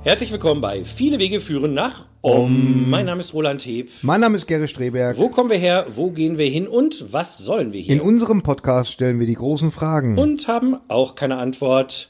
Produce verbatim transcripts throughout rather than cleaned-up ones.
Herzlich willkommen bei Viele Wege führen nach Om. Mein Name ist Roland Heb. Mein Name ist Gerrit Streberg. Wo kommen wir her, wo gehen wir hin und was sollen wir hier? In unserem Podcast stellen wir die großen Fragen. Und haben auch keine Antwort.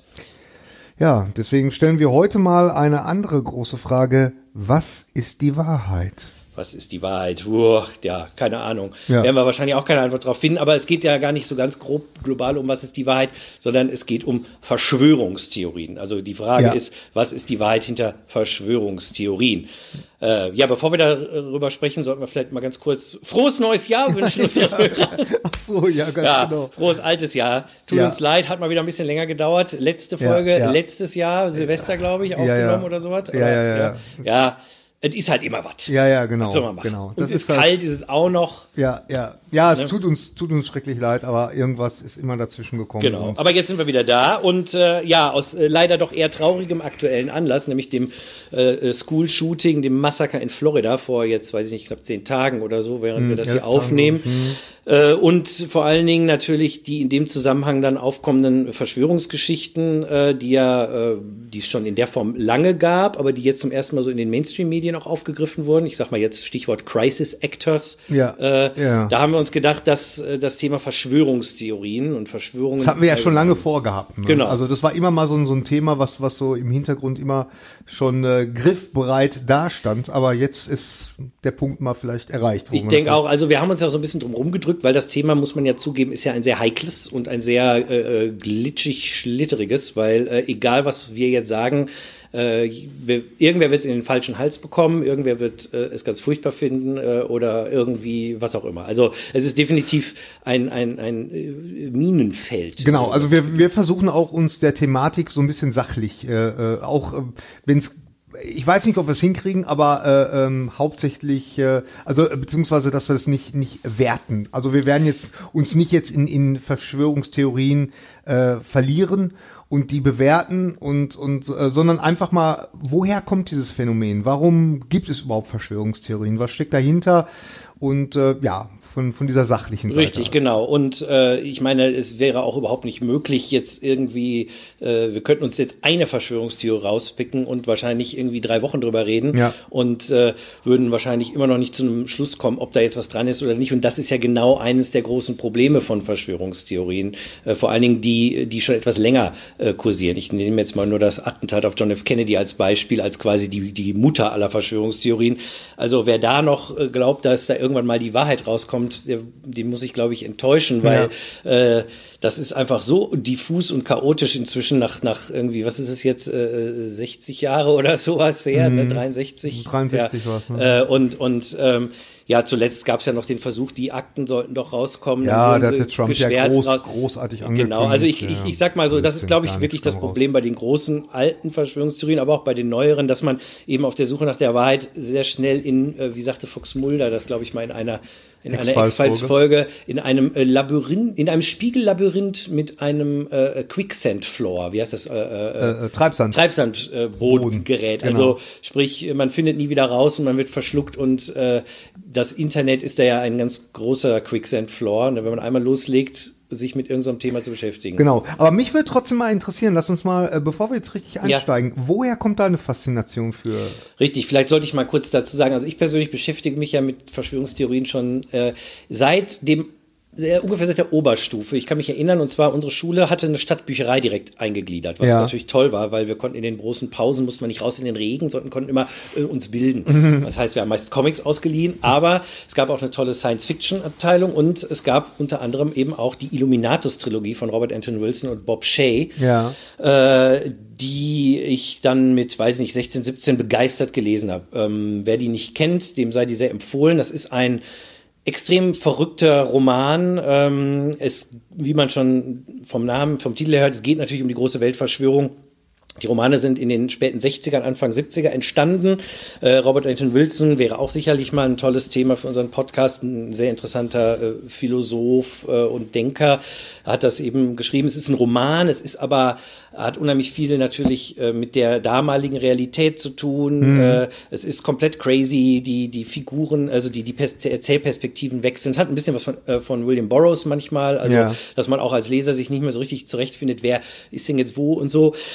Ja, deswegen stellen wir heute mal eine andere große Frage. Was ist die Wahrheit? Was ist die Wahrheit? Uah, ja, keine Ahnung. Ja. Werden wir wahrscheinlich auch keine Antwort drauf finden, aber es geht ja gar nicht so ganz grob global um, was ist die Wahrheit, sondern es geht um Verschwörungstheorien. Also die Frage Ja. ist, was ist die Wahrheit hinter Verschwörungstheorien? Äh, ja, bevor wir darüber sprechen, sollten wir vielleicht mal ganz kurz frohes neues Jahr wünschen unseren Hörern. Ach so, ja, ganz Ja, genau. frohes altes Jahr. Tut Ja. uns leid, hat mal wieder ein bisschen länger gedauert. Letzte Folge, Ja, ja. letztes Jahr, Silvester, glaube ich, Ja, aufgenommen ja. oder sowas. Ja, ja, ja, ja. Ja, es ist halt immer was. Ja, ja, genau. Was soll man machen? genau. Und Das es ist ist das- kalt, ist es auch noch. Ja, ja. Ja, es Ne? tut uns, tut uns schrecklich leid, aber irgendwas ist immer dazwischen gekommen. Genau. Und- Aber jetzt sind wir wieder da und äh, ja, aus äh, leider doch eher traurigem aktuellen Anlass, nämlich dem äh, School-Shooting, dem Massaker in Florida vor jetzt, weiß ich nicht, knapp zehn Tagen oder so, während wir das elf hier aufnehmen. Äh, und vor allen Dingen natürlich die in dem Zusammenhang dann aufkommenden Verschwörungsgeschichten, äh, die ja, äh, die es schon in der Form lange gab, aber die jetzt zum ersten Mal so in den Mainstream-Medien auch aufgegriffen wurden. Ich sag mal jetzt Stichwort Crisis Actors. Ja, Äh, ja. Da haben wir uns gedacht, dass äh, das Thema Verschwörungstheorien und Verschwörungen. Das hatten wir ja schon lange vorgehabt. Ne? Genau. Also das war immer mal so, ein- so ein Thema, was, was so im Hintergrund immer schon äh, griffbereit dastand. Aber jetzt ist der Punkt mal vielleicht erreicht. wo Ich man denke sagt, auch, also wir haben uns ja auch so ein bisschen drum rumgedrückt, weil das Thema, muss man ja zugeben, ist ja ein sehr heikles und ein sehr äh, glitschig-schlitteriges, weil äh, egal, was wir jetzt sagen, äh, wir, irgendwer wird es in den falschen Hals bekommen, irgendwer wird äh, es ganz furchtbar finden äh, oder irgendwie was auch immer. Also es ist definitiv ein, ein, ein äh, Minenfeld. Genau, also wir, wir versuchen auch uns der Thematik so ein bisschen sachlich, äh, äh, auch äh, wenn es, ich weiß nicht, ob wir es hinkriegen, aber äh, ähm, hauptsächlich, äh, also äh, beziehungsweise, dass wir das nicht nicht werten. Also wir werden jetzt uns nicht jetzt in in Verschwörungstheorien äh, verlieren und die bewerten und und äh, sondern einfach mal, woher kommt dieses Phänomen? Warum gibt es überhaupt Verschwörungstheorien? Was steckt dahinter? Und äh, ja, von von dieser sachlichen Seite. Richtig, genau. Und äh, ich meine, es wäre auch überhaupt nicht möglich, jetzt irgendwie, äh, wir könnten uns jetzt eine Verschwörungstheorie rauspicken und wahrscheinlich irgendwie drei Wochen drüber reden Ja. und äh, würden wahrscheinlich immer noch nicht zu einem Schluss kommen, ob da jetzt was dran ist oder nicht. Und das ist ja genau eines der großen Probleme von Verschwörungstheorien, äh, vor allen Dingen die, die schon etwas länger äh, kursieren. Ich nehme jetzt mal nur das Attentat auf John F. Kennedy als Beispiel, als quasi die, die Mutter aller Verschwörungstheorien. Also wer da noch äh, glaubt, dass da irgendwann mal die Wahrheit rauskommt, der, den muss ich, glaube ich, enttäuschen, weil äh, das ist einfach so diffus und chaotisch inzwischen nach nach irgendwie, was ist es jetzt, äh, sechzig Jahre oder sowas her, ne? dreiundsechzig dreiundsechzig ja. war's, ne? Äh, und und ähm, ja, zuletzt gab es ja noch den Versuch, die Akten sollten doch rauskommen. Ja, Dann da wurden hat sie der Trump ja geschwärzt groß, raus. großartig angekündigt. Genau, also ich, ich, ja. ich sag mal so, das ist, glaube ich, wirklich das Problem bei den großen alten Verschwörungstheorien, aber auch bei den neueren, dass man eben auf der Suche nach der Wahrheit sehr schnell in, äh, wie sagte Fox Mulder, das glaube ich mal in einer in einer X-Files-Folge, in einem äh, Labyrinth, in einem Spiegellabyrinth mit einem äh, Quicksand-Floor, wie heißt das? Äh, äh, Äh, Treibsand. Treibsandbodengerät. Boden, Also genau. sprich, man findet nie wieder raus und man wird verschluckt und äh, das Internet ist da ja ein ganz großer Quicksand-Floor. Und wenn man einmal loslegt, sich mit irgendeinem Thema zu beschäftigen. Genau, aber mich würde trotzdem mal interessieren, lass uns mal, äh, bevor wir jetzt richtig einsteigen, woher kommt deine Faszination für... Richtig, vielleicht sollte ich mal kurz dazu sagen, also ich persönlich beschäftige mich ja mit Verschwörungstheorien schon äh, seit dem Sehr, ungefähr seit der Oberstufe. Ich kann mich erinnern, und zwar unsere Schule hatte eine Stadtbücherei direkt eingegliedert, was Ja. natürlich toll war, weil wir konnten in den großen Pausen, mussten wir nicht raus in den Regen, sondern konnten immer äh, uns bilden. Mhm. Das heißt, wir haben meist Comics ausgeliehen, aber es gab auch eine tolle Science-Fiction-Abteilung und es gab unter anderem eben auch die Illuminatus-Trilogie von Robert Anton Wilson und Bob Shea, Ja. äh, die ich dann mit, weiß nicht, sechzehn, siebzehn begeistert gelesen habe. Ähm, wer die nicht kennt, dem sei die sehr empfohlen. Das ist ein extrem verrückter Roman. Ähm, es, wie man schon vom Namen, vom Titel her hört, es geht natürlich um die große Weltverschwörung. Die Romane sind in den späten sechzigern, Anfang siebziger entstanden. Äh, Robert Anton Wilson wäre auch sicherlich mal ein tolles Thema für unseren Podcast. Ein sehr interessanter äh, Philosoph äh, und Denker hat das eben geschrieben. Es ist ein Roman, es ist aber, hat unheimlich viel natürlich äh, mit der damaligen Realität zu tun. Mhm. Äh, es ist komplett crazy, die die Figuren, also die die Pers- Erzählperspektiven wechseln. Es hat ein bisschen was von, äh, von William Burroughs manchmal, also ja. dass man auch als Leser sich nicht mehr so richtig zurechtfindet, wer ist denn jetzt wo und so. Äh,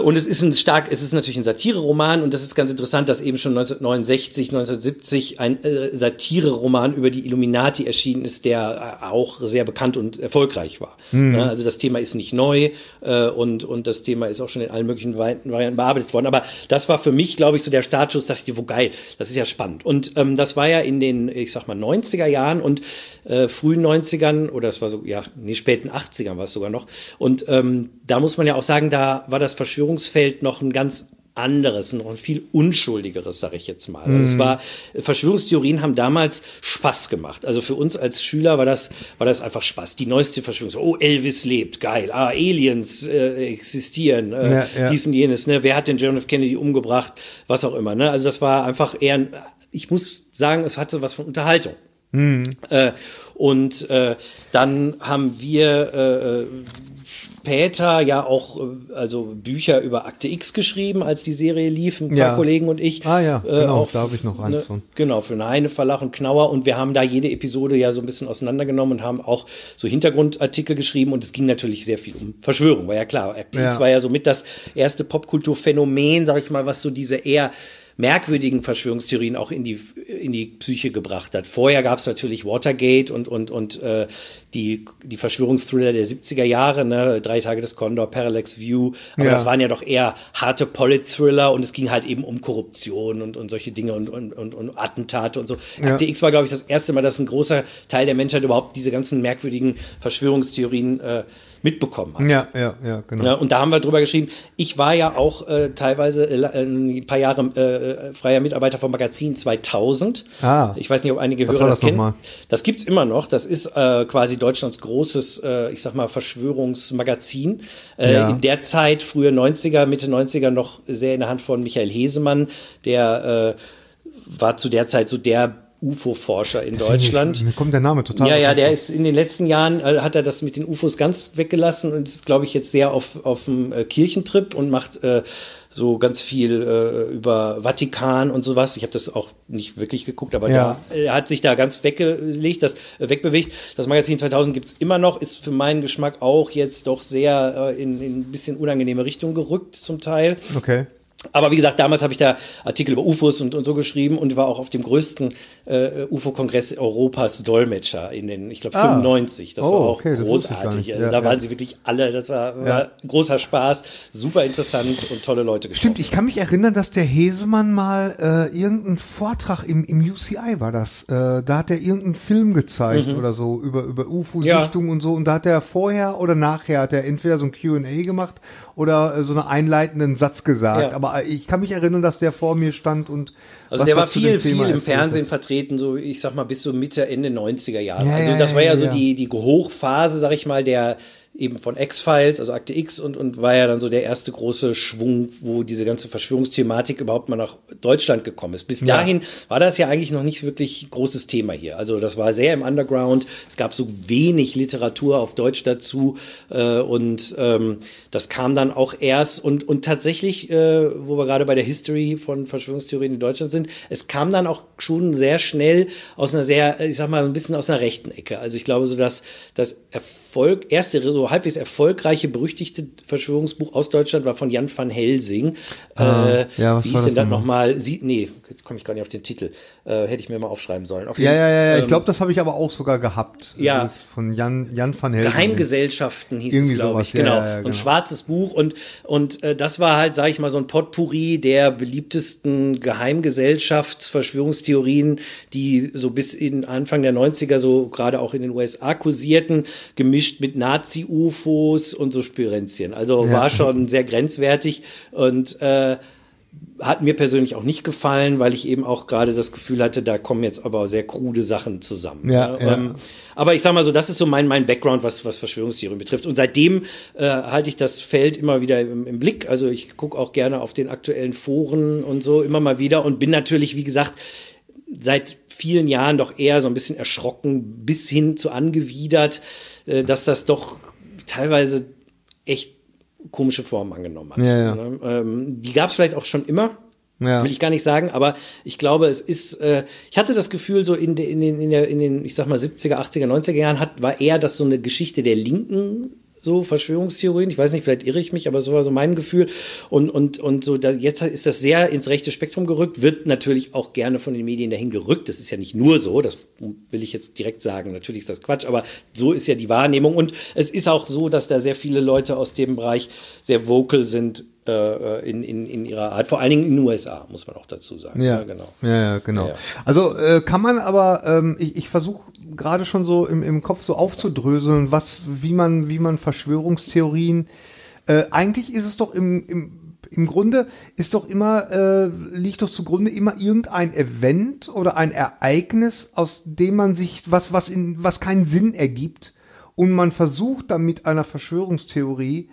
und es ist ein stark, es ist natürlich ein Satire-Roman und das ist ganz interessant, dass eben schon neunzehnhundertneunundsechzig, neunzehnhundertsiebzig ein äh, Satire-Roman über die Illuminati erschienen ist, der äh, auch sehr bekannt und erfolgreich war. Mhm. Ja, also das Thema ist nicht neu äh, und und das Thema ist auch schon in allen möglichen Varianten bearbeitet worden. Aber das war für mich, glaube ich, so der Startschuss, dachte ich, wo geil, das ist ja spannend. Und ähm, das war ja in den, ich sag mal, neunziger Jahren und äh, frühen neunzigern oder es war so, ja, nee, späten achtzigern war es sogar noch. Und ähm, da muss man ja auch sagen, da war das Verschwörungsfeld noch ein ganz anderes, noch ein viel unschuldigeres, sage ich jetzt mal. Also es war, Verschwörungstheorien haben damals Spaß gemacht. Also für uns als Schüler war das, war das einfach Spaß. Die neueste Verschwörungstheorie, oh, Elvis lebt, geil, ah, Aliens äh, existieren, äh, ja, ja. dies und jenes, ne, wer hat den John F. Kennedy umgebracht, was auch immer, ne, also das war einfach eher, ein, ich muss sagen, es hatte was von Unterhaltung. Mhm. Äh, und äh, dann haben wir äh, später ja auch also Bücher über Akte X geschrieben, als die Serie lief, ein paar ja. Kollegen und ich. Ah ja, genau, äh, auch da habe ich noch eins von. Genau, für eine Heine Verlag und Knauer und wir haben da jede Episode ja so ein bisschen auseinandergenommen und haben auch so Hintergrundartikel geschrieben und es ging natürlich sehr viel um Verschwörung, war ja klar. Akte ja. X war ja so mit das erste Popkulturphänomen, sag ich mal, was so diese eher merkwürdigen Verschwörungstheorien auch in die in die Psyche gebracht hat. Vorher gab es natürlich Watergate und und und äh, die die Verschwörungsthriller der siebziger Jahre, ne, Drei Tage des Condor, Parallax View, aber ja. das waren ja doch eher harte Polit-Thriller und es ging halt eben um Korruption und und solche Dinge und und und, und Attentate und so. Ja. Akte X war, glaube ich, das erste Mal, dass ein großer Teil der Menschheit überhaupt diese ganzen merkwürdigen Verschwörungstheorien äh, mitbekommen hat. Ja, ja, ja, genau. Ja, und da haben wir drüber geschrieben. Ich war ja auch äh, teilweise äh, ein paar Jahre äh, freier Mitarbeiter vom Magazin zweitausend. Ah, ich weiß nicht, ob einige Hörer das, das kennen. Mal? Das gibt's immer noch. Das ist äh, quasi Deutschlands großes, äh, ich sag mal, Verschwörungsmagazin. Äh, ja. In der Zeit, frühe neunziger, Mitte neunziger, noch sehr in der Hand von Michael Hesemann. Der äh, war zu der Zeit so der U F O-Forscher in Deswegen, Deutschland. Mir kommt der Name total. Ja, ja, der ist in den letzten Jahren, äh, hat er das mit den U F Os ganz weggelassen und ist, glaube ich, jetzt sehr auf auf dem äh, Kirchentrip und macht äh, so ganz viel äh, über Vatikan und sowas. Ich habe das auch nicht wirklich geguckt, aber ja. da, er hat sich da ganz weggelegt, das äh, wegbewegt. Das Magazin zweitausend gibt's immer noch, ist für meinen Geschmack auch jetzt doch sehr äh, in, in ein bisschen unangenehme Richtung gerückt zum Teil. Okay. Aber wie gesagt, damals habe ich da Artikel über U F Os und, und so geschrieben und war auch auf dem größten äh, U F O-Kongress Europas Dolmetscher in den, ich glaube, fünfundneunzig. Das oh, war auch okay, großartig. Also ja, da ja. waren sie wirklich alle, das war, war ja. großer Spaß, super interessant und tolle Leute getroffen. Stimmt, ich kann mich erinnern, dass der Hesemann mal äh, irgendeinen Vortrag im, im U C I war das. Äh, da hat er irgendeinen Film gezeigt mhm. oder so über, über U F O-Sichtung ja. und so und da hat er vorher oder nachher hat er entweder so ein Q and A gemacht oder äh, so einen einleitenden Satz gesagt. Ja. Aber ich kann mich erinnern, dass der vor mir stand und also der war viel, viel im Fernsehen vertreten, so ich sag mal bis so Mitte, Ende neunziger Jahre. Ja, also das war ja, ja so die die Hochphase, sag ich mal, der eben von X-Files, also Akte X und und war ja dann so der erste große Schwung, wo diese ganze Verschwörungsthematik überhaupt mal nach Deutschland gekommen ist. Bis dahin ja. war das ja eigentlich noch nicht wirklich großes Thema hier. Also das war sehr im Underground. Es gab so wenig Literatur auf Deutsch dazu äh, und ähm, das kam dann auch erst und und tatsächlich, äh, wo wir gerade bei der History von Verschwörungstheorien in Deutschland sind, es kam dann auch schon sehr schnell aus einer sehr, ich sag mal, ein bisschen aus einer rechten Ecke. Also ich glaube so, dass das Erfolg, erste so halbwegs erfolgreiche, berüchtigte Verschwörungsbuch aus Deutschland war von Jan van Helsing. Ah, äh, ja, wie hieß denn das nochmal? Sie, nee, jetzt komme ich gar nicht auf den Titel. Äh, hätte ich mir mal aufschreiben sollen. Auf ja, jeden, ja, ja, ja, ähm, ich glaube, das habe ich aber auch sogar gehabt. Ja. Das von Jan, Jan van Helsing. Geheimgesellschaften hieß Irgendwie es, glaube ich. Genau. Ja, ja, genau. Ein schwarzes Buch und, und äh, das war halt, sage ich mal, so ein Potpourri der beliebtesten Geheimgesellschafts-Verschwörungstheorien, die so bis in Anfang der neunziger so gerade auch in den U S A kursierten, gemischt mit Nazi-U F Os und so Spirenzchen. Also ja. war schon sehr grenzwertig und äh, hat mir persönlich auch nicht gefallen, weil ich eben auch gerade das Gefühl hatte, da kommen jetzt aber sehr krude Sachen zusammen. Ja, ja. Ähm, aber ich sag mal so, das ist so mein mein Background, was was Verschwörungstheorien betrifft. Und seitdem äh, halte ich das Feld immer wieder im, im Blick. Also ich gucke auch gerne auf den aktuellen Foren und so immer mal wieder und bin natürlich, wie gesagt, seit vielen Jahren doch eher so ein bisschen erschrocken bis hin zu angewidert, äh, dass das doch teilweise echt komische Formen angenommen hat. Ja, ja. Ähm, die gab es vielleicht auch schon immer, ja. will ich gar nicht sagen, aber ich glaube, es ist, äh, ich hatte das Gefühl, so in, de, in, den, in, der, in den, ich sag mal, siebziger, achtziger, neunziger Jahren hat, war eher das so eine Geschichte der Linken, so Verschwörungstheorien. Ich weiß nicht, vielleicht irre ich mich, aber so war so mein Gefühl. Und, und, und so, da, jetzt ist das sehr ins rechte Spektrum gerückt, wird natürlich auch gerne von den Medien dahin gerückt. Das ist ja nicht nur so, das will ich jetzt direkt sagen. Natürlich ist das Quatsch, aber so ist ja die Wahrnehmung. Und es ist auch so, dass da sehr viele Leute aus dem Bereich sehr vocal sind, In, in, in ihrer Art, vor allen Dingen in den U S A, muss man auch dazu sagen. Ja, ja genau. Ja, ja, genau. Ja, ja. Also äh, kann man aber, ähm, ich, ich versuche gerade schon so im, im Kopf so aufzudröseln, was, wie man, wie man Verschwörungstheorien, äh, eigentlich ist es doch im, im, im Grunde, ist doch immer, äh, liegt doch zugrunde immer irgendein Event oder ein Ereignis, aus dem man sich, was, was in, was keinen Sinn ergibt, und man versucht dann mit einer Verschwörungstheorie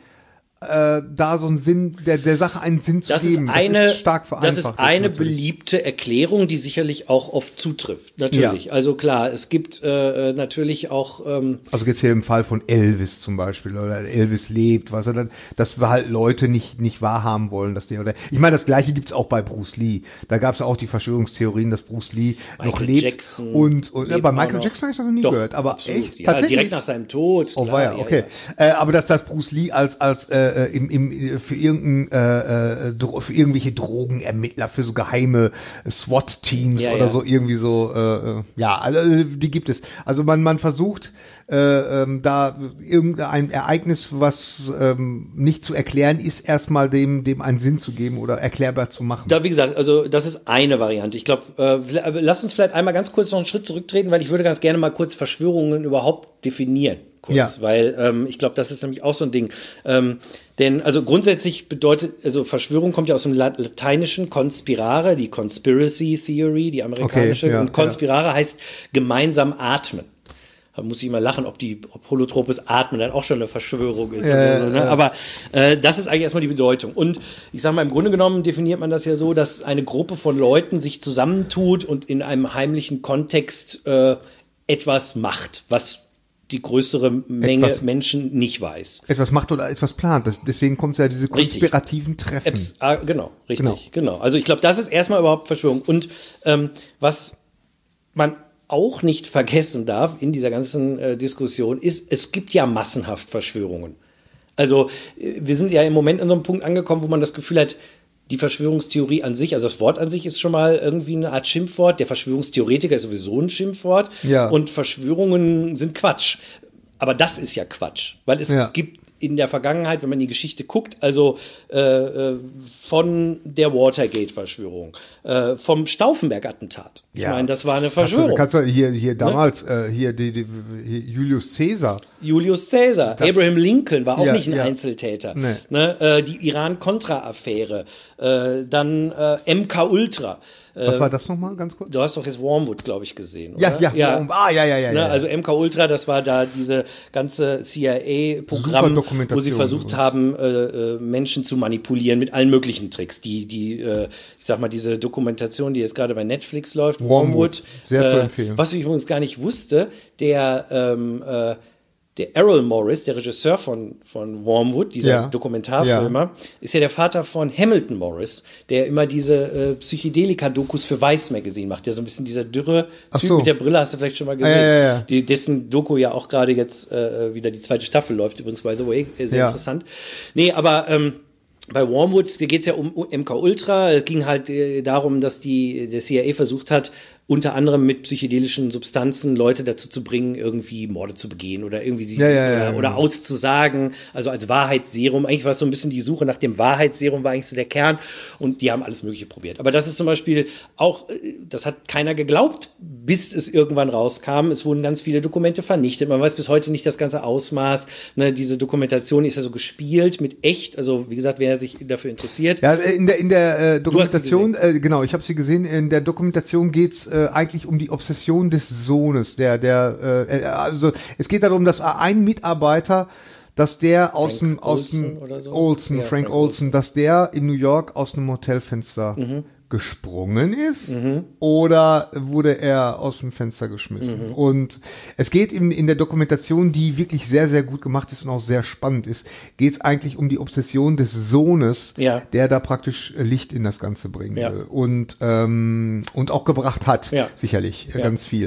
Äh, da so einen Sinn, der, der Sache einen Sinn zu das geben. Ist eine, das ist stark vereinfacht. Das ist eine natürlich. beliebte Erklärung, die sicherlich auch oft zutrifft. Natürlich. Ja. Also klar, es gibt äh, natürlich auch. Ähm, also jetzt hier im Fall von Elvis zum Beispiel, oder Elvis lebt, was er dann, dass wir halt Leute nicht nicht wahrhaben wollen, dass die, oder ich meine, das Gleiche gibt's auch bei Bruce Lee. Da gab's ja auch die Verschwörungstheorien, dass Bruce Lee Michael noch lebt. Jackson und und ja, bei Michael noch. Jackson habe ich das noch nie Doch, gehört, aber absolut. echt Ja, tatsächlich direkt nach seinem Tod. Oh, klar, war ja, okay. Ja, ja. Äh, aber dass das Bruce Lee als als äh, im im für irgendein äh, äh, für irgendwelche Drogenermittler, für so geheime SWAT-Teams ja, oder ja. so irgendwie so, äh, ja, also die gibt es. Also man man versucht äh, ähm, da irgendein Ereignis, was ähm, nicht zu erklären ist, erstmal dem dem einen Sinn zu geben oder erklärbar zu machen. Da, wie gesagt, also das ist eine Variante. Ich glaube, äh, lass uns vielleicht einmal ganz kurz noch einen Schritt zurücktreten, weil ich würde ganz gerne mal kurz Verschwörungen überhaupt definieren. Kurz, ja. Weil ähm, ich glaube, das ist nämlich auch so ein Ding. Ähm, denn also grundsätzlich bedeutet, also Verschwörung kommt ja aus dem Lateinischen conspirare, die Conspiracy Theory, die amerikanische. Okay, ja, und conspirare ja. heißt gemeinsam atmen. Da muss ich immer lachen, ob die ob holotropes Atmen dann auch schon eine Verschwörung ist. Ja, oder so, ne? ja. Aber äh, das ist eigentlich erstmal die Bedeutung. Und ich sage mal, im Grunde genommen definiert man das ja so, dass eine Gruppe von Leuten sich zusammentut und in einem heimlichen Kontext äh, etwas macht, was die größere Menge etwas, Menschen nicht weiß. Etwas macht oder etwas plant. Das, deswegen kommt es ja diese konspirativen richtig. Treffen. Apps, ah, genau, richtig, genau. genau. Also ich glaube, das ist erstmal überhaupt Verschwörung. Und ähm, was man auch nicht vergessen darf in dieser ganzen äh, Diskussion ist, es gibt ja massenhaft Verschwörungen. Also äh, wir sind ja im Moment an so einem Punkt angekommen, wo man das Gefühl hat, die Verschwörungstheorie an sich, also das Wort an sich ist schon mal irgendwie eine Art Schimpfwort. Der Verschwörungstheoretiker ist sowieso ein Schimpfwort. Ja. Und Verschwörungen sind Quatsch. Aber das ist ja Quatsch, weil es ja. gibt in der Vergangenheit, wenn man in die Geschichte guckt, also äh, von der Watergate-Verschwörung, äh, vom Stauffenberg-Attentat. Ich ja. meine, das war eine Verschwörung. Kannst du, kannst du hier, hier damals, ne? äh, hier, die, die, hier Julius Caesar. Julius Caesar. Das, Abraham Lincoln war auch ja, nicht ein ja. Einzeltäter. Nee. Ne? Äh, die Iran-Contra-Affäre, äh, dann äh, M K Ultra. Was war das nochmal, ganz kurz? Du hast doch jetzt Wormwood, glaube ich, gesehen, ja, oder? Ja, ja. Ah, ja, ja, ja, ne? ja. Also M K Ultra, das war da diese ganze C I A-Programm, wo sie versucht haben, äh, Menschen zu manipulieren mit allen möglichen Tricks. Die, die, äh, ich sag mal, diese Dokumentation, die jetzt gerade bei Netflix läuft, Wormwood, Wormwood sehr äh, zu empfehlen. Was ich übrigens gar nicht wusste, der ähm, äh, Der Errol Morris, der Regisseur von, von Wormwood, dieser ja. Dokumentarfilmer, ja. ist ja der Vater von Hamilton Morris, der immer diese äh, Psychedelika-Dokus für Vice Magazine macht, der so ein bisschen dieser dürre Typ so. mit der Brille, hast du vielleicht schon mal gesehen, ja, ja, ja. Die, dessen Doku ja auch gerade jetzt äh, wieder die zweite Staffel läuft, übrigens, by the way, sehr ja. interessant. Nee, aber ähm, bei Wormwood geht es ja um M K Ultra. Es ging halt äh, darum, dass die der C I A versucht hat, unter anderem mit psychedelischen Substanzen Leute dazu zu bringen, irgendwie Morde zu begehen oder irgendwie sie ja, ja, oder, ja, ja. oder auszusagen. Also als Wahrheitsserum. Eigentlich war es so ein bisschen die Suche nach dem Wahrheitsserum, war eigentlich so der Kern. Und die haben alles Mögliche probiert. Aber das ist zum Beispiel auch, das hat keiner geglaubt, bis es irgendwann rauskam. Es wurden ganz viele Dokumente vernichtet. Man weiß bis heute nicht das ganze Ausmaß. Ne, diese Dokumentation ist ja so gespielt mit echt. Also wie gesagt, wer sich dafür interessiert. Ja, in der in der äh, Dokumentation, äh, genau, ich habe sie gesehen. In der Dokumentation geht's äh, eigentlich um die Obsession des Sohnes. Der der äh, also es geht darum, dass ein Mitarbeiter, dass der aus dem aus dem so? Olsen, ja, Frank, Frank Olsen, Olsen, dass der in New York aus einem Hotelfenster mhm. gesprungen ist mhm. oder wurde er aus dem Fenster geschmissen. Mhm. Und es geht in, in der Dokumentation, die wirklich sehr, sehr gut gemacht ist und auch sehr spannend ist, geht es eigentlich um die Obsession des Sohnes, ja. der da praktisch Licht in das Ganze bringen ja. will und, ähm, und auch gebracht hat, ja. sicherlich, ja. ganz viel.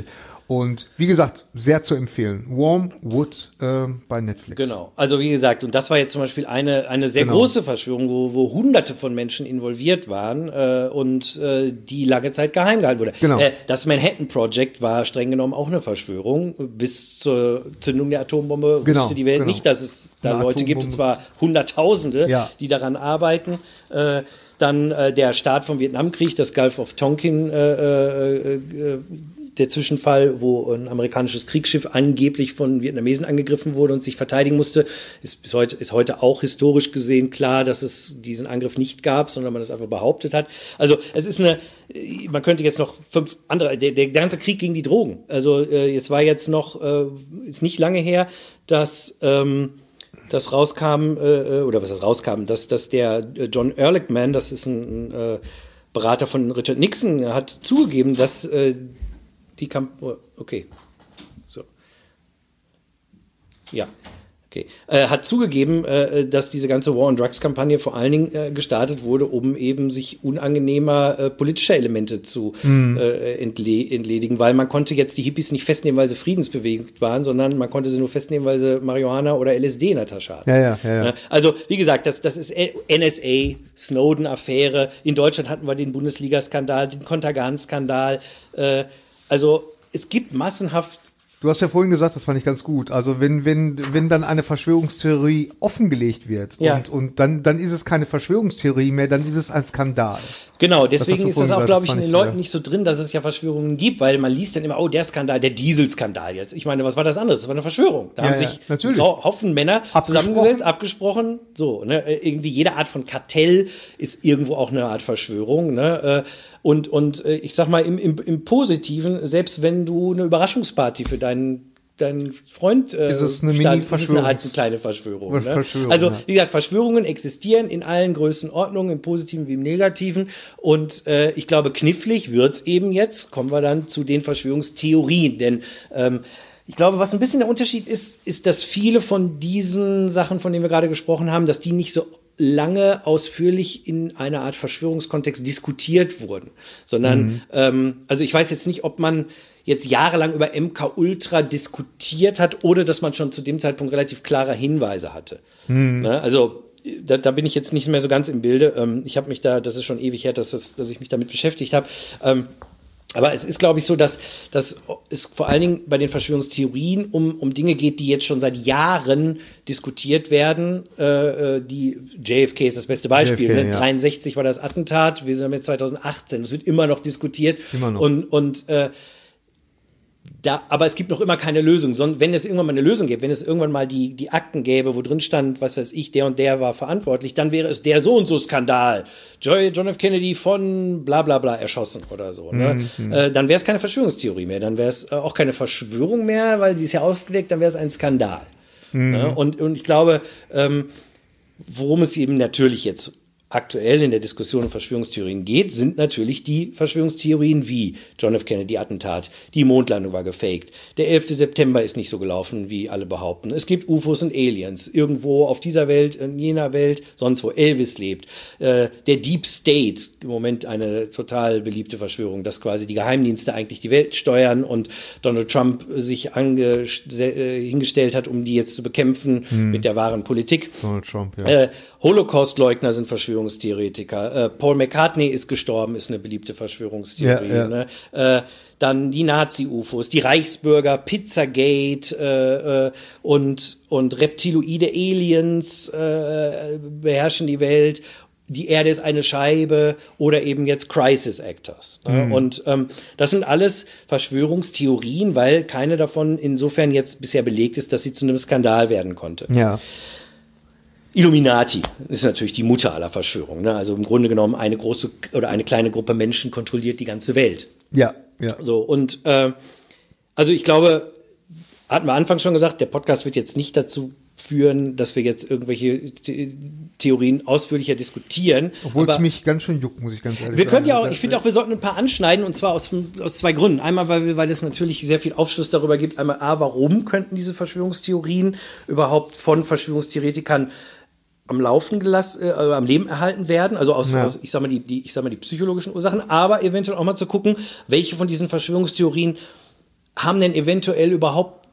Und wie gesagt, sehr zu empfehlen. Wormwood äh, bei Netflix. Genau. Also wie gesagt, und das war jetzt zum Beispiel eine eine sehr Genau. große Verschwörung, wo, wo Hunderte von Menschen involviert waren äh, und äh, die lange Zeit geheim gehalten wurde. Genau. Äh, das Manhattan Project war streng genommen auch eine Verschwörung. Bis zur Zündung der Atombombe Genau, wusste die Welt genau. nicht, dass es da Eine Leute gibt, und Atombombe. zwar Hunderttausende, Ja. die daran arbeiten. Äh, dann äh, der Start vom Vietnamkrieg, das Gulf of Tonkin, äh, äh, äh, der Zwischenfall, wo ein amerikanisches Kriegsschiff angeblich von Vietnamesen angegriffen wurde und sich verteidigen musste, ist bis heute, ist heute auch historisch gesehen klar, dass es diesen Angriff nicht gab, sondern man das einfach behauptet hat. Also es ist eine, man könnte jetzt noch fünf andere, der, der ganze Krieg gegen die Drogen. Also äh, es war jetzt noch, äh, ist nicht lange her, dass ähm, das rauskam, äh, oder was das rauskam, dass, dass der John Ehrlichman, das ist ein, ein äh, Berater von Richard Nixon, hat zugegeben, dass äh, die Kamp okay. So. Ja. Okay. Äh, hat zugegeben, äh, dass diese ganze War on Drugs Kampagne vor allen Dingen äh, gestartet wurde, um eben sich unangenehmer äh, politischer Elemente zu mhm. äh, entle- entledigen, weil man konnte jetzt die Hippies nicht festnehmen, weil sie friedensbewegt waren, sondern man konnte sie nur festnehmen, weil sie Marihuana oder L S D in der Tasche hatten. Ja, ja, ja, ja. Also, wie gesagt, das, das ist N S A, Snowden-Affäre. In Deutschland hatten wir den Bundesliga-Skandal, den Kontergan-Skandal. Äh, also, es gibt massenhaft. Du hast ja vorhin gesagt, das fand ich ganz gut. Also wenn wenn wenn dann eine Verschwörungstheorie offengelegt wird ja. und und dann dann ist es keine Verschwörungstheorie mehr, dann ist es ein Skandal. Genau, deswegen ist das auch, glaube ich, in den Leuten ja. nicht so drin, dass es ja Verschwörungen gibt, weil man liest dann immer, oh, der Skandal, der Dieselskandal jetzt. Ich meine, was war das anderes? Das war eine Verschwörung. Da ja, haben ja, sich natürlich. ein Haufen Männer zusammengesetzt, abgesprochen. So, ne, irgendwie jede Art von Kartell ist irgendwo auch eine Art Verschwörung. Ne, und und ich sag mal im, im, im Positiven, selbst wenn du eine Überraschungsparty für deinen dein Freund äh, ist es eine stand, Mini ist es eine, Art, eine kleine Verschwörung. Ne? Verschwörung also, ja. wie gesagt, Verschwörungen existieren in allen Größenordnungen, im Positiven wie im Negativen. Und äh, ich glaube, knifflig wird's eben jetzt, kommen wir dann zu den Verschwörungstheorien. Denn ähm, ich glaube, was ein bisschen der Unterschied ist, ist, dass viele von diesen Sachen, von denen wir gerade gesprochen haben, dass die nicht so lange ausführlich in einer Art Verschwörungskontext diskutiert wurden, sondern mhm. ähm, also ich weiß jetzt nicht, ob man jetzt jahrelang über M K Ultra diskutiert hat oder dass man schon zu dem Zeitpunkt relativ klare Hinweise hatte. Mhm. Ne? Also da, da bin ich jetzt nicht mehr so ganz im Bilde. Ähm, ich habe mich da, das ist schon ewig her, dass, das, dass ich mich damit beschäftigt habe. Ähm, Aber es ist, glaube ich, so, dass, dass es vor allen Dingen bei den Verschwörungstheorien um, um Dinge geht, die jetzt schon seit Jahren diskutiert werden. Äh, die J F K ist das beste Beispiel. J F K, ne? ja. dreiundsechzig war das Attentat, wir sind jetzt zwanzig achtzehn. Das wird immer noch diskutiert. Immer noch. Und, und äh, Da, aber es gibt noch immer keine Lösung. Sondern wenn es irgendwann mal eine Lösung gibt, wenn es irgendwann mal die, die Akten gäbe, wo drin stand, was weiß ich, der und der war verantwortlich, dann wäre es der so und so Skandal. John F. Kennedy von bla bla bla erschossen oder so. Ne? Mhm. Äh, dann wäre es keine Verschwörungstheorie mehr. Dann wäre es äh, auch keine Verschwörung mehr, weil die ist ja aufgedeckt, dann wäre es ein Skandal. Mhm. Ne? Und, und ich glaube, ähm, worum es eben natürlich jetzt aktuell in der Diskussion um Verschwörungstheorien geht, sind natürlich die Verschwörungstheorien wie John F. Kennedy Attentat, die Mondlandung war gefaked, der elfte September ist nicht so gelaufen, wie alle behaupten. Es gibt U F Os und Aliens, irgendwo auf dieser Welt, in jener Welt, sonst wo Elvis lebt. Äh, der Deep State, im Moment eine total beliebte Verschwörung, dass quasi die Geheimdienste eigentlich die Welt steuern und Donald Trump sich ange- äh, hingestellt hat, um die jetzt zu bekämpfen hm. mit der wahren Politik. Donald Trump, ja. Äh, Holocaust-Leugner sind Verschwörungstheoretiker. Äh, Paul McCartney ist gestorben, ist eine beliebte Verschwörungstheorie. Ja, ja. Ne? Äh, dann die Nazi-U F Os, die Reichsbürger, Pizzagate äh, äh, und, und reptiloide Aliens äh, beherrschen die Welt. Die Erde ist eine Scheibe oder eben jetzt Crisis Actors. Ne? Mhm. Und ähm, das sind alles Verschwörungstheorien, weil keine davon insofern jetzt bisher belegt ist, dass sie zu einem Skandal werden konnte. Ja. Illuminati ist natürlich die Mutter aller Verschwörungen. Ne? Also im Grunde genommen eine große oder eine kleine Gruppe Menschen kontrolliert die ganze Welt. Ja, ja. So und äh, also ich glaube, hatten wir anfangs schon gesagt, der Podcast wird jetzt nicht dazu führen, dass wir jetzt irgendwelche The- Theorien ausführlicher diskutieren. Obwohl es mich ganz schön juckt, muss ich ganz ehrlich wir sagen. können ja auch, ich finde auch, wir sollten ein paar anschneiden, und zwar aus, aus zwei Gründen. Einmal, weil, wir, weil es natürlich sehr viel Aufschluss darüber gibt. Einmal, A, warum könnten diese Verschwörungstheorien überhaupt von Verschwörungstheoretikern am Laufen gelassen, äh, am Leben erhalten werden, also aus, ja. aus ich sag mal die, die, ich sag mal die psychologischen Ursachen, aber eventuell auch mal zu gucken, welche von diesen Verschwörungstheorien haben denn eventuell überhaupt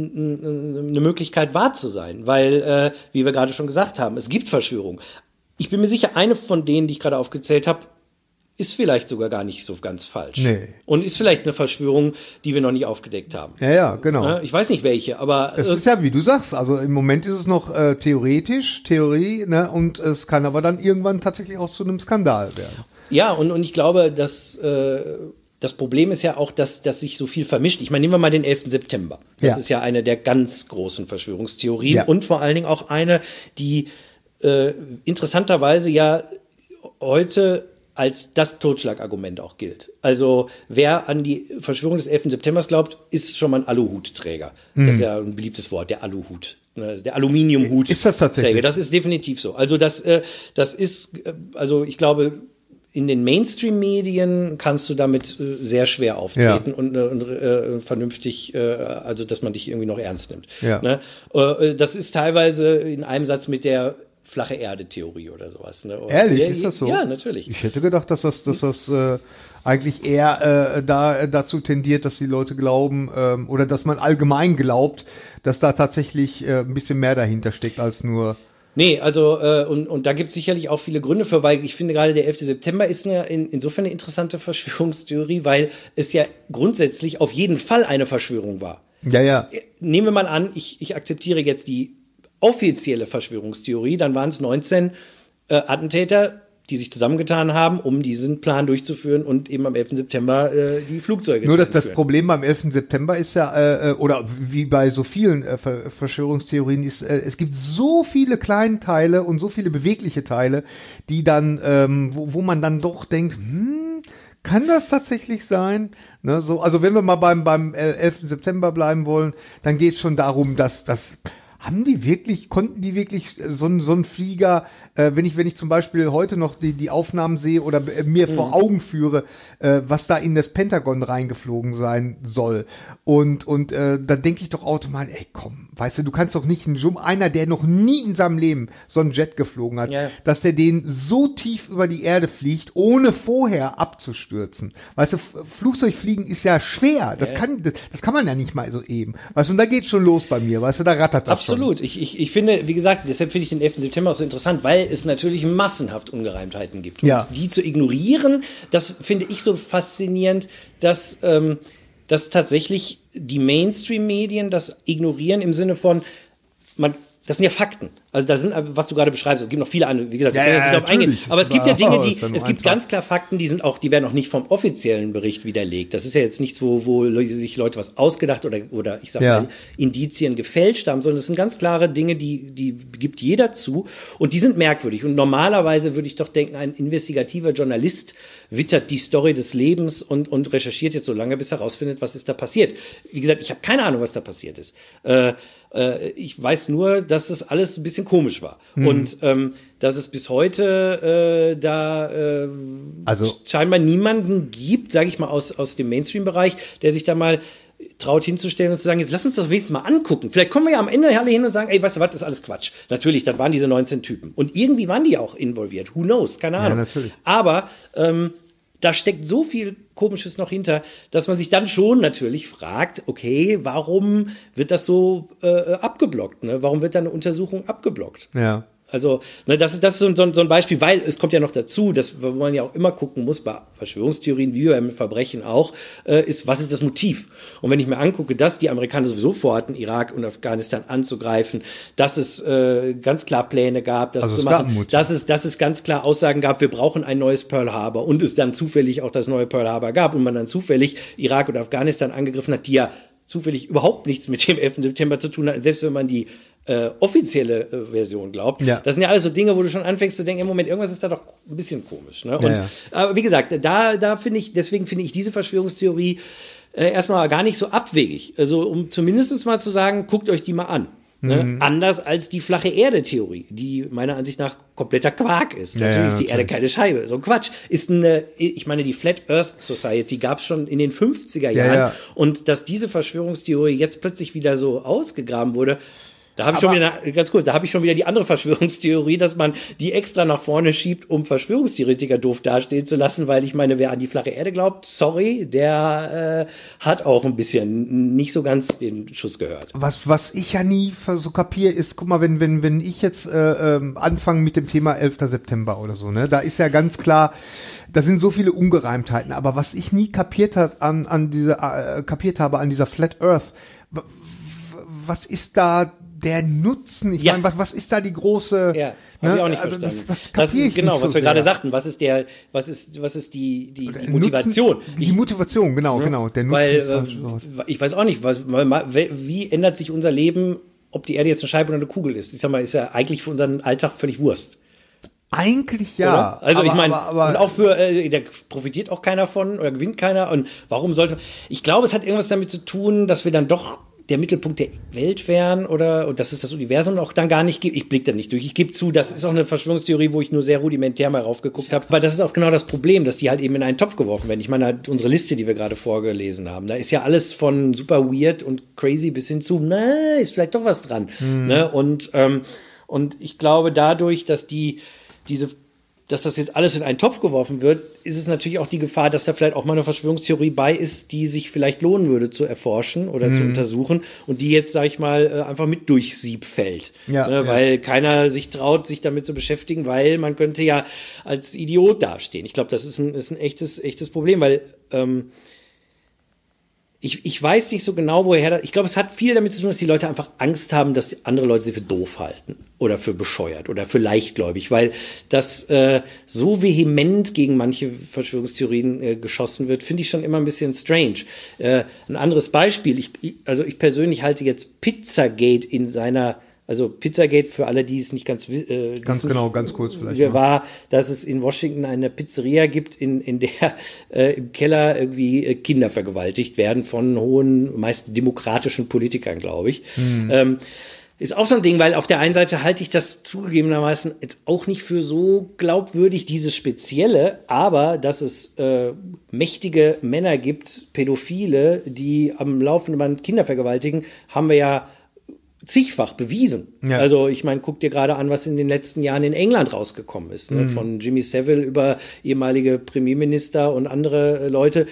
eine Möglichkeit wahr zu sein? Weil, äh, wie wir gerade schon gesagt haben, es gibt Verschwörungen. Ich bin mir sicher, eine von denen, die ich gerade aufgezählt habe, ist vielleicht sogar gar nicht so ganz falsch. Nee. Und ist vielleicht eine Verschwörung, die wir noch nicht aufgedeckt haben. Ja, ja, genau. Ich weiß nicht welche, aber... Es ist ja, wie du sagst, also im Moment ist es noch äh, theoretisch, Theorie, ne, und es kann aber dann irgendwann tatsächlich auch zu einem Skandal werden. Ja, und, und ich glaube, dass... Äh, das Problem ist ja auch, dass, dass sich so viel vermischt. Ich meine, nehmen wir mal den elften September. Das Ja. ist ja eine der ganz großen Verschwörungstheorien Ja. und vor allen Dingen auch eine, die äh, interessanterweise ja heute als das Totschlagargument auch gilt. Also wer an die Verschwörung des elften Septembers glaubt, ist schon mal ein Aluhutträger. Mhm. Das ist ja ein beliebtes Wort, der Aluhut. Ne, der Aluminiumhut. Ist das tatsächlich? Träger. Das ist definitiv so. Also das, äh, das ist, äh, also ich glaube, in den Mainstream-Medien kannst du damit äh, sehr schwer auftreten Ja. und, äh, und äh, vernünftig, äh, also dass man dich irgendwie noch ernst nimmt. Ja. Ne? Äh, das ist teilweise in einem Satz mit der flache Erde-Theorie oder sowas. Ne? Oder, Ehrlich, ja, ist das so? Ja, natürlich. Ich hätte gedacht, dass das, dass das äh, eigentlich eher äh, da äh, dazu tendiert, dass die Leute glauben ähm, oder dass man allgemein glaubt, dass da tatsächlich äh, ein bisschen mehr dahinter steckt als nur. Nee, also äh, und, und da gibt es sicherlich auch viele Gründe für, weil ich finde gerade der elfte September ist eine, in, insofern eine interessante Verschwörungstheorie, weil es ja grundsätzlich auf jeden Fall eine Verschwörung war. Ja, ja. Nehmen wir mal an, ich, ich akzeptiere jetzt die offizielle Verschwörungstheorie, dann waren es neunzehn äh, Attentäter, die sich zusammengetan haben, um diesen Plan durchzuführen und eben am elften September äh, die Flugzeuge Nur zu dass das entführen. Problem beim elften September ist ja, äh, oder wie bei so vielen äh, Ver- Verschwörungstheorien ist, äh, es gibt so viele kleine Teile und so viele bewegliche Teile, die dann, ähm, wo, wo man dann doch denkt, hm, kann das tatsächlich sein? Ne, so, also wenn wir mal beim, beim elften September bleiben wollen, dann geht es schon darum, dass das haben die wirklich, konnten die wirklich so ein so ein Flieger, äh, wenn ich wenn ich zum Beispiel heute noch die die Aufnahmen sehe oder äh, mir vor Augen führe, äh, was da in das Pentagon reingeflogen sein soll, und und äh, da denke ich doch automatisch, ey komm, weißt du, du kannst doch nicht einen Jum, einer, der noch nie in seinem Leben so einen Jet geflogen hat, Ja. dass der den so tief über die Erde fliegt, ohne vorher abzustürzen. Weißt du, F- Flugzeugfliegen ist ja schwer, das Ja. kann das kann man ja nicht mal so eben. Weißt du, und da geht's schon los bei mir, weißt du, da rattert das schon. Absolut. Ich, ich, ich finde, wie gesagt, deshalb finde ich den elften September auch so interessant, weil es natürlich massenhaft Ungereimtheiten gibt. Und Ja. die zu ignorieren, das finde ich so faszinierend, dass, ähm, dass tatsächlich die Mainstream-Medien das ignorieren im Sinne von, man, das sind ja Fakten. Also da sind, was du gerade beschreibst, es gibt noch viele andere, wie gesagt, Ja, ich kann jetzt ja, nicht darauf eingehen. natürlich. Aber es gibt ja Das Dinge, war- die, ist ja nur es gibt einfach. ganz klar Fakten, die sind auch, die werden auch nicht vom offiziellen Bericht widerlegt. Das ist ja jetzt nichts, wo, wo sich Leute was ausgedacht oder, oder ich sag Ja. mal, Indizien gefälscht haben, sondern es sind ganz klare Dinge, die, die gibt jeder zu und die sind merkwürdig. Und normalerweise würde ich doch denken, ein investigativer Journalist wittert die Story des Lebens und, und recherchiert jetzt so lange, bis er herausfindet, was ist da passiert. Wie gesagt, ich habe keine Ahnung, was da passiert ist. Äh, äh, ich weiß nur, dass es alles ein bisschen komisch war. Mhm. Und ähm, dass es bis heute äh, da äh, Also- scheinbar niemanden gibt, sage ich mal, aus, aus dem Mainstream-Bereich, der sich da mal traut hinzustellen und zu sagen, jetzt lass uns das wenigstens mal angucken. Vielleicht kommen wir ja am Ende alle hin und sagen, ey, weißt du was, das ist alles Quatsch. Natürlich, das waren diese neunzehn Typen. Und irgendwie waren die auch involviert. Who knows? Keine Ahnung. natürlich. Aber ähm, da steckt so viel Komisches noch hinter, dass man sich dann schon natürlich fragt, okay, warum wird das so äh, abgeblockt? Ne? Warum wird da eine Untersuchung abgeblockt? Ja. Also, ne, das ist, das ist so, ein- so ein Beispiel, weil es kommt ja noch dazu, dass man ja auch immer gucken muss, bei Verschwörungstheorien, wie beim Verbrechen auch, äh, ist, was ist das Motiv? Und wenn ich mir angucke, dass die Amerikaner sowieso vorhatten, Irak und Afghanistan anzugreifen, dass es äh, ganz klar Pläne gab, das Also zu es gab machen, ein Motiv. dass es, dass es ganz klar Aussagen gab, wir brauchen ein neues Pearl Harbor und es dann zufällig auch das neue Pearl Harbor gab und man dann zufällig Irak und Afghanistan angegriffen hat, die ja zufällig überhaupt nichts mit dem elften September zu tun hatten, selbst wenn man die äh, offizielle äh, Version glaubt. Ja. Das sind ja alles so Dinge, wo du schon anfängst zu denken, im Moment, irgendwas ist da doch ein bisschen komisch. Ne? Und, Ja, ja. Aber wie gesagt, da, da finde ich, deswegen finde ich diese Verschwörungstheorie äh, erstmal gar nicht so abwegig. Also um zumindest mal zu sagen, guckt euch die mal an. Ne? Mhm. Anders als die flache Erde-Theorie, die meiner Ansicht nach kompletter Quark ist. Ja, Natürlich ja, ist die okay. Erde keine Scheibe. So ein Quatsch. Ist eine, ich meine, die Flat Earth Society gab es schon in den fünfziger Jahren. Ja, ja. Und dass diese Verschwörungstheorie jetzt plötzlich wieder so ausgegraben wurde, Da habe ich schon wieder, eine, ganz kurz, da habe ich schon wieder die andere Verschwörungstheorie, dass man die extra nach vorne schiebt, um Verschwörungstheoretiker doof dastehen zu lassen, weil ich meine, wer an die flache Erde glaubt, sorry, der äh, hat auch ein bisschen nicht so ganz den Schuss gehört. Was was ich ja nie so kapiere, ist, guck mal, wenn wenn wenn ich jetzt äh, ähm, anfange mit dem Thema elfter September oder so, ne, da ist ja ganz klar, da sind so viele Ungereimtheiten, aber was ich nie kapiert hat an an diese äh, kapiert habe an dieser Flat Earth, w- w- was ist da der Nutzen? Ich Ja. meine, was was ist da die große? Ja, ne? habe ich auch nicht also verstanden. Das, das, das kapier ist ich genau, nicht was so wir gerade sehr. sagten. Was ist der, was ist, was ist die die, die Der Motivation? Nutzen, die Motivation, genau, genau. Der Nutzen Weil ist falsch. äh, ich weiß auch nicht, was, wie ändert sich unser Leben, ob die Erde jetzt eine Scheibe oder eine Kugel ist? Ich sag mal, ist ja eigentlich für unseren Alltag völlig Wurst. Eigentlich ja. Oder? Also aber, ich meine, aber, aber, und auch für, äh, da profitiert auch keiner von oder gewinnt keiner. Und warum sollte, ich glaube, es hat irgendwas damit zu tun, dass wir dann doch der Mittelpunkt der Welt wären oder und dass es das Universum auch dann gar nicht gibt. Ich blicke da nicht durch. Ich gebe zu, das ist auch eine Verschwörungstheorie, wo ich nur sehr rudimentär mal raufgeguckt habe. Aber das ist auch genau das Problem, dass die halt eben in einen Topf geworfen werden. Ich meine, halt unsere Liste, die wir gerade vorgelesen haben, da ist ja alles von super weird und crazy bis hin zu, na, ist vielleicht doch was dran. Mhm. Ne? Und, ähm, und ich glaube dadurch, dass die diese dass das jetzt alles in einen Topf geworfen wird, ist es natürlich auch die Gefahr, dass da vielleicht auch mal eine Verschwörungstheorie bei ist, die sich vielleicht lohnen würde zu erforschen oder mhm. zu untersuchen und die jetzt, sag ich mal, einfach mit durchs Sieb fällt. Ja, ne, ja. Weil keiner sich traut, sich damit zu beschäftigen, weil man könnte ja als Idiot dastehen. Ich glaube, das ist ein, ist ein echtes, echtes Problem, weil ähm, Ich, ich weiß nicht so genau, woher das. Ich glaube, es hat viel damit zu tun, dass die Leute einfach Angst haben, dass andere Leute sie für doof halten oder für bescheuert oder für leichtgläubig, weil das äh, so vehement gegen manche Verschwörungstheorien äh, geschossen wird, finde ich schon immer ein bisschen strange. Äh, ein anderes Beispiel, ich, ich, also ich persönlich halte jetzt Pizzagate in seiner Also Pizzagate, für alle, die es nicht ganz äh, Ganz wissen, genau, ganz kurz vielleicht. War, dass es in Washington eine Pizzeria gibt, in, in der äh, im Keller irgendwie Kinder vergewaltigt werden von hohen, meist demokratischen Politikern, glaube ich. Hm. Ähm, ist auch so ein Ding, weil auf der einen Seite halte ich das zugegebenermaßen jetzt auch nicht für so glaubwürdig, dieses Spezielle, aber dass es äh, mächtige Männer gibt, Pädophile, die am laufenden Band Kinder vergewaltigen, haben wir ja zigfach bewiesen. Ja. Also ich meine, guck dir gerade an, was in den letzten Jahren in England rausgekommen ist. Ne? Mhm. Von Jimmy Savile über ehemalige Premierminister und andere Leute.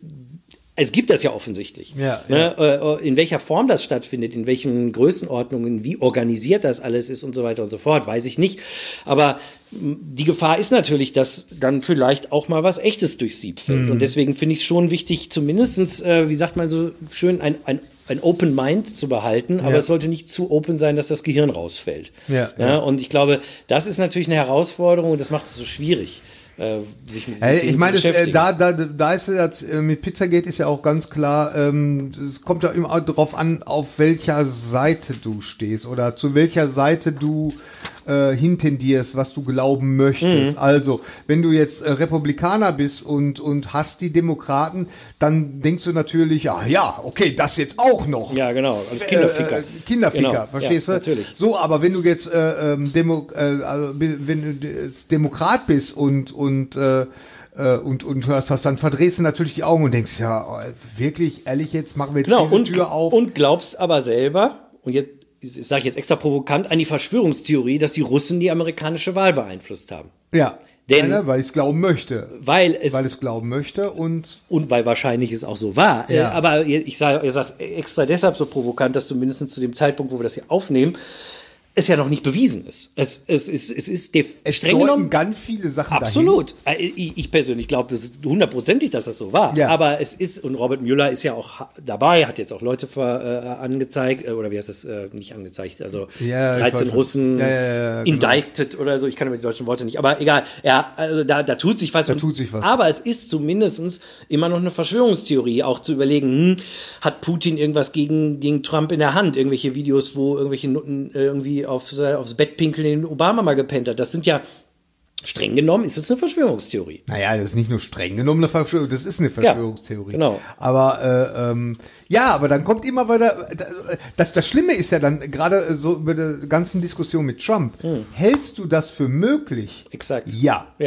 Es gibt das ja offensichtlich. Ja, ne? ja. In welcher Form das stattfindet, in welchen Größenordnungen, wie organisiert das alles ist und so weiter und so fort, weiß ich nicht. Aber die Gefahr ist natürlich, dass dann vielleicht auch mal was Echtes durchs Sieb fällt. Mhm. Und deswegen finde ich es schon wichtig, zumindestens, äh, wie sagt man so schön, ein, ein ein Open Mind zu behalten, aber ja. es sollte nicht zu open sein, dass das Gehirn rausfällt. Ja, ja. Ja, und ich glaube, das ist natürlich eine Herausforderung und das macht es so schwierig, äh, sich mit diesen äh, Themen ich meine, zu beschäftigen. Da, da, da ist jetzt äh, mit Pizzagate ist ja auch ganz klar, ähm, es kommt ja immer darauf an, auf welcher Seite du stehst oder zu welcher Seite du äh, hintendierst, was du glauben möchtest. Mhm. Also, wenn du jetzt äh, Republikaner bist und und hast die Demokraten, dann denkst du natürlich, ah ja, okay, das jetzt auch noch. Ja, genau, also Kinderficker. Äh, Kinderficker, genau. verstehst ja, du? Natürlich. So, aber wenn du jetzt äh, ähm, Demo, äh, also, wenn du Demokrat bist und und äh, und und hörst das, dann verdrehst du natürlich die Augen und denkst, ja, wirklich, ehrlich, jetzt machen wir jetzt genau, diese und, Tür auf. Und glaubst aber selber, und jetzt sage ich jetzt extra provokant, an die Verschwörungstheorie, dass die Russen die amerikanische Wahl beeinflusst haben. Ja. Denn, ja, weil ich es glauben möchte. Weil es, weil es glauben möchte und. Und weil wahrscheinlich es auch so war. Ja. Äh, aber ich sage, ihr sagt extra deshalb so provokant, dass zumindest zu dem Zeitpunkt, wo wir das hier aufnehmen, es ja noch nicht bewiesen ist. Es, es, es, es ist de- es streng genommen ganz viele Sachen absolut. Dahin. Ich, ich persönlich glaube hundertprozentig, dass das so war. Ja. Aber es ist, und Robert Mueller ist ja auch dabei, hat jetzt auch Leute ver, äh, angezeigt, oder wie heißt das, äh, nicht angezeigt, also ja, dreizehn Russen ja, ja, ja, genau. indicted oder so, ich kann über die deutschen Worte nicht, aber egal, ja, also da, da tut sich was. Da und, tut sich was. Aber es ist zumindestens immer noch eine Verschwörungstheorie, auch zu überlegen, hm, hat Putin irgendwas gegen, gegen Trump in der Hand, irgendwelche Videos, wo irgendwelche Nutten äh, irgendwie Aufs, aufs Bett pinkeln, den Obama mal gepennt hat. Das sind ja, streng genommen, ist das eine Verschwörungstheorie. Naja, das ist nicht nur streng genommen eine Verschwörung, das ist eine Verschwörungstheorie. Ja, genau. Aber, äh, ähm, ja, aber dann kommt immer weiter, das, das Schlimme ist ja dann, gerade so über die ganzen Diskussion mit Trump, hm. hältst du das für möglich? Exakt. Ja. Ja.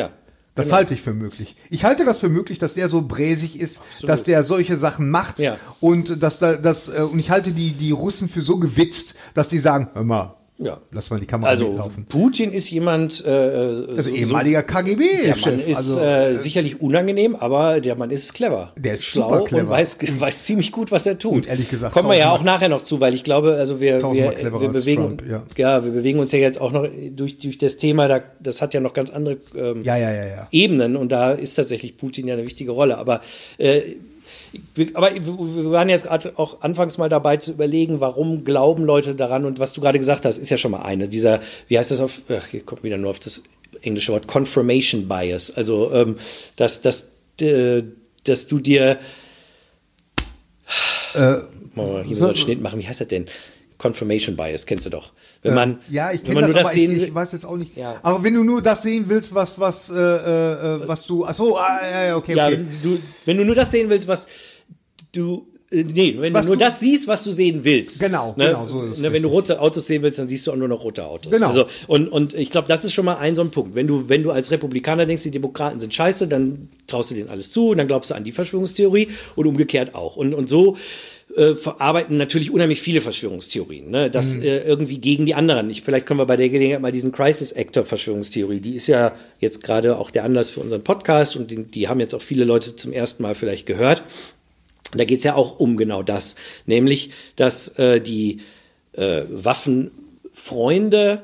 Das genau. halte ich für möglich. Ich halte das für möglich, dass der so bräsig ist, Absolut. dass der solche Sachen macht. Ja. Und dass da das äh, und ich halte die die Russen für so gewitzt, dass die sagen, hör mal, Ja. lass mal die Kamera Also mitlaufen. Putin ist jemand, äh, Also so, ehemaliger K G B-Chef. Der Mann ist also, äh, sicherlich unangenehm, aber der Mann ist clever. Der ist schlau super clever. und weiß, weiß ziemlich gut, was er tut. Und ehrlich gesagt, kommen wir ja auch tausendmal- nachher noch zu, weil ich glaube, also wir, wir, tausendmal cleverer wir als bewegen, Trump, ja. ja, wir bewegen uns ja jetzt auch noch durch durch das Thema. Da, das hat ja noch ganz andere ähm, Ja, ja, ja, ja. Ebenen und da ist tatsächlich Putin ja eine wichtige Rolle. Aber äh, wir- aber wir waren jetzt gerade auch anfangs mal dabei zu überlegen, warum glauben Leute daran, und was du gerade gesagt hast, ist ja schon mal eine. Dieser, wie heißt das auf, ach, hier kommt wieder nur auf das englische Wort, Confirmation Bias. Also, ähm, dass, dass, äh, dass du dir, Äh, oh, hier so- so einen Schnitt machen, wie heißt das denn? Confirmation Bias, kennst du doch. Wenn man, ja, ich wenn kenne man das, nur das aber sehen ich, will. ich weiß jetzt auch nicht. Ja. Aber wenn du nur das sehen willst, was was äh, äh, was du, ach so, ah, ja, ja, okay, Ja, okay. wenn du, wenn du nur das sehen willst, was du, äh, nee, wenn Was du nur du- das siehst, was du sehen willst. Genau, ne? genau, so ist es ne, Wenn du rote Autos sehen willst, dann siehst du auch nur noch rote Autos. Genau. Also, und, und ich glaube, das ist schon mal ein so ein Punkt. Wenn du, wenn du als Republikaner denkst, die Demokraten sind scheiße, dann traust du denen alles zu und dann glaubst du an die Verschwörungstheorie und umgekehrt auch. Und, und so äh, verarbeiten natürlich unheimlich viele Verschwörungstheorien, ne? Das Mhm. äh, irgendwie gegen die anderen. Ich, vielleicht können wir bei der Gelegenheit mal diesen Crisis Actor Verschwörungstheorie, die ist ja jetzt gerade auch der Anlass für unseren Podcast und die, die haben jetzt auch viele Leute zum ersten Mal vielleicht gehört. Da geht's ja auch um genau das, nämlich, dass äh, die äh, Waffenfreunde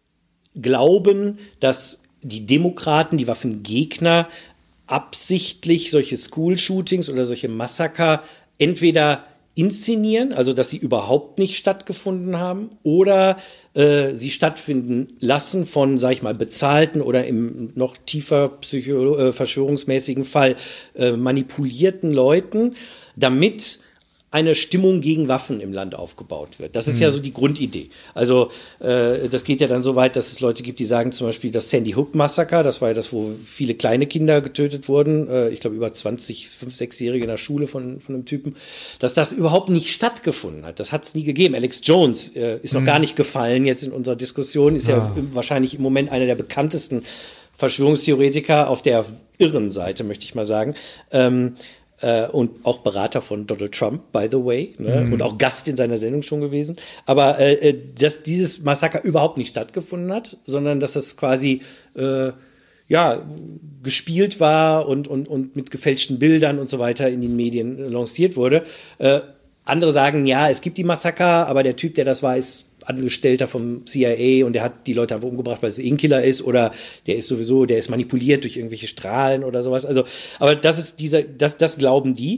glauben, dass die Demokraten, die Waffengegner absichtlich solche School-Shootings oder solche Massaker entweder inszenieren, also dass sie überhaupt nicht stattgefunden haben, oder äh, sie stattfinden lassen von, sag ich mal, bezahlten oder im noch tiefer psycho äh, verschwörungsmäßigen Fall äh, manipulierten Leuten, damit eine Stimmung gegen Waffen im Land aufgebaut wird. Das ist mhm. ja so die Grundidee. Also äh, das geht ja dann so weit, dass es Leute gibt, die sagen zum Beispiel das Sandy Hook Massaker, das war ja das, wo viele kleine Kinder getötet wurden, äh, ich glaube über zwanzig, fünf, sechsjährige in der Schule von, von einem Typen, dass das überhaupt nicht stattgefunden hat. Das hat es nie gegeben. Alex Jones äh, ist noch mhm. gar nicht gefallen jetzt in unserer Diskussion, ist ja, ja wahrscheinlich im Moment einer der bekanntesten Verschwörungstheoretiker auf der irren Seite, möchte ich mal sagen. Ähm, Äh, und auch Berater von Donald Trump, by the way, ne? Mhm. Und auch Gast in seiner Sendung schon gewesen. Aber äh, dass dieses Massaker überhaupt nicht stattgefunden hat, sondern dass das quasi äh, ja gespielt war und und und mit gefälschten Bildern und so weiter in den Medien äh, lanciert wurde. Äh, andere sagen, ja, es gibt die Massaker, aber der Typ, der das war, ist Angestellter vom C I A und der hat die Leute einfach umgebracht, weil es ein Killer ist, oder der ist sowieso, der ist manipuliert durch irgendwelche Strahlen oder sowas. Also, aber das ist dieser, das, das glauben die.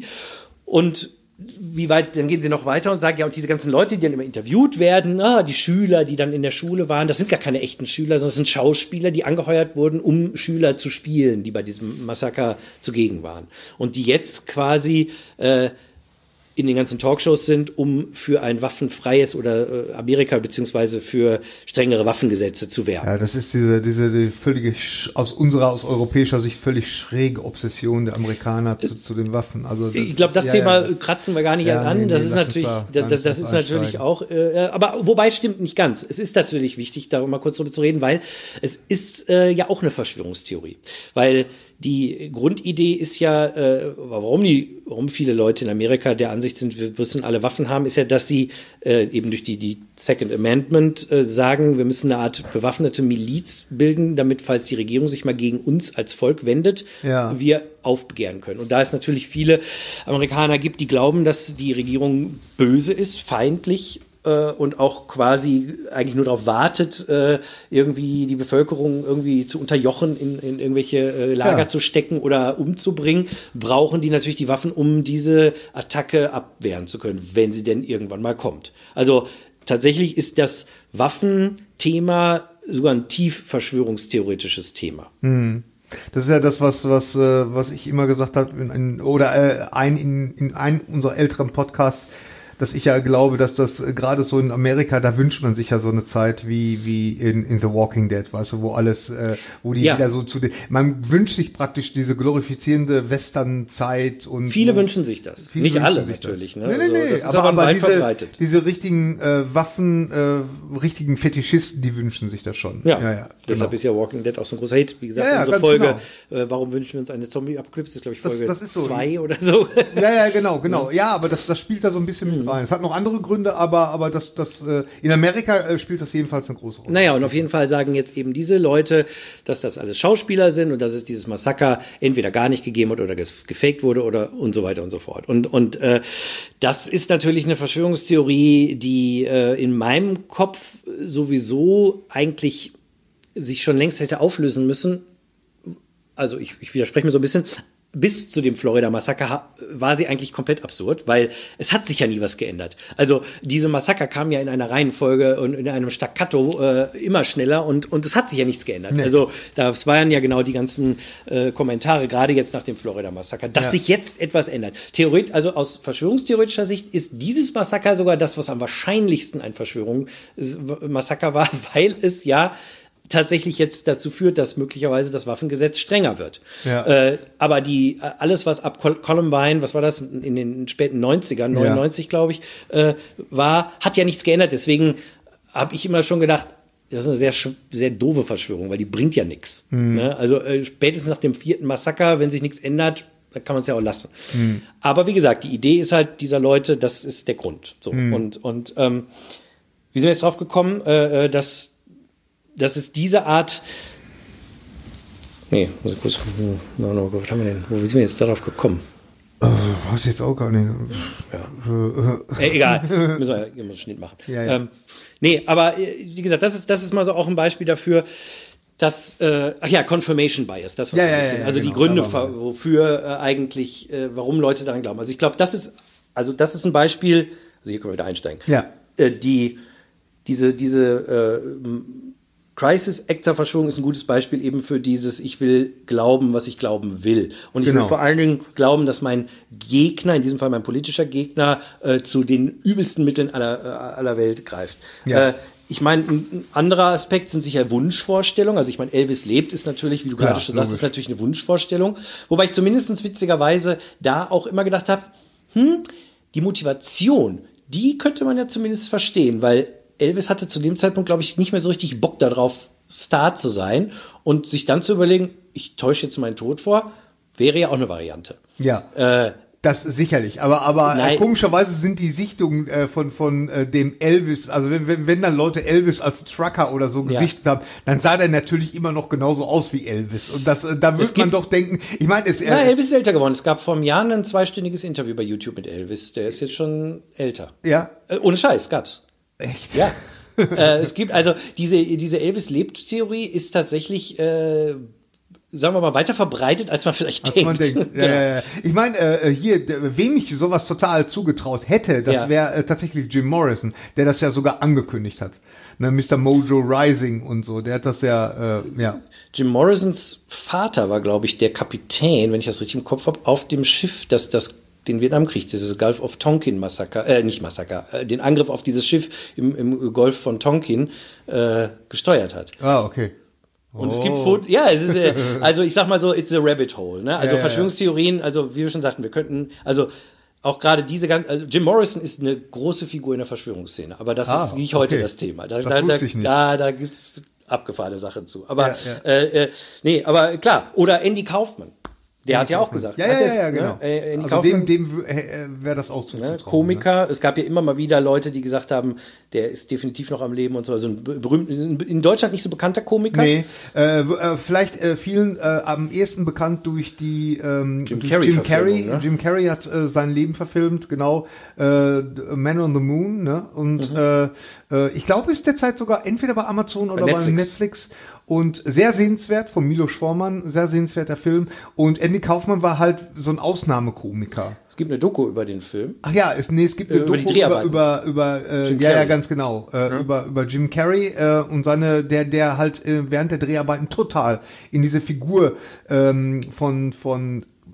Und wie weit, dann gehen sie noch weiter und sagen, ja, und diese ganzen Leute, die dann immer interviewt werden, ah, die Schüler, die dann in der Schule waren, das sind gar keine echten Schüler, sondern das sind Schauspieler, die angeheuert wurden, um Schüler zu spielen, die bei diesem Massaker zugegen waren. Und die jetzt quasi, äh, in den ganzen Talkshows sind, um für ein waffenfreies oder äh, Amerika beziehungsweise für strengere Waffengesetze zu werben. Ja, das ist diese diese die völlige aus unserer aus europäischer Sicht völlig schräge Obsession der Amerikaner zu, zu den Waffen. Also das, ich glaube, das ja, Thema ja. kratzen wir gar nicht Ja, an. nee, Das nee, ist lass uns natürlich, da das, gar das, nicht das drauf ist natürlich einsteigen. auch, äh, aber wobei stimmt nicht ganz. Es ist natürlich wichtig, darüber mal kurz drüber zu reden, weil es ist äh, ja auch eine Verschwörungstheorie, weil die Grundidee ist ja, äh, warum die, warum viele Leute in Amerika der Ansicht sind, wir müssen alle Waffen haben, ist ja, dass sie äh, eben durch die, die Second Amendment äh, sagen, wir müssen eine Art bewaffnete Miliz bilden, damit, falls die Regierung sich mal gegen uns als Volk wendet, ja. wir aufbegehren können. Und da es natürlich viele Amerikaner gibt, die glauben, dass die Regierung böse ist, feindlich, und auch quasi eigentlich nur darauf wartet, äh, irgendwie die Bevölkerung irgendwie zu unterjochen, in, in irgendwelche äh, Lager ja. zu stecken oder umzubringen, brauchen die natürlich die Waffen, um diese Attacke abwehren zu können, wenn sie denn irgendwann mal kommt. Also tatsächlich ist das Waffenthema sogar ein tief verschwörungstheoretisches Thema. Mhm. Das ist ja das, was was äh, was ich immer gesagt habe, in, in, oder äh, ein in, in einem unserer älteren Podcasts, dass ich ja glaube, dass das äh, gerade so in Amerika, da wünscht man sich ja so eine Zeit wie wie in in The Walking Dead, weißt du, wo alles, äh, wo die Ja. wieder so zu den, man wünscht sich praktisch diese glorifizierende Western-Zeit und Viele so. wünschen sich das. Viele Nicht wünschen alle sich natürlich. das. Ne? Nee, nee, Also, nee, das ist aber, aber, aber weit diese, verbreitet. diese richtigen äh, Waffen, äh, richtigen Fetischisten, die wünschen sich das schon. Ja, ja, ja deshalb genau. ist ja Walking Dead auch so ein großer Hit. Wie gesagt, Ja, ja, unsere ganz Folge, genau. äh, warum wünschen wir uns eine Zombie-Apokalypse, ist glaube ich Das- Folge das ist so. zwei oder so. Ja, ja, genau, genau. Ja, aber das, das spielt da so ein bisschen mit rein. Es hat noch andere Gründe, aber, aber das, das, äh, in Amerika äh, spielt das jedenfalls eine große Rolle. Naja, und auf jeden Fall sagen jetzt eben diese Leute, dass das alles Schauspieler sind und dass es dieses Massaker entweder gar nicht gegeben hat oder ges- gefaked wurde oder und so weiter und so fort. Und, und äh, das ist natürlich eine Verschwörungstheorie, die äh, in meinem Kopf sowieso eigentlich sich schon längst hätte auflösen müssen. Also ich, ich widerspreche mir so ein bisschen. Bis zu dem Florida-Massaker ha- war sie eigentlich komplett absurd, weil es hat sich ja nie was geändert. Also diese Massaker kamen ja in einer Reihenfolge und in einem Staccato äh, immer schneller und, und es hat sich ja nichts geändert. Nee. Also das waren ja genau die ganzen äh, Kommentare, gerade jetzt nach dem Florida-Massaker, dass Ja. sich jetzt etwas ändert. Theoret, also aus verschwörungstheoretischer Sicht ist dieses Massaker sogar das, was am wahrscheinlichsten ein Verschwörungsmassaker war, weil es ja tatsächlich jetzt dazu führt, dass möglicherweise das Waffengesetz strenger wird. Ja. Äh, aber die äh, alles, was ab Col- Columbine, was war das, in den späten neunzigern, neunundneunzig, glaube ich, äh, war, hat ja nichts geändert. Deswegen habe ich immer schon gedacht, das ist eine sehr, sch- sehr doofe Verschwörung, weil die bringt ja nichts. Ne? Also äh, spätestens nach dem vierten Massaker, wenn sich nichts ändert, dann kann man es ja auch lassen. Aber wie gesagt, die Idee ist halt dieser Leute, das ist der Grund. So. Und, und ähm, wie sind wir jetzt drauf gekommen, äh, äh, dass dass es diese Art. Nee, muss ich kurz. No, no, was haben wir denn? Wo sind wir jetzt darauf gekommen? Äh, weiß ich jetzt auch gar nicht. Äh, egal, müssen wir ja einen Schnitt machen. Ja, ja. Ähm, nee, aber äh, wie gesagt, das ist, das ist mal so auch ein Beispiel dafür, dass, äh, ach ja, Confirmation Bias, das was Ja, wir ja, wissen. ja, Also genau, die Gründe, da waren wir. ver- wofür äh, eigentlich, äh, warum Leute daran glauben. Also ich glaube, das ist, also das ist ein Beispiel, also hier können wir wieder einsteigen. Ja. Äh, die, diese, diese, äh, Crisis-Actor-Verschwörung ist ein gutes Beispiel eben für dieses, ich will glauben, was ich glauben will. Und ich Genau. will vor allen Dingen glauben, dass mein Gegner, in diesem Fall mein politischer Gegner, äh, zu den übelsten Mitteln aller, äh, aller Welt greift. Ja. Äh, ich meine, ein ein anderer Aspekt sind sicher Wunschvorstellungen. Also ich meine, Elvis lebt ist natürlich, wie du Klar, gerade schon sagst, logisch. ist natürlich eine Wunschvorstellung. Wobei ich zumindest witzigerweise da auch immer gedacht habe, hm, die Motivation, die könnte man ja zumindest verstehen, weil Elvis hatte zu dem Zeitpunkt, glaube ich, nicht mehr so richtig Bock darauf, Star zu sein und sich dann zu überlegen, ich täusche jetzt meinen Tod vor, wäre ja auch eine Variante. Ja. Äh, Das sicherlich, aber aber äh, Nein. komischerweise sind die Sichtungen äh, von von äh, dem Elvis, also wenn, wenn wenn dann Leute Elvis als Trucker oder so Ja. gesichtet haben, dann sah der natürlich immer noch genauso aus wie Elvis und das äh, da Es wird man gibt- doch denken, ich meine, es na, äh, Elvis ist älter geworden. Es gab vor einem Jahr ein zweistündiges Interview bei YouTube mit Elvis. Der ist jetzt schon älter. ja, Äh, ohne Scheiß, gab's. echt. Ja. äh, es gibt also diese, diese Elvis-Lebt-Theorie ist tatsächlich, äh, sagen wir mal, weiter verbreitet, als man vielleicht Als denkt. man denkt. Ja, ja, ja. Ich meine, äh, hier, d- wem ich sowas total zugetraut hätte, das Ja. wäre äh, tatsächlich Jim Morrison, der das ja sogar angekündigt hat. Ne, Mister Mojo Rising und so, der hat das ja, äh, ja. Jim Morrisons Vater war, glaube ich, der Kapitän, wenn ich das richtig im Kopf habe, auf dem Schiff, das das den Vietnamkrieg, dieses Gulf of Tonkin Massaker, äh, nicht Massaker, äh, den Angriff auf dieses Schiff im, im Golf von Tonkin äh, gesteuert hat. Ah, okay. Und es Oh. gibt Fotos, ja, es ist, äh, also ich sag mal so, it's a rabbit hole, ne? Also Ja, ja, Verschwörungstheorien, also wie wir schon sagten, wir könnten, also auch gerade diese ganze, also Jim Morrison ist eine große Figur in der Verschwörungsszene, aber das Ah, ist nicht heute okay. das Thema. Da, Das da, wusste da, ich nicht. da, da gibt's abgefahrene Sachen zu. Aber, Ja, Äh, äh, nee, aber klar, oder Andy Kaufman. Der hat ja auch gesagt. Ja, hat ja, er- ja, ja, ne? genau. Äh, Andy also Kaufman, dem, dem äh, wäre das auch zuzutrauen. ne, Komiker. Es gab ja immer mal wieder Leute, die gesagt haben, der ist definitiv noch am Leben und so. Also ein berühmt, in Deutschland nicht so bekannter Komiker. Ne? Nee, äh, w- äh, vielleicht äh, vielen äh, am ehesten bekannt durch die ähm, Jim durch Carrey Jim Carrey. Verfilmung, ne? Jim Carrey hat äh, sein Leben verfilmt, genau. Äh, Man on the Moon, ne? Und Mhm. äh, äh, ich glaube, ist derzeit sogar entweder bei Amazon oder bei Netflix. Netflix. Und sehr sehenswert, von Milos Forman, sehr sehenswerter Film. Und Andy Kaufman war halt so ein Ausnahmekomiker. Es gibt eine Doku über den Film. Ach ja, es, nee, es gibt eine Über die Doku über, Dreharbeiten. über, über äh, Jim ja, ja, Carrey. ganz genau, äh, über, über Jim Carrey äh, und seine, der, der halt äh, während der Dreharbeiten total in diese Figur ähm, von, von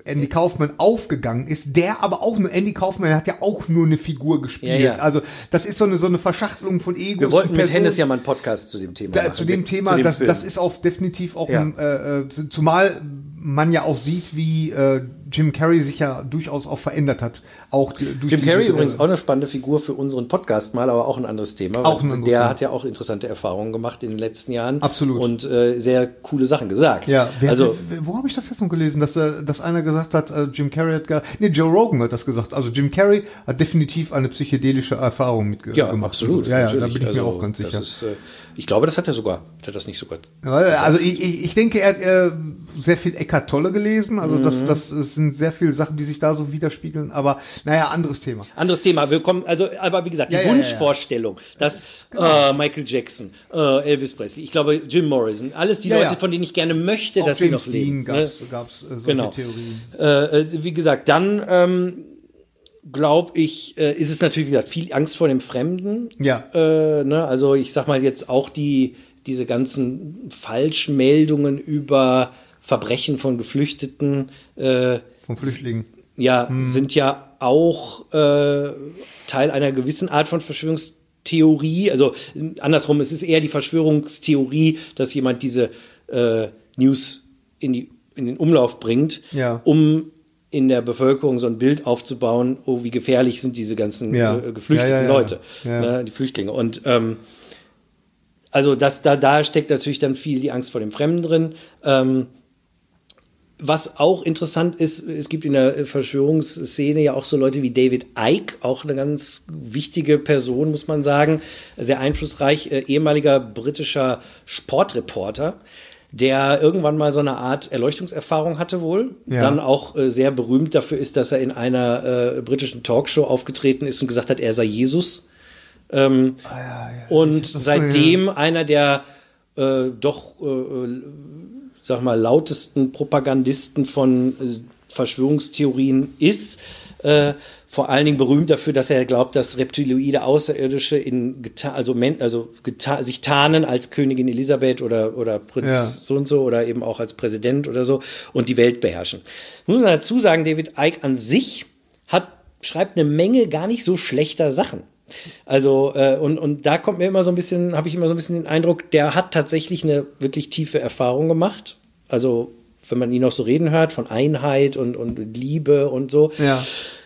Andy Kaufman aufgegangen ist, der aber auch nur, Andy Kaufman hat ja auch nur eine Figur gespielt. Ja, ja. Also das ist so eine so eine Verschachtelung von Egos. Wir wollten mit Hennes ja mal einen Podcast zu dem Thema da, machen. Zu dem Thema, zu dem das, das ist auch definitiv auch, ja. ein, äh, zumal man ja auch sieht, wie äh, Jim Carrey sich ja durchaus auch verändert hat. Auch die, durch Jim diese, Carrey übrigens auch eine spannende Figur für unseren Podcast mal, aber auch ein anderes Thema. Auch ein anderes der Thema. Hat ja auch interessante Erfahrungen gemacht in den letzten Jahren. Absolut. Und äh, sehr coole Sachen gesagt. Ja, wer, also, wer, wo habe ich das jetzt noch gelesen, dass, äh, dass einer gesagt hat, äh, Jim Carrey hat gar, nee, Joe Rogan hat das gesagt. Also Jim Carrey hat definitiv eine psychedelische Erfahrung mitgemacht. Ja, absolut. So. Ja, ja, da bin ich also, mir auch ganz sicher. Ist, äh, ich glaube, das hat er sogar. Hat er das nicht sogar? Also ich, ich, ich denke, er hat äh, sehr viel Eckhart Tolle gelesen. Also mhm. das, das, das sind sehr viele Sachen, die sich da so widerspiegeln. Aber naja, anderes Thema. Anderes Thema. Wir kommen, also, aber wie gesagt, die ja, Wunschvorstellung, ja, ja. dass genau. äh, Michael Jackson, äh, Elvis Presley, ich glaube Jim Morrison, alles die ja, Leute, ja. von denen ich gerne möchte, auch dass James sie noch leben. Gab's, ne? gab's äh, solche genau. Theorien. Äh, wie gesagt, dann ähm, glaube ich, äh, ist es natürlich, wie gesagt, viel Angst vor dem Fremden. Ja. Äh, ne? Also ich sag mal jetzt auch die diese ganzen Falschmeldungen über Verbrechen von Geflüchteten. Äh, von Flüchtlingen. Ja, hm. sind ja auch äh, Teil einer gewissen Art von Verschwörungstheorie. Also andersrum, es ist eher die Verschwörungstheorie, dass jemand diese äh, News in, die, in den Umlauf bringt, ja. um in der Bevölkerung so ein Bild aufzubauen, oh, wie gefährlich sind diese ganzen ja. äh, geflüchteten ja, ja, ja. Leute, ja. Ne, die Flüchtlinge. Und ähm, also das, da, da steckt natürlich dann viel die Angst vor dem Fremden drin. Ähm, was auch interessant ist, es gibt in der Verschwörungsszene ja auch so Leute wie David Icke, auch eine ganz wichtige Person, muss man sagen, sehr einflussreich, äh, ehemaliger britischer Sportreporter, der irgendwann mal so eine Art Erleuchtungserfahrung hatte wohl, ja. dann auch äh, sehr berühmt dafür ist, dass er in einer äh, britischen Talkshow aufgetreten ist und gesagt hat, er sei Jesus. Ähm, ah, ja, ja. Und seitdem ja. einer der äh, doch, äh, sag mal, lautesten Propagandisten von äh, Verschwörungstheorien ist. Äh, vor allen Dingen berühmt dafür, dass er glaubt, dass reptiloide Außerirdische in geta- also, men- also geta- sich tarnen als Königin Elisabeth oder, oder Prinz ja. so und so oder eben auch als Präsident oder so und die Welt beherrschen. Muss man dazu sagen, David Icke an sich hat, schreibt eine Menge gar nicht so schlechter Sachen. Also, äh, und, und da kommt mir immer so ein bisschen, habe ich immer so ein bisschen den Eindruck, der hat tatsächlich eine wirklich tiefe Erfahrung gemacht. Also, wenn man ihn noch so reden hört, von Einheit und, und Liebe und so. Ja.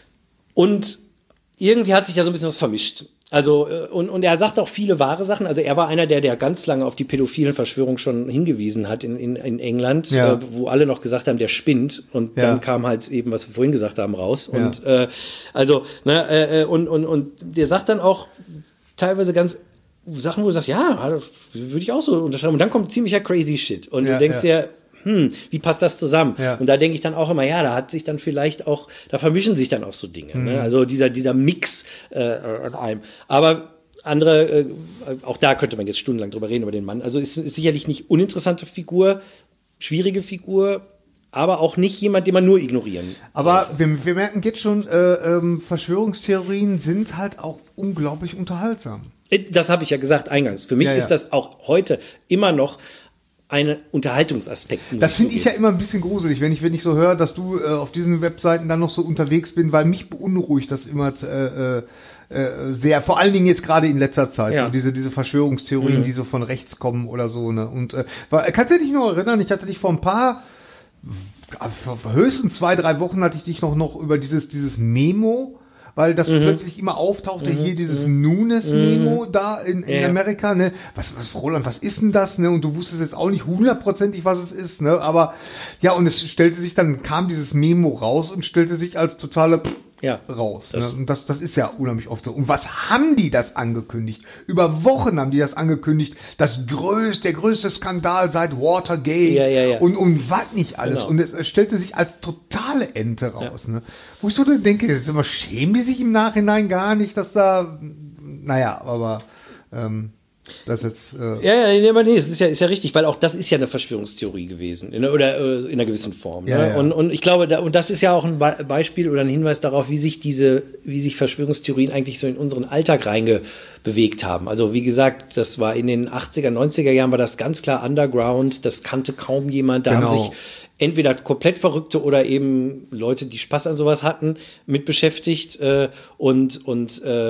Und irgendwie hat sich da so ein bisschen was vermischt. Also, und, und er sagt auch viele wahre Sachen. Also, er war einer, der, der ganz lange auf die pädophilen Verschwörungen schon hingewiesen hat in, in, in England, ja. äh, wo alle noch gesagt haben, der spinnt. Und ja. dann kam halt eben, was wir vorhin gesagt haben, raus. Ja. Und, äh, also, ne, äh, und, und, und der sagt dann auch teilweise ganz Sachen, wo du sagst, ja, das würde ich auch so unterschreiben. Und dann kommt ziemlicher crazy Shit. Und ja, du denkst ja. dir, hm, wie passt das zusammen? Ja. Und da denke ich dann auch immer, ja, da hat sich dann vielleicht auch, da vermischen sich dann auch so Dinge. Mhm. Ne? Also dieser, dieser Mix äh, an allem. Aber andere, äh, auch da könnte man jetzt stundenlang drüber reden, über den Mann. Also ist, ist sicherlich nicht uninteressante Figur, schwierige Figur, aber auch nicht jemand, den man nur ignorieren Aber wir, wir merken jetzt schon, äh, ähm, Verschwörungstheorien sind halt auch unglaublich unterhaltsam. Das habe ich ja gesagt eingangs. Für mich ja, ja. ist das auch heute immer noch ein Unterhaltungsaspekt. Das finde ich ja immer ein bisschen gruselig, wenn ich, wenn ich so höre, dass du äh, auf diesen Webseiten dann noch so unterwegs bin, weil mich beunruhigt das immer äh, äh, sehr, vor allen Dingen jetzt gerade in letzter Zeit, ja. so diese, diese Verschwörungstheorien, mhm. die so von rechts kommen oder so. Ne? Und äh, war, kannst du dich noch erinnern, ich hatte dich vor ein paar, höchstens zwei, drei Wochen hatte ich dich noch, noch über dieses, dieses Memo, weil das mhm. plötzlich immer auftauchte, mhm. hier dieses mhm. Nunes-Memo mhm. da in, in ja. Amerika, ne? Was, was, Roland, was ist denn das, ne? Und du wusstest jetzt auch nicht hundertprozentig, was es ist, ne? Aber, ja, und es stellte sich dann, kam dieses Memo raus und stellte sich als totale Pff ja, raus. Das, ne? Und das, das ist ja unheimlich oft so. Und was haben die das angekündigt? Über Wochen haben die das angekündigt. Das größte, der größte Skandal seit Watergate ja, ja, ja. und, und was nicht alles. Genau. Und es, es stellte sich als totale Ente raus. Ja. Ne? Wo ich so dann denke, jetzt immer schämen die sich im Nachhinein gar nicht, dass da, naja, aber, ähm, das jetzt, äh ja, ja, aber nee, es ist ja, ist ja richtig, weil auch das ist ja eine Verschwörungstheorie gewesen, in, oder äh, in einer gewissen Form. Ja, ne? ja. Und, und ich glaube, da, und das ist ja auch ein Be- Beispiel oder ein Hinweis darauf, wie sich diese, wie sich Verschwörungstheorien eigentlich so in unseren Alltag reingebewegt haben. Also wie gesagt, das war in den achtziger, neunziger Jahren war das ganz klar Underground, das kannte kaum jemand, da genau. haben sich entweder komplett Verrückte oder eben Leute, die Spaß an sowas hatten, mit beschäftigt äh, und, und äh,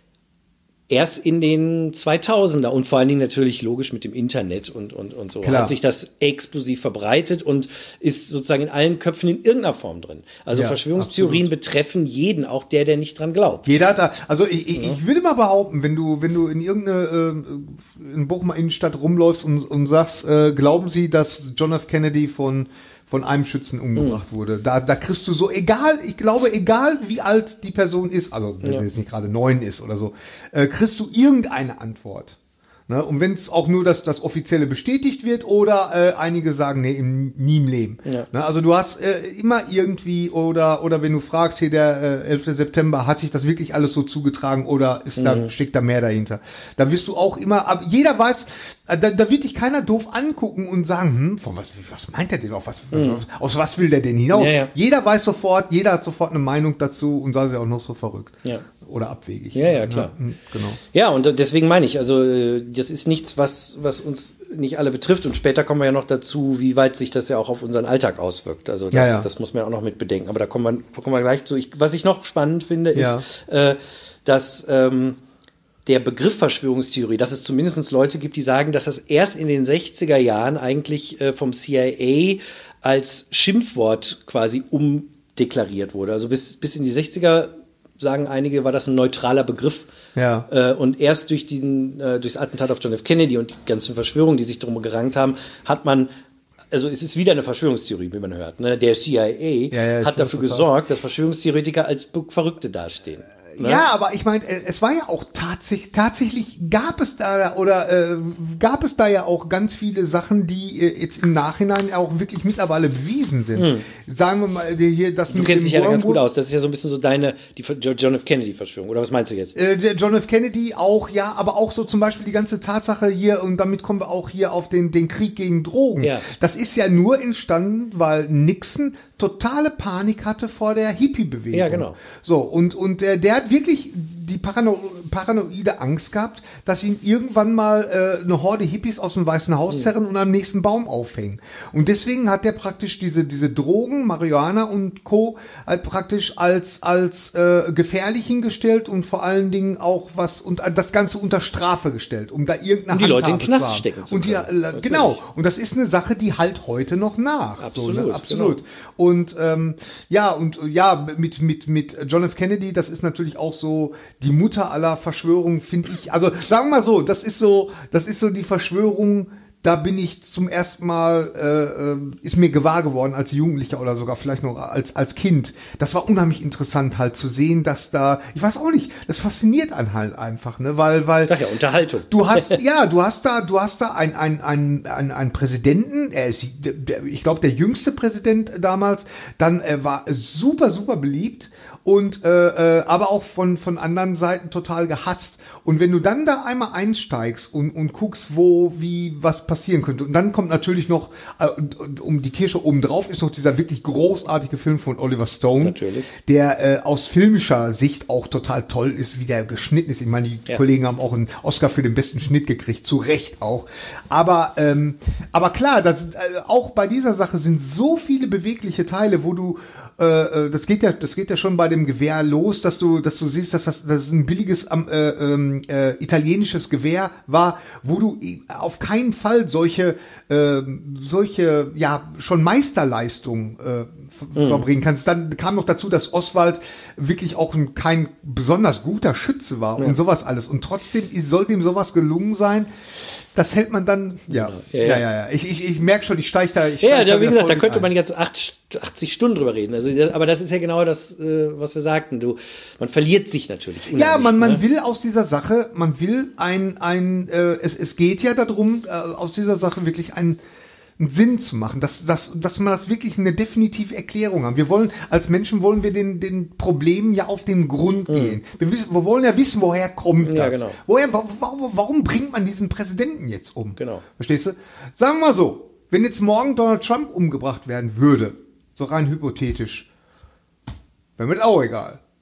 erst in den zweitausender und vor allen Dingen natürlich logisch mit dem Internet und, und, und so Klar. hat sich das explosiv verbreitet und ist sozusagen in allen Köpfen in irgendeiner Form drin. Also Ja, Verschwörungstheorien absolut. betreffen jeden, auch der, der nicht dran glaubt. Jeder hat da, also ich, ich, ich würde mal behaupten, wenn du, wenn du in irgendeine, äh, in Bochumer Innenstadt rumläufst und, und sagst, äh, glauben Sie, dass John F. Kennedy von, von einem Schützen umgebracht Mhm. wurde, da, da kriegst du so, egal, ich glaube, egal wie alt die Person ist, also wenn Ja. sie jetzt nicht gerade neun ist oder so, äh, kriegst du irgendeine Antwort. Ne? Und wenn es auch nur das, das Offizielle bestätigt wird oder äh, einige sagen, nee, im, nie im Leben. Ja. Ne? Also du hast äh, immer irgendwie oder oder wenn du fragst, hier der äh, elfte September, hat sich das wirklich alles so zugetragen oder ist da, Mhm. steckt da mehr dahinter? Da wirst du auch immer, aber jeder weiß, äh, da, da wird dich keiner doof angucken und sagen, hm, von was, was meint der denn auf was, aus was will der denn hinaus? Ja, ja. Jeder weiß sofort, jeder hat sofort eine Meinung dazu und sei sie auch noch so verrückt. Ja. Oder abwegig. Ja, ja, Ne? klar. Hm, Genau. Ja, und deswegen meine ich, also äh, das ist nichts, was, was uns nicht alle betrifft. Und später kommen wir ja noch dazu, wie weit sich das ja auch auf unseren Alltag auswirkt. Also das, Ja, ja. das muss man ja auch noch mit bedenken. Aber da kommen wir, kommen wir gleich zu. Ich, was ich noch spannend finde, ist, Ja. äh, dass ähm, der Begriff Verschwörungstheorie, dass es zumindest Leute gibt, die sagen, dass das erst in den sechziger Jahren eigentlich äh, vom C I A als Schimpfwort quasi umdeklariert wurde. Also bis, bis in die sechziger, sagen einige, war das ein neutraler Begriff. Ja. Äh, und erst durch den, äh, durchs Attentat auf John F. Kennedy und die ganzen Verschwörungen, die sich drum gerankt haben, hat man, also es ist wieder eine Verschwörungstheorie, wie man hört. Ne? Der C I A Ja, ja, ich hat weiß dafür total. gesorgt, dass Verschwörungstheoretiker als Verrückte dastehen. Ne? Ja, aber ich meine, äh, es war ja auch tatsächlich, tatsächlich gab es da oder äh, gab es da ja auch ganz viele Sachen, die äh, jetzt im Nachhinein auch wirklich mittlerweile bewiesen sind. Sagen wir mal die hier, das Du kennst dich ja da ganz gut aus. Das ist ja so ein bisschen so deine, die John F. Kennedy-Verschwörung. Oder was meinst du jetzt? Äh, der John F. Kennedy auch, ja, aber auch so zum Beispiel die ganze Tatsache hier, und damit kommen wir auch hier auf den, den Krieg gegen Drogen. Ja. Das ist ja nur entstanden, weil Nixon totale Panik hatte vor der Hippie-Bewegung. Ja, genau. So, und, und äh, der hat wirklich die Parano paranoide Angst gehabt, dass ihn irgendwann mal äh, eine Horde Hippies aus dem Weißen Haus zerren und am nächsten Baum aufhängen. Und deswegen hat der praktisch diese, diese Drogen, Marihuana und Co. halt praktisch als, als äh, gefährlich hingestellt und vor allen Dingen auch was, und das Ganze unter Strafe gestellt, um da irgendeine Um die Leute in den Handhabe Knast zu haben. stecken zu und die, können. äh, Genau. Und das ist eine Sache, die halt heute noch nach. Absolut, So, ne? Absolut. genau. Und ähm, ja, und äh, ja, mit, mit, mit John F. Kennedy, das ist natürlich auch so die Mutter aller Verschwörungen, finde ich. Also sagen wir mal so, das ist so, das ist so die Verschwörung, da bin ich zum ersten Mal, äh, äh, ist mir gewahr geworden als Jugendlicher oder sogar vielleicht noch als, als Kind. Das war unheimlich interessant halt zu sehen, dass da, ich weiß auch nicht, das fasziniert einen halt einfach, ne, weil, weil. Ach ja, Unterhaltung. Du hast, ja, du hast da, du hast da ein, ein, ein, ein, ein Präsidenten, er ist, der, der, ich glaube, der jüngste Präsident damals, dann äh, war super, super beliebt und äh, äh, aber auch von, von anderen Seiten total gehasst. Und wenn du dann da einmal einsteigst und, und guckst, wo, wie, was passieren könnte, und dann kommt natürlich noch, äh, um die Kirsche oben drauf, ist noch dieser wirklich großartige Film von Oliver Stone, Natürlich. der äh, aus filmischer Sicht auch total toll ist, wie der geschnitten ist. Ich meine, die Ja. Kollegen haben auch einen Oscar für den besten Schnitt gekriegt, zu Recht auch. Aber, ähm, aber klar, das, äh, auch bei dieser Sache sind so viele bewegliche Teile, wo du, äh, das geht ja, das geht ja schon bei dem Gewehr los, dass du, dass du siehst, dass das, das ein billiges ähm, äh, ähm, äh, italienisches Gewehr war, wo du auf keinen Fall solche, äh, solche, ja, schon Meisterleistungen äh, ver- verbringen kannst. Dann kam noch dazu, dass Oswald wirklich auch ein, kein besonders guter Schütze war und sowas alles. Und trotzdem ist, sollte ihm sowas gelungen sein. Das hält man dann, ja, Ja, ja, ja. ja, ja. Ich, ich, ich merke schon, ich steige da, ich Ja, steig da, wie wieder gesagt, voll da mit könnte ein. man jetzt acht, achtzig Stunden drüber reden. Also, das- aber das ist ja genau das, äh, was wir sagten. Du, man verliert sich natürlich. Ja, unheimlich, man, man ne? will aus dieser Sache, man will ein, ein äh, es, es geht ja darum, äh, aus dieser Sache wirklich einen, einen Sinn zu machen, dass, dass, dass man das wirklich eine definitive Erklärung haben. Wir wollen, als Menschen wollen wir den, den Problemen ja auf den Grund gehen. Wir, wissen, wir wollen ja wissen, woher kommt das? Ja, genau. Woher, wa- warum, warum bringt man diesen Präsidenten jetzt um? Genau. Verstehst du? Sagen wir mal so, wenn jetzt morgen Donald Trump umgebracht werden würde, so rein hypothetisch, wäre mir das auch egal.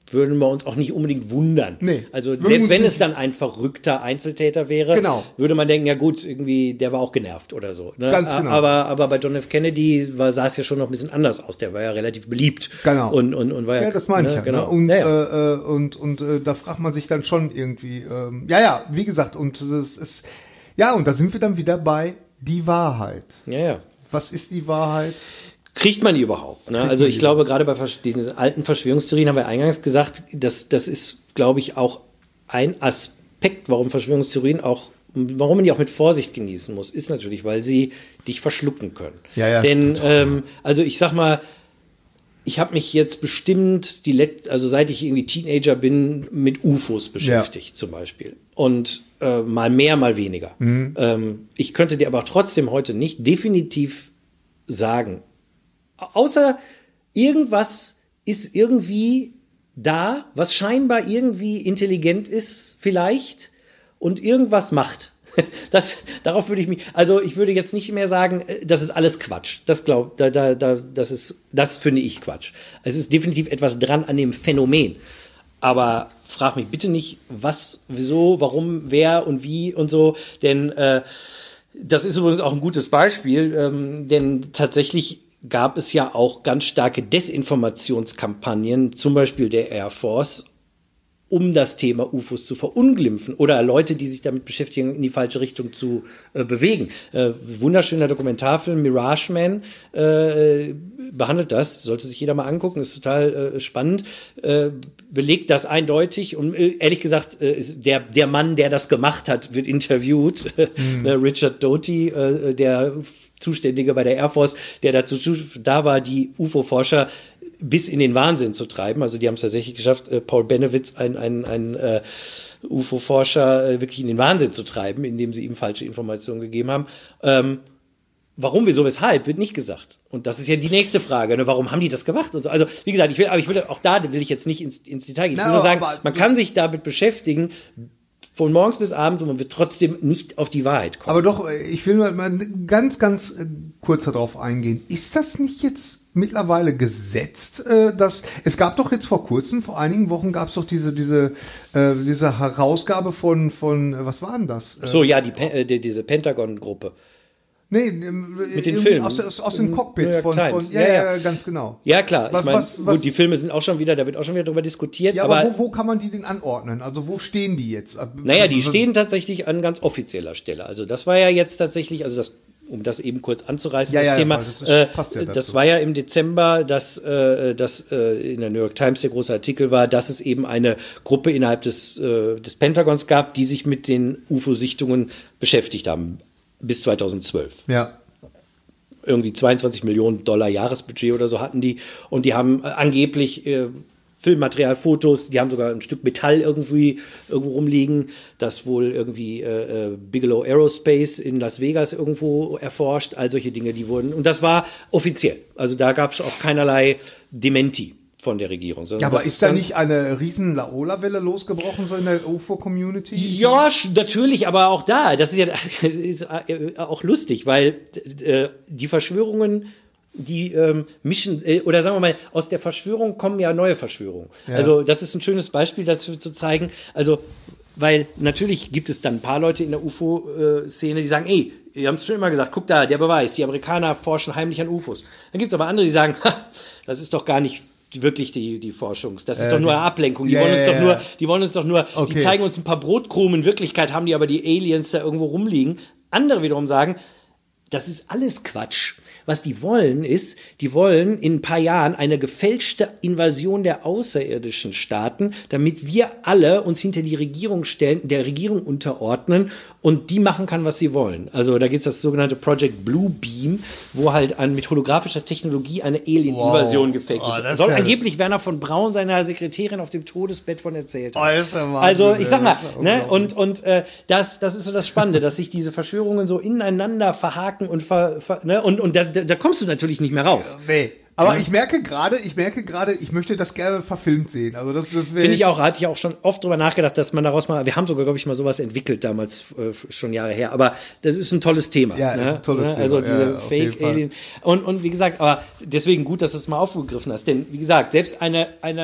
würden wir uns auch nicht unbedingt wundern. Nee, also selbst wenn es dann ein verrückter Einzeltäter wäre, genau. würde man denken, ja gut, irgendwie, der war auch genervt oder so. Ne? Ganz genau. Aber, aber bei John F. Kennedy war, sah es ja schon noch ein bisschen anders aus. Der war ja relativ beliebt. Genau. Und, und, und war ja, ja, das meine ich ne? ja. Genau. Ne? Und, ja, ja. Äh, und, und äh, da fragt man sich dann schon irgendwie, ähm, ja, ja, wie gesagt, und das ist, ja, und da sind wir dann wieder bei die Wahrheit. Ja, ja. Was ist die Wahrheit? Kriegt man die überhaupt? Ne? Also ich glaube, gerade bei den alten Verschwörungstheorien haben wir eingangs gesagt, dass das ist, glaube ich, auch ein Aspekt, warum Verschwörungstheorien auch, warum man die auch mit Vorsicht genießen muss, ist natürlich, weil sie dich verschlucken können. Ja, ja, Denn, ähm, also ich sag mal, ich habe mich jetzt bestimmt, die Let also seit ich irgendwie Teenager bin, mit U F Os beschäftigt, ja. zum Beispiel. Und äh, mal mehr, mal weniger. Mhm. Ähm, ich könnte dir aber trotzdem heute nicht definitiv sagen, außer irgendwas ist irgendwie da, was scheinbar irgendwie intelligent ist, vielleicht, und irgendwas macht. Das, darauf würde ich mich, also ich würde jetzt nicht mehr sagen, das ist alles Quatsch. Das glaub, da, da, da, das ist, das finde ich Quatsch. Es ist definitiv etwas dran an dem Phänomen. Aber frag mich bitte nicht, was, wieso, warum, wer und wie und so, denn äh, das ist übrigens auch ein gutes Beispiel, ähm, denn tatsächlich gab es ja auch ganz starke Desinformationskampagnen, zum Beispiel der Air Force, um das Thema U F Os zu verunglimpfen oder Leute, die sich damit beschäftigen, in die falsche Richtung zu äh, bewegen. Äh, wunderschöner Dokumentarfilm, Mirage Man, äh, behandelt das, sollte sich jeder mal angucken, ist total äh, spannend, äh, belegt das eindeutig und äh, ehrlich gesagt, äh, der, der Mann, der das gemacht hat, wird interviewt, mhm. Richard Doty, äh, der Zuständige bei der Air Force, der dazu da war, die U F O-Forscher bis in den Wahnsinn zu treiben. Also die haben es tatsächlich geschafft, äh, Paul Benowitz, ein, ein, ein äh, U F O-Forscher, äh, wirklich in den Wahnsinn zu treiben, indem sie ihm falsche Informationen gegeben haben. Ähm, warum, wieso, weshalb, wird nicht gesagt. Und das ist ja die nächste Frage, ne? Warum haben die das gemacht? Und so. Also wie gesagt, ich will, aber ich will auch da will ich jetzt nicht ins, ins Detail gehen. Ich will nur sagen, man kann sich damit beschäftigen, von morgens bis abends, und man wird trotzdem nicht auf die Wahrheit kommen. Aber doch, ich will mal ganz, ganz kurz darauf eingehen. Ist das nicht jetzt mittlerweile gesetzt, äh, dass es gab doch jetzt vor kurzem, vor einigen Wochen gab es doch diese diese äh, diese Herausgabe von von was war denn das? So ja, die, äh, die diese Pentagon-Gruppe. Nee, mit den Filmen. Aus, aus, aus dem Cockpit von, von ja, ja, ja, ganz genau. Ja, klar. Was, ich mein, was, was, gut, die Filme sind auch schon wieder, da wird auch schon wieder drüber diskutiert. Ja, aber, aber wo, wo kann man die denn anordnen? Also wo stehen die jetzt? Naja, die stehen tatsächlich an ganz offizieller Stelle. Also das war ja jetzt tatsächlich, also das, um das eben kurz anzureißen, ja, das ja, Thema, das, ist, äh, passt ja das war ja im Dezember, dass, äh, dass äh, in der New York Times der große Artikel war, dass es eben eine Gruppe innerhalb des, äh, des Pentagons gab, die sich mit den U F O-Sichtungen beschäftigt haben, bis zweitausendzwölf. Ja. Irgendwie zweiundzwanzig Millionen Dollar Jahresbudget oder so hatten die. Und die haben äh, angeblich äh, Filmmaterial, Fotos, die haben sogar ein Stück Metall irgendwie irgendwo rumliegen, das wohl irgendwie äh, Bigelow Aerospace in Las Vegas irgendwo erforscht. All solche Dinge, die wurden. Und das war offiziell. Also da gab es auch keinerlei Dementi von der Regierung. Ja, aber ist da nicht eine riesen Laola-Welle losgebrochen, so in der U F O-Community? Ja, natürlich, aber auch da, das ist ja ist auch lustig, weil äh, die Verschwörungen, die ähm, mischen, äh, oder sagen wir mal, aus der Verschwörung kommen ja neue Verschwörungen. Ja. Also das ist ein schönes Beispiel dazu zu zeigen, also weil natürlich gibt es dann ein paar Leute in der U F O-Szene, die sagen, ey, ihr habt es schon immer gesagt, guck da, der Beweis, die Amerikaner forschen heimlich an U F Os. Dann gibt es aber andere, die sagen, ha, das ist doch gar nicht wirklich die die Forschung. Das ist äh, doch nur eine Ablenkung. Die yeah, wollen uns doch nur, die wollen uns doch nur, okay. Die zeigen uns ein paar Brotkrumen. In Wirklichkeit haben die aber die Aliens da irgendwo rumliegen. Andere wiederum sagen, das ist alles Quatsch. Was die wollen ist, die wollen in ein paar Jahren eine gefälschte Invasion der außerirdischen starten, damit wir alle uns hinter die Regierung stellen, der Regierung unterordnen und die machen kann, was sie wollen. Also da gibt es das sogenannte Project Blue Beam, wo halt an, mit holographischer Technologie eine Alien-Invasion wow. gefaked oh, ist. Soll ja angeblich Werner von Braun seiner Sekretärin auf dem Todesbett von erzählt haben. Oh, ist ja also ich sag mal, ne, und, und äh, das, das ist so das Spannende, dass sich diese Verschwörungen so ineinander verhaken und, ver, ver, ne, und, und da, da, da kommst du natürlich nicht mehr raus. Nee. Aber ja. ich merke gerade, ich merke gerade, ich möchte das gerne verfilmt sehen. Also das, das finde ich auch, hatte ich auch schon oft drüber nachgedacht, dass man daraus mal, wir haben sogar, glaube ich, mal sowas entwickelt damals, äh, schon Jahre her. Aber das ist ein tolles Thema. Ja, ne? ist ein tolles ne? Thema. Also diese ja, Fake-Alien. Und, und wie gesagt, aber deswegen gut, dass du es mal aufgegriffen hast. Denn wie gesagt, selbst eine, eine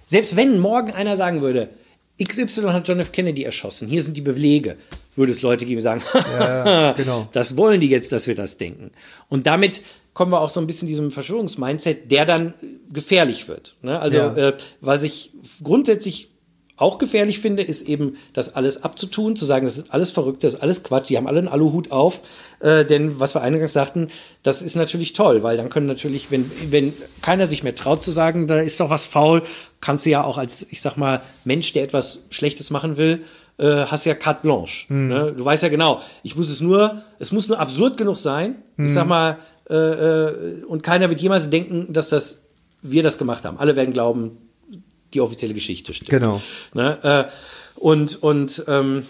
Selbst wenn morgen einer sagen würde, X Y hat John F. Kennedy erschossen, hier sind die Belege, würde es Leute geben, die sagen, ja, genau. Das wollen die jetzt, dass wir das denken. Und damit kommen wir auch so ein bisschen diesem Verschwörungsmindset, der dann gefährlich wird. Ne? Also, ja. äh, was ich grundsätzlich auch gefährlich finde, ist eben, das alles abzutun, zu sagen, das ist alles verrückt, das ist alles Quatsch, die haben alle einen Aluhut auf, äh, denn was wir eingangs sagten, das ist natürlich toll, weil dann können natürlich, wenn, wenn keiner sich mehr traut zu sagen, da ist doch was faul, kannst du ja auch als, ich sag mal, Mensch, der etwas Schlechtes machen will, äh, hast ja carte blanche. Hm. Ne? Du weißt ja genau, ich muss es nur, es muss nur absurd genug sein, hm. ich sag mal, äh, äh, und keiner wird jemals denken, dass das, wir das gemacht haben. Alle werden glauben, die offizielle Geschichte stimmt. Genau. Ne, äh, und und ähm,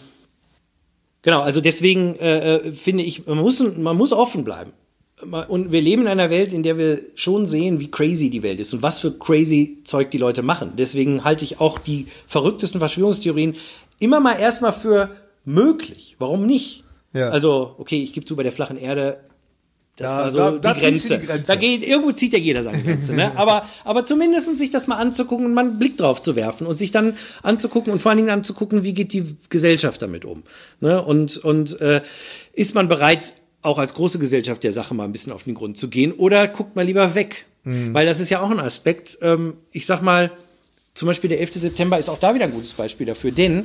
genau, also deswegen äh, finde ich, man muss, man muss offen bleiben. Und wir leben in einer Welt, in der wir schon sehen, wie crazy die Welt ist und was für crazy Zeug die Leute machen. Deswegen halte ich auch die verrücktesten Verschwörungstheorien immer mal erstmal für möglich. Warum nicht? Ja. Also, okay, ich gebe zu, bei der flachen Erde, das ja, war so da, die, da Grenze. die Grenze. Da geht, irgendwo zieht ja jeder seine Grenze. Ne? Aber, aber zumindest sich das mal anzugucken und mal einen Blick drauf zu werfen und sich dann anzugucken und vor allen Dingen anzugucken, wie geht die Gesellschaft damit um. Ne? Und, und äh, ist man bereit, auch als große Gesellschaft der Sache mal ein bisschen auf den Grund zu gehen oder guckt mal lieber weg. Mhm. Weil das ist ja auch ein Aspekt. Ähm, ich sag mal, zum Beispiel der elfte September ist auch da wieder ein gutes Beispiel dafür. Denn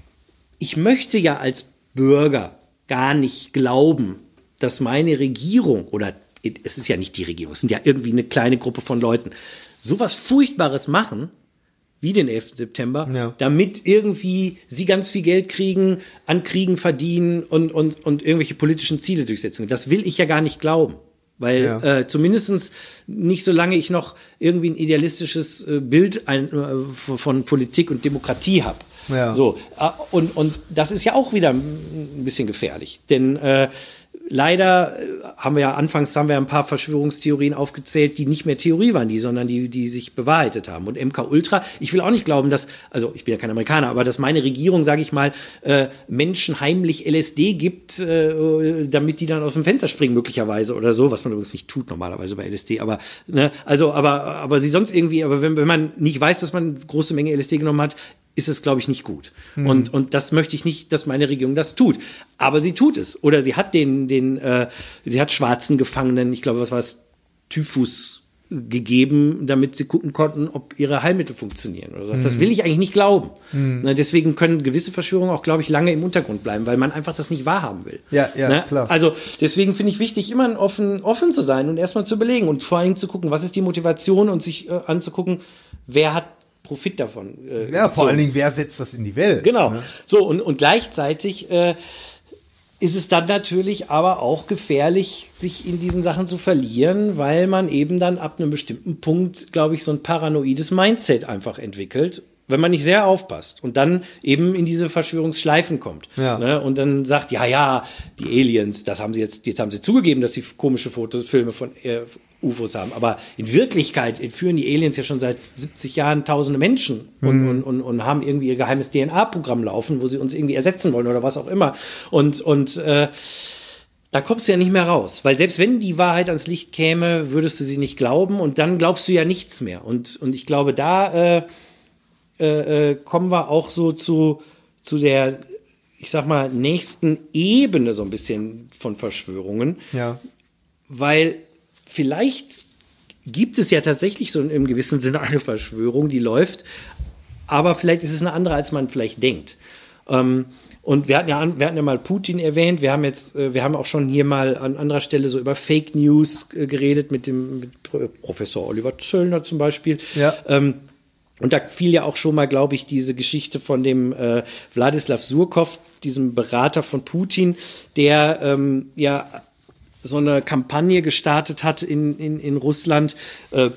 ich möchte ja als Bürger gar nicht glauben, dass meine Regierung, oder es ist ja nicht die Regierung, es sind ja irgendwie eine kleine Gruppe von Leuten, sowas Furchtbares machen, wie den elften September, ja. damit irgendwie sie ganz viel Geld kriegen, an Kriegen verdienen und, und, und irgendwelche politischen Ziele durchsetzen. Das will ich ja gar nicht glauben. Weil ja. äh, zumindest nicht, solange ich noch irgendwie ein idealistisches äh, Bild ein, äh, von Politik und Demokratie habe. Ja. So, äh, und, und das ist ja auch wieder ein bisschen gefährlich. Denn äh, leider haben wir ja anfangs haben wir ein paar Verschwörungstheorien aufgezählt, die nicht mehr Theorie waren, die, sondern die, die sich bewahrheitet haben. Und M K Ultra, ich will auch nicht glauben, dass, also ich bin ja kein Amerikaner, aber dass meine Regierung, sage ich mal, äh, Menschen heimlich L S D gibt, äh, damit die dann aus dem Fenster springen möglicherweise oder so, was man übrigens nicht tut normalerweise bei L S D, aber ne, also aber aber sie sonst irgendwie, aber wenn, wenn man nicht weiß, dass man eine große Menge L S D genommen hat, ist es, glaube ich, nicht gut. Mhm. Und, und das möchte ich nicht, dass meine Regierung das tut. Aber sie tut es. Oder sie hat den, den, äh, sie hat schwarzen Gefangenen, ich glaube, was war es, Typhus gegeben, damit sie gucken konnten, ob ihre Heilmittel funktionieren oder sowas. Mhm. Das will ich eigentlich nicht glauben. Mhm. Na, deswegen können gewisse Verschwörungen auch, glaube ich, lange im Untergrund bleiben, weil man einfach das nicht wahrhaben will. Ja, ja, Na? klar. Also deswegen finde ich wichtig, immer offen, offen zu sein und erstmal zu überlegen und vor allen Dingen zu gucken, was ist die Motivation und sich äh, anzugucken, wer hat Profit davon. Äh, ja, vor allen Dingen, wer setzt das in die Welt? Genau. Ne? So, und, und gleichzeitig äh, ist es dann natürlich aber auch gefährlich, sich in diesen Sachen zu verlieren, weil man eben dann ab einem bestimmten Punkt, glaube ich, so ein paranoides Mindset einfach entwickelt, wenn man nicht sehr aufpasst und dann eben in diese Verschwörungsschleifen kommt. Ja. Ne? Und dann sagt, ja, ja, die Aliens, das haben sie jetzt, jetzt haben sie zugegeben, dass sie komische Fotos, Filme von äh, U F Os haben. Aber in Wirklichkeit entführen die Aliens ja schon seit siebzig Jahren tausende Menschen und, mhm. und, und, und haben irgendwie ihr geheimes D N A-Programm laufen, wo sie uns irgendwie ersetzen wollen oder was auch immer. Und, und äh, da kommst du ja nicht mehr raus. Weil selbst wenn die Wahrheit ans Licht käme, würdest du sie nicht glauben und dann glaubst du ja nichts mehr. Und, und ich glaube, da äh, äh, kommen wir auch so zu, zu der, ich sag mal, nächsten Ebene so ein bisschen von Verschwörungen. Ja. Weil vielleicht gibt es ja tatsächlich so im gewissen Sinne eine Verschwörung, die läuft, aber vielleicht ist es eine andere, als man vielleicht denkt. Ähm, und wir hatten ja, wir hatten ja mal Putin erwähnt, wir haben jetzt, wir haben auch schon hier mal an anderer Stelle so über Fake News geredet mit dem mit Professor Oliver Zöllner zum Beispiel. Ja. Ähm, und da fiel ja auch schon mal, glaube ich, diese Geschichte von dem äh, Wladislaw Surkov, diesem Berater von Putin, der ähm, ja so eine Kampagne gestartet hat in, in, in Russland, äh,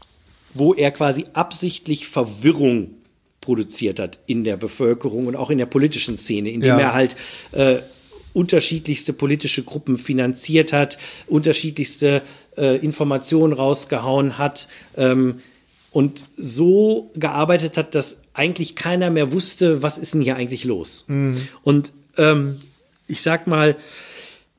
wo er quasi absichtlich Verwirrung produziert hat in der Bevölkerung und auch in der politischen Szene, indem ja. er halt äh, unterschiedlichste politische Gruppen finanziert hat, unterschiedlichste äh, Informationen rausgehauen hat ähm, und so gearbeitet hat, dass eigentlich keiner mehr wusste, was ist denn hier eigentlich los. Mhm. Und ähm, ich sag mal,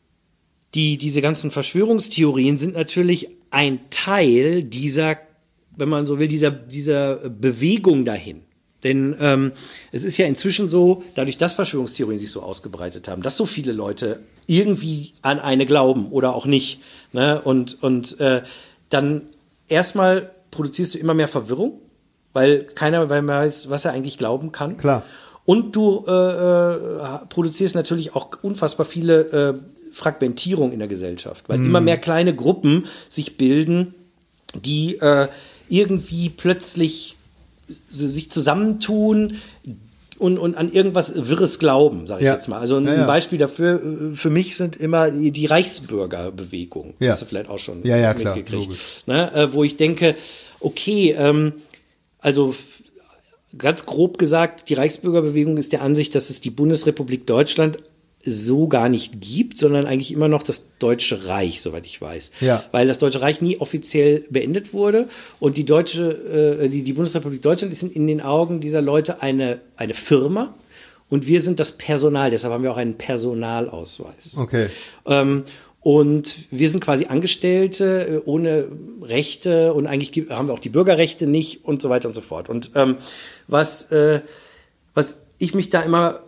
Die, diese ganzen Verschwörungstheorien sind natürlich ein Teil dieser wenn man so will, dieser, dieser Bewegung dahin. Denn ähm, es ist ja inzwischen so, dadurch, dass Verschwörungstheorien sich so ausgebreitet haben, dass so viele Leute irgendwie an eine glauben oder auch nicht. Ne? Und, und äh, dann erstmal produzierst du immer mehr Verwirrung, weil keiner mehr weiß, was er eigentlich glauben kann. Klar. Und du äh, äh, produzierst natürlich auch unfassbar viele äh, Fragmentierung in der Gesellschaft, weil mm. immer mehr kleine Gruppen sich bilden, die äh, irgendwie plötzlich sich zusammentun und, und an irgendwas Wirres glauben, sage ich ja. jetzt mal. Also ein ja, ja. Beispiel dafür für mich sind immer die, die Reichsbürgerbewegung. Ja. Hast du vielleicht auch schon ja, ja, mitgekriegt. Ne? Äh, wo ich denke, okay, ähm, also ganz grob gesagt, die Reichsbürgerbewegung ist der Ansicht, dass es die Bundesrepublik Deutschland so gar nicht gibt, sondern eigentlich immer noch das Deutsche Reich, soweit ich weiß. Ja. Weil das Deutsche Reich nie offiziell beendet wurde und die deutsche, äh, die, die Bundesrepublik Deutschland ist in, in den Augen dieser Leute eine, eine Firma und wir sind das Personal, deshalb haben wir auch einen Personalausweis. Okay. Ähm, und wir sind quasi Angestellte äh, ohne Rechte und eigentlich gibt, haben wir auch die Bürgerrechte nicht und so weiter und so fort. Und ähm, was, äh, was ich mich da immer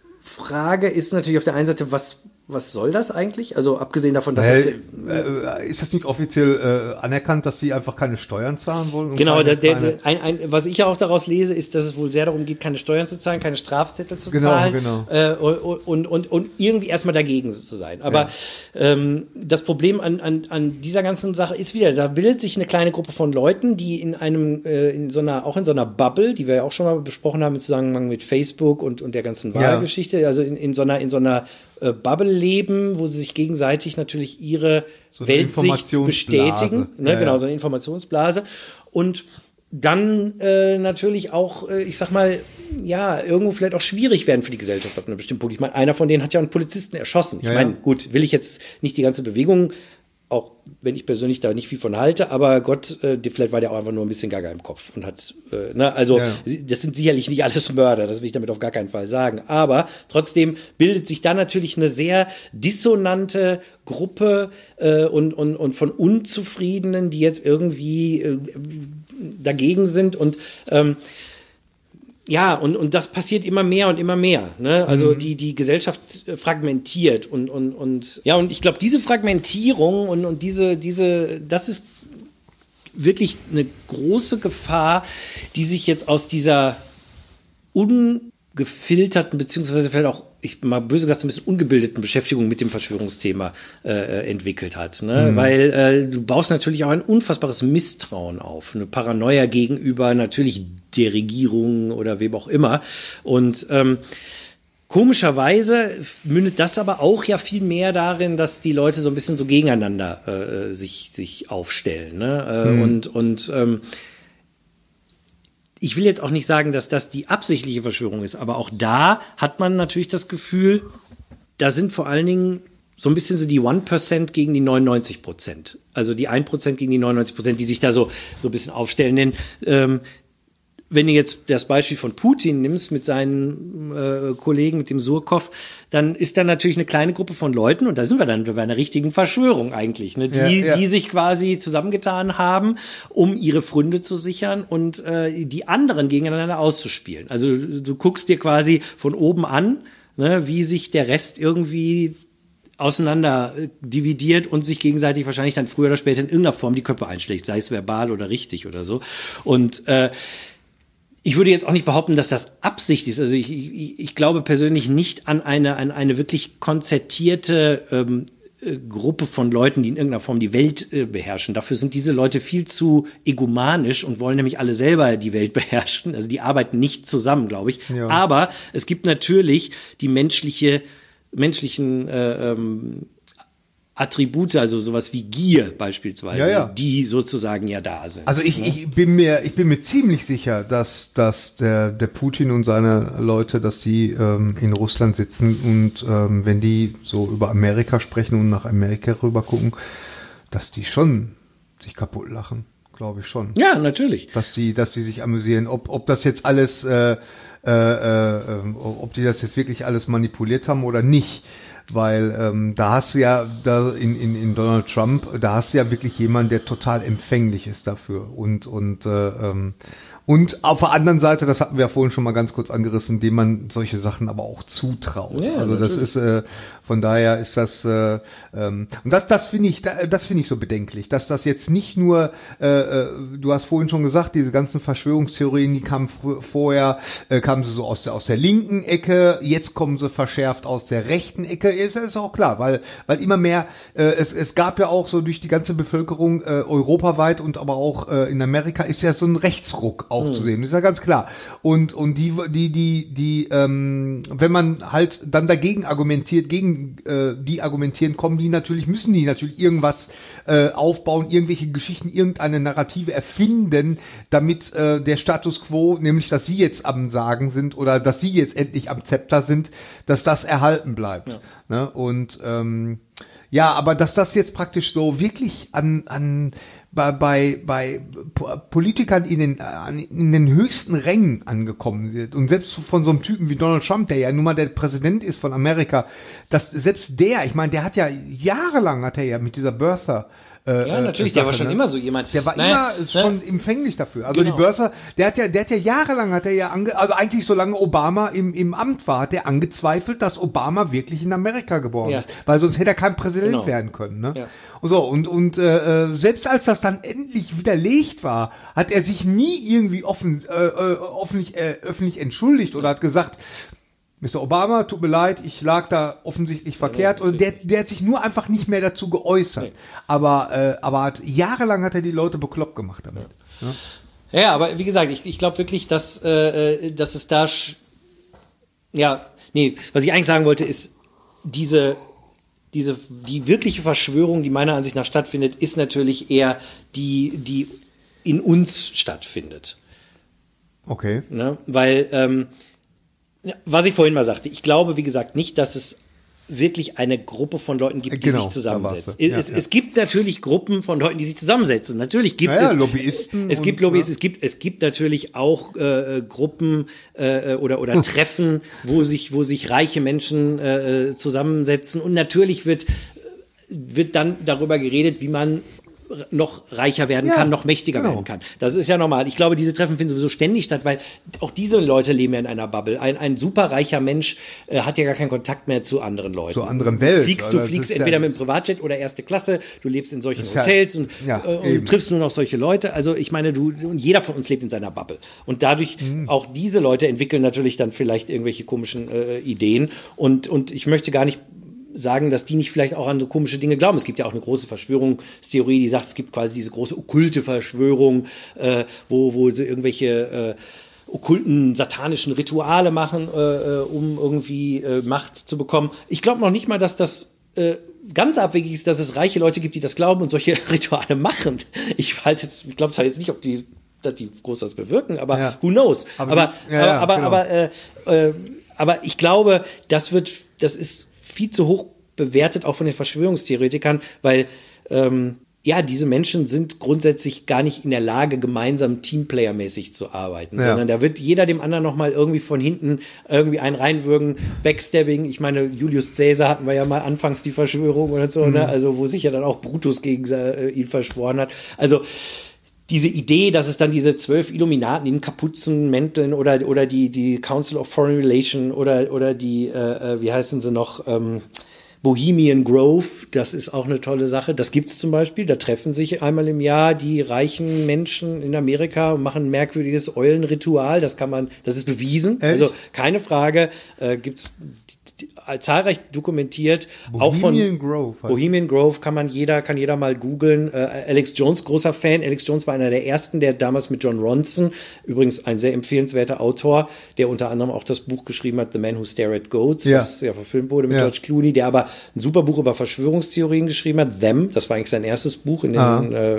Frage ist natürlich auf der einen Seite, was, was soll das eigentlich? Also abgesehen davon, dass hey, das, äh, ist das nicht offiziell äh, anerkannt, dass sie einfach keine Steuern zahlen wollen? Genau, keine, der, keine der, ein, ein, was ich ja auch daraus lese, ist, dass es wohl sehr darum geht, keine Steuern zu zahlen, keine Strafzettel zu genau, zahlen genau. Äh, und, und, und irgendwie erstmal dagegen zu sein. Aber ja. ähm, das Problem an, an, an dieser ganzen Sache ist wieder, da bildet sich eine kleine Gruppe von Leuten, die in einem, äh, in so einer, auch in so einer Bubble, die wir ja auch schon mal besprochen haben im Zusammenhang mit Facebook und, und der ganzen Wahlgeschichte, ja. also in, in so einer, in so einer äh, Bubble leben, wo sie sich gegenseitig natürlich ihre so Weltsicht bestätigen. Ne? Ja, genau, ja. so eine Informationsblase. Und dann äh, natürlich auch, äh, ich sag mal, ja, irgendwo vielleicht auch schwierig werden für die Gesellschaft ab einem bestimmten Punkt. Ich meine, einer von denen hat ja einen Polizisten erschossen. Ich ja, meine, ja. gut, will ich jetzt nicht die ganze Bewegung, auch wenn ich persönlich da nicht viel von halte, aber Gott, äh, vielleicht war der auch einfach nur ein bisschen gaga im Kopf und hat, äh, ne, also ja. das sind sicherlich nicht alles Mörder, das will ich damit auf gar keinen Fall sagen, aber trotzdem bildet sich da natürlich eine sehr dissonante Gruppe äh, und, und, und von Unzufriedenen, die jetzt irgendwie äh, dagegen sind und ähm, ja, und, und das passiert immer mehr und immer mehr. Ne? Also mhm. die, die Gesellschaft fragmentiert und, und, und ja, und ich glaube, diese Fragmentierung und, und diese, diese, das ist wirklich eine große Gefahr, die sich jetzt aus dieser ungefilterten, beziehungsweise vielleicht auch, ich mal böse gesagt, ein bisschen ungebildeten Beschäftigung mit dem Verschwörungsthema äh, entwickelt hat. Ne? Mhm. Weil äh, du baust natürlich auch ein unfassbares Misstrauen auf, eine Paranoia gegenüber natürlich der Regierung oder wem auch immer. Und ähm, komischerweise mündet das aber auch ja viel mehr darin, dass die Leute so ein bisschen so gegeneinander äh, sich, sich aufstellen. Ne? Äh, mhm. Und, und ähm, ich will jetzt auch nicht sagen, dass das die absichtliche Verschwörung ist, aber auch da hat man natürlich das Gefühl, da sind vor allen Dingen so ein bisschen so die one percent gegen die neunundneunzig Prozent. Also die ein Prozent gegen die neunundneunzig Prozent, die sich da so, so ein bisschen aufstellen. Denn ähm, wenn du jetzt das Beispiel von Putin nimmst mit seinen äh, Kollegen, mit dem Surkov, dann ist da natürlich eine kleine Gruppe von Leuten, und da sind wir dann bei einer richtigen Verschwörung eigentlich, ne, die, ja, ja. die sich quasi zusammengetan haben, um ihre Pfründe zu sichern und äh, die anderen gegeneinander auszuspielen. Also du, du guckst dir quasi von oben an, ne, wie sich der Rest irgendwie auseinander dividiert und sich gegenseitig wahrscheinlich dann früher oder später in irgendeiner Form die Köpfe einschlägt, sei es verbal oder richtig oder so. Und äh, ich würde jetzt auch nicht behaupten, dass das Absicht ist. Also ich, ich, ich glaube persönlich nicht an eine, an eine wirklich konzertierte ähm, äh, Gruppe von Leuten, die in irgendeiner Form die Welt äh, beherrschen. Dafür sind diese Leute viel zu egomanisch und wollen nämlich alle selber die Welt beherrschen. Also die arbeiten nicht zusammen, glaube ich. Ja. Aber es gibt natürlich die menschliche, menschlichen äh, ähm, Attribute, also sowas wie Gier beispielsweise, ja, ja. die sozusagen ja da sind. Also ich, ne? ich bin mir, ich bin mir ziemlich sicher, dass, dass der, der Putin und seine Leute, dass die ähm, in Russland sitzen und ähm, wenn die so über Amerika sprechen und nach Amerika rüber gucken, dass die schon sich kaputt lachen, glaube ich schon. Ja, natürlich. Dass die, dass die sich amüsieren. Ob, ob das jetzt alles, äh, äh, äh, ob die das jetzt wirklich alles manipuliert haben oder nicht. weil ähm, da hast du ja da in, in, in Donald Trump, da hast du ja wirklich jemanden, der total empfänglich ist dafür und und äh, ähm, und auf der anderen Seite, das hatten wir ja vorhin schon mal ganz kurz angerissen, dem man solche Sachen aber auch zutraut. Ja, also das natürlich. ist äh, von daher ist das äh, ähm, und das das finde ich das finde ich so bedenklich, dass das jetzt nicht nur äh, äh, du hast vorhin schon gesagt, diese ganzen Verschwörungstheorien, die kamen fr- vorher äh, kamen sie so aus der aus der linken Ecke, jetzt kommen sie verschärft aus der rechten Ecke. Ist, ist auch klar, weil weil immer mehr äh, es es gab ja auch so durch die ganze Bevölkerung äh, europaweit und aber auch äh, in Amerika ist ja so ein Rechtsruck auch zu sehen. Das ist ja ganz klar. Und und die die die die ähm, wenn man halt dann dagegen argumentiert, gegen äh, die argumentieren, kommen die natürlich müssen die natürlich irgendwas äh, aufbauen, irgendwelche Geschichten, irgendeine Narrative erfinden, damit äh, der Status quo, nämlich dass sie jetzt am Sagen sind oder dass sie jetzt endlich am Zepter sind, dass das erhalten bleibt. Ja. Ne? Und ähm, ja, aber dass das jetzt praktisch so wirklich an an bei bei, bei Politikern in den an, in den höchsten Rängen angekommen sind und selbst von so einem Typen wie Donald Trump, der ja nun mal der Präsident ist von Amerika, dass selbst der, ich meine, der hat ja jahrelang hat er ja mit dieser Birther Äh, Ja, natürlich, äh, der war Sache, schon ne? immer so jemand. Der war Naja, immer ne? schon empfänglich dafür. Also Genau. die Börse, der hat ja, der hat ja jahrelang hat er ja ange, also eigentlich solange Obama im, im Amt war, hat der angezweifelt, dass Obama wirklich in Amerika geboren Ja. ist. Weil sonst hätte er kein Präsident Genau. werden können, ne? Ja. Und so, und, und, äh, äh, selbst als das dann endlich widerlegt war, hat er sich nie irgendwie offen, äh, äh, öffentlich, äh, öffentlich entschuldigt oder hat gesagt, Mister Obama, tut mir leid, ich lag da offensichtlich verkehrt. Und der, der hat sich nur einfach nicht mehr dazu geäußert. Nee. Aber, äh, aber hat, jahrelang hat er die Leute bekloppt gemacht damit. Ja. Ja, aber wie gesagt, ich, ich glaube wirklich, dass, äh, dass es da, sch- ja, nee, was ich eigentlich sagen wollte, ist, diese, diese, die wirkliche Verschwörung, die meiner Ansicht nach stattfindet, ist natürlich eher die, die in uns stattfindet. Okay. Ne? Weil, ähm, ja, was ich vorhin mal sagte, ich glaube, wie gesagt, nicht, dass es wirklich eine Gruppe von Leuten gibt, die Genau, sich zusammensetzen. da warst du. Es, Ja, ja. es gibt natürlich Gruppen von Leuten, die sich zusammensetzen. Natürlich gibt Naja, es Lobbyisten Es gibt und, Lobbyisten, ja. es gibt es gibt natürlich auch äh, Gruppen äh, oder oder Treffen, wo sich wo sich reiche Menschen äh, zusammensetzen und natürlich wird wird dann darüber geredet, wie man noch reicher werden Ja, kann, noch mächtiger genau. werden kann. Das ist ja normal. Ich glaube, diese Treffen finden sowieso ständig statt, weil auch diese Leute leben ja in einer Bubble. Ein, ein superreicher Mensch äh, hat ja gar keinen Kontakt mehr zu anderen Leuten. Zur anderen Welt. Du fliegst, du Das fliegst ist entweder ja- mit dem Privatjet oder erste Klasse, du lebst in solchen Das ist ja- Hotels und, ja, äh, und eben. triffst nur noch solche Leute. Also ich meine, du und jeder von uns lebt in seiner Bubble. Und dadurch, Mhm. auch diese Leute entwickeln natürlich dann vielleicht irgendwelche komischen äh, Ideen. Und, und ich möchte gar nicht sagen, dass die nicht vielleicht auch an so komische Dinge glauben. Es gibt ja auch eine große Verschwörungstheorie, die sagt, es gibt quasi diese große okkulte Verschwörung, äh, wo, wo sie irgendwelche äh, okkulten, satanischen Rituale machen, äh, um irgendwie äh, Macht zu bekommen. Ich glaube noch nicht mal, dass das äh, ganz abwegig ist, dass es reiche Leute gibt, die das glauben und solche Rituale machen. Ich halte jetzt, ich glaube zwar jetzt nicht, ob die, dass die groß was bewirken, aber Ja. who knows. Aber Aber, die- ja, ja, aber, genau. aber, äh, äh, aber ich glaube, das wird, das ist viel zu hoch bewertet, auch von den Verschwörungstheoretikern, weil ähm, ja, diese Menschen sind grundsätzlich gar nicht in der Lage, gemeinsam Teamplayer-mäßig zu arbeiten, Ja. sondern da wird jeder dem anderen nochmal irgendwie von hinten irgendwie einen reinwürgen, Backstabbing. Ich meine, Julius Caesar hatten wir ja mal anfangs die Verschwörung oder so, ne? Also wo sich ja dann auch Brutus gegen äh, ihn verschworen hat. Also diese Idee, dass es dann diese zwölf Illuminaten in Kapuzenmänteln oder oder die die Council of Foreign Relations oder oder die äh, äh, wie heißen sie noch ähm, Bohemian Grove, das ist auch eine tolle Sache. Das gibt's zum Beispiel. Da treffen sich einmal im Jahr die reichen Menschen in Amerika und machen ein merkwürdiges Eulenritual. Das kann man, das ist bewiesen. Echt? Also keine Frage. Äh, gibt's die, die, zahlreich dokumentiert. auch von Bohemian Grove heißt Bohemian Grove kann man jeder kann jeder mal googeln. Äh, Alex Jones, großer Fan. Alex Jones war einer der ersten, der damals mit John Ronson, übrigens ein sehr empfehlenswerter Autor, der unter anderem auch das Buch geschrieben hat, The Man Who Stared at Goats, Ja. was ja verfilmt wurde mit Ja. George Clooney, der aber ein super Buch über Verschwörungstheorien geschrieben hat. Them, das war eigentlich sein erstes Buch in den Ah. äh,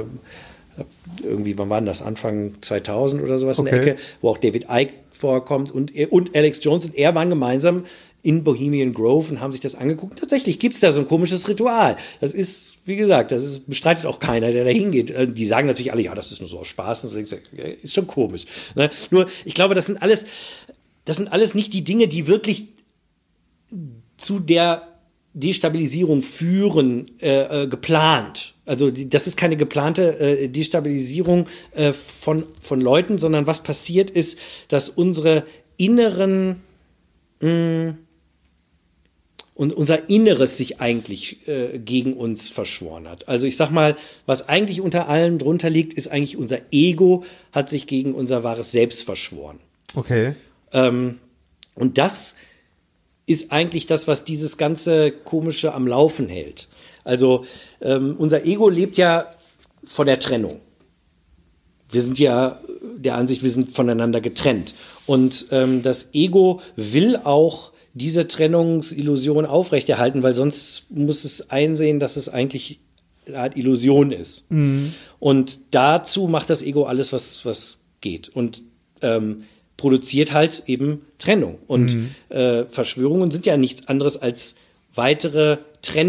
irgendwie, wann war denn das? Anfang zweitausend oder sowas in der Okay. Ecke, wo auch David Icke vorkommt und, und Alex Jones und er waren gemeinsam in Bohemian Grove und haben sich das angeguckt. Tatsächlich gibt's da so ein komisches Ritual. Das ist, wie gesagt, das ist, bestreitet auch keiner, der da hingeht. Äh, Die sagen natürlich alle, ja, das ist nur so aus Spaß. Und so, ich sag, ja, ist schon komisch. Ne? Nur, ich glaube, das sind alles, das sind alles nicht die Dinge, die wirklich zu der Destabilisierung führen, äh, äh, geplant. Also die, das ist keine geplante äh, Destabilisierung äh, von, von Leuten, sondern was passiert ist, dass unsere inneren mh, und unser Inneres sich eigentlich äh, gegen uns verschworen hat. Also ich sag mal, was eigentlich unter allem drunter liegt, ist eigentlich unser Ego hat sich gegen unser wahres Selbst verschworen. Okay. Ähm, und das ist eigentlich das, was dieses ganze Komische am Laufen hält. Also ähm, unser Ego lebt ja von der Trennung. Wir sind ja der Ansicht, wir sind voneinander getrennt. Und ähm, das Ego will auch diese Trennungsillusion aufrechterhalten, weil sonst muss es einsehen, dass es eigentlich eine Art Illusion ist. Mhm. Und dazu macht das Ego alles, was, was geht. Und ähm, produziert halt eben Trennung. Und mhm. äh, Verschwörungen sind ja nichts anderes als weitere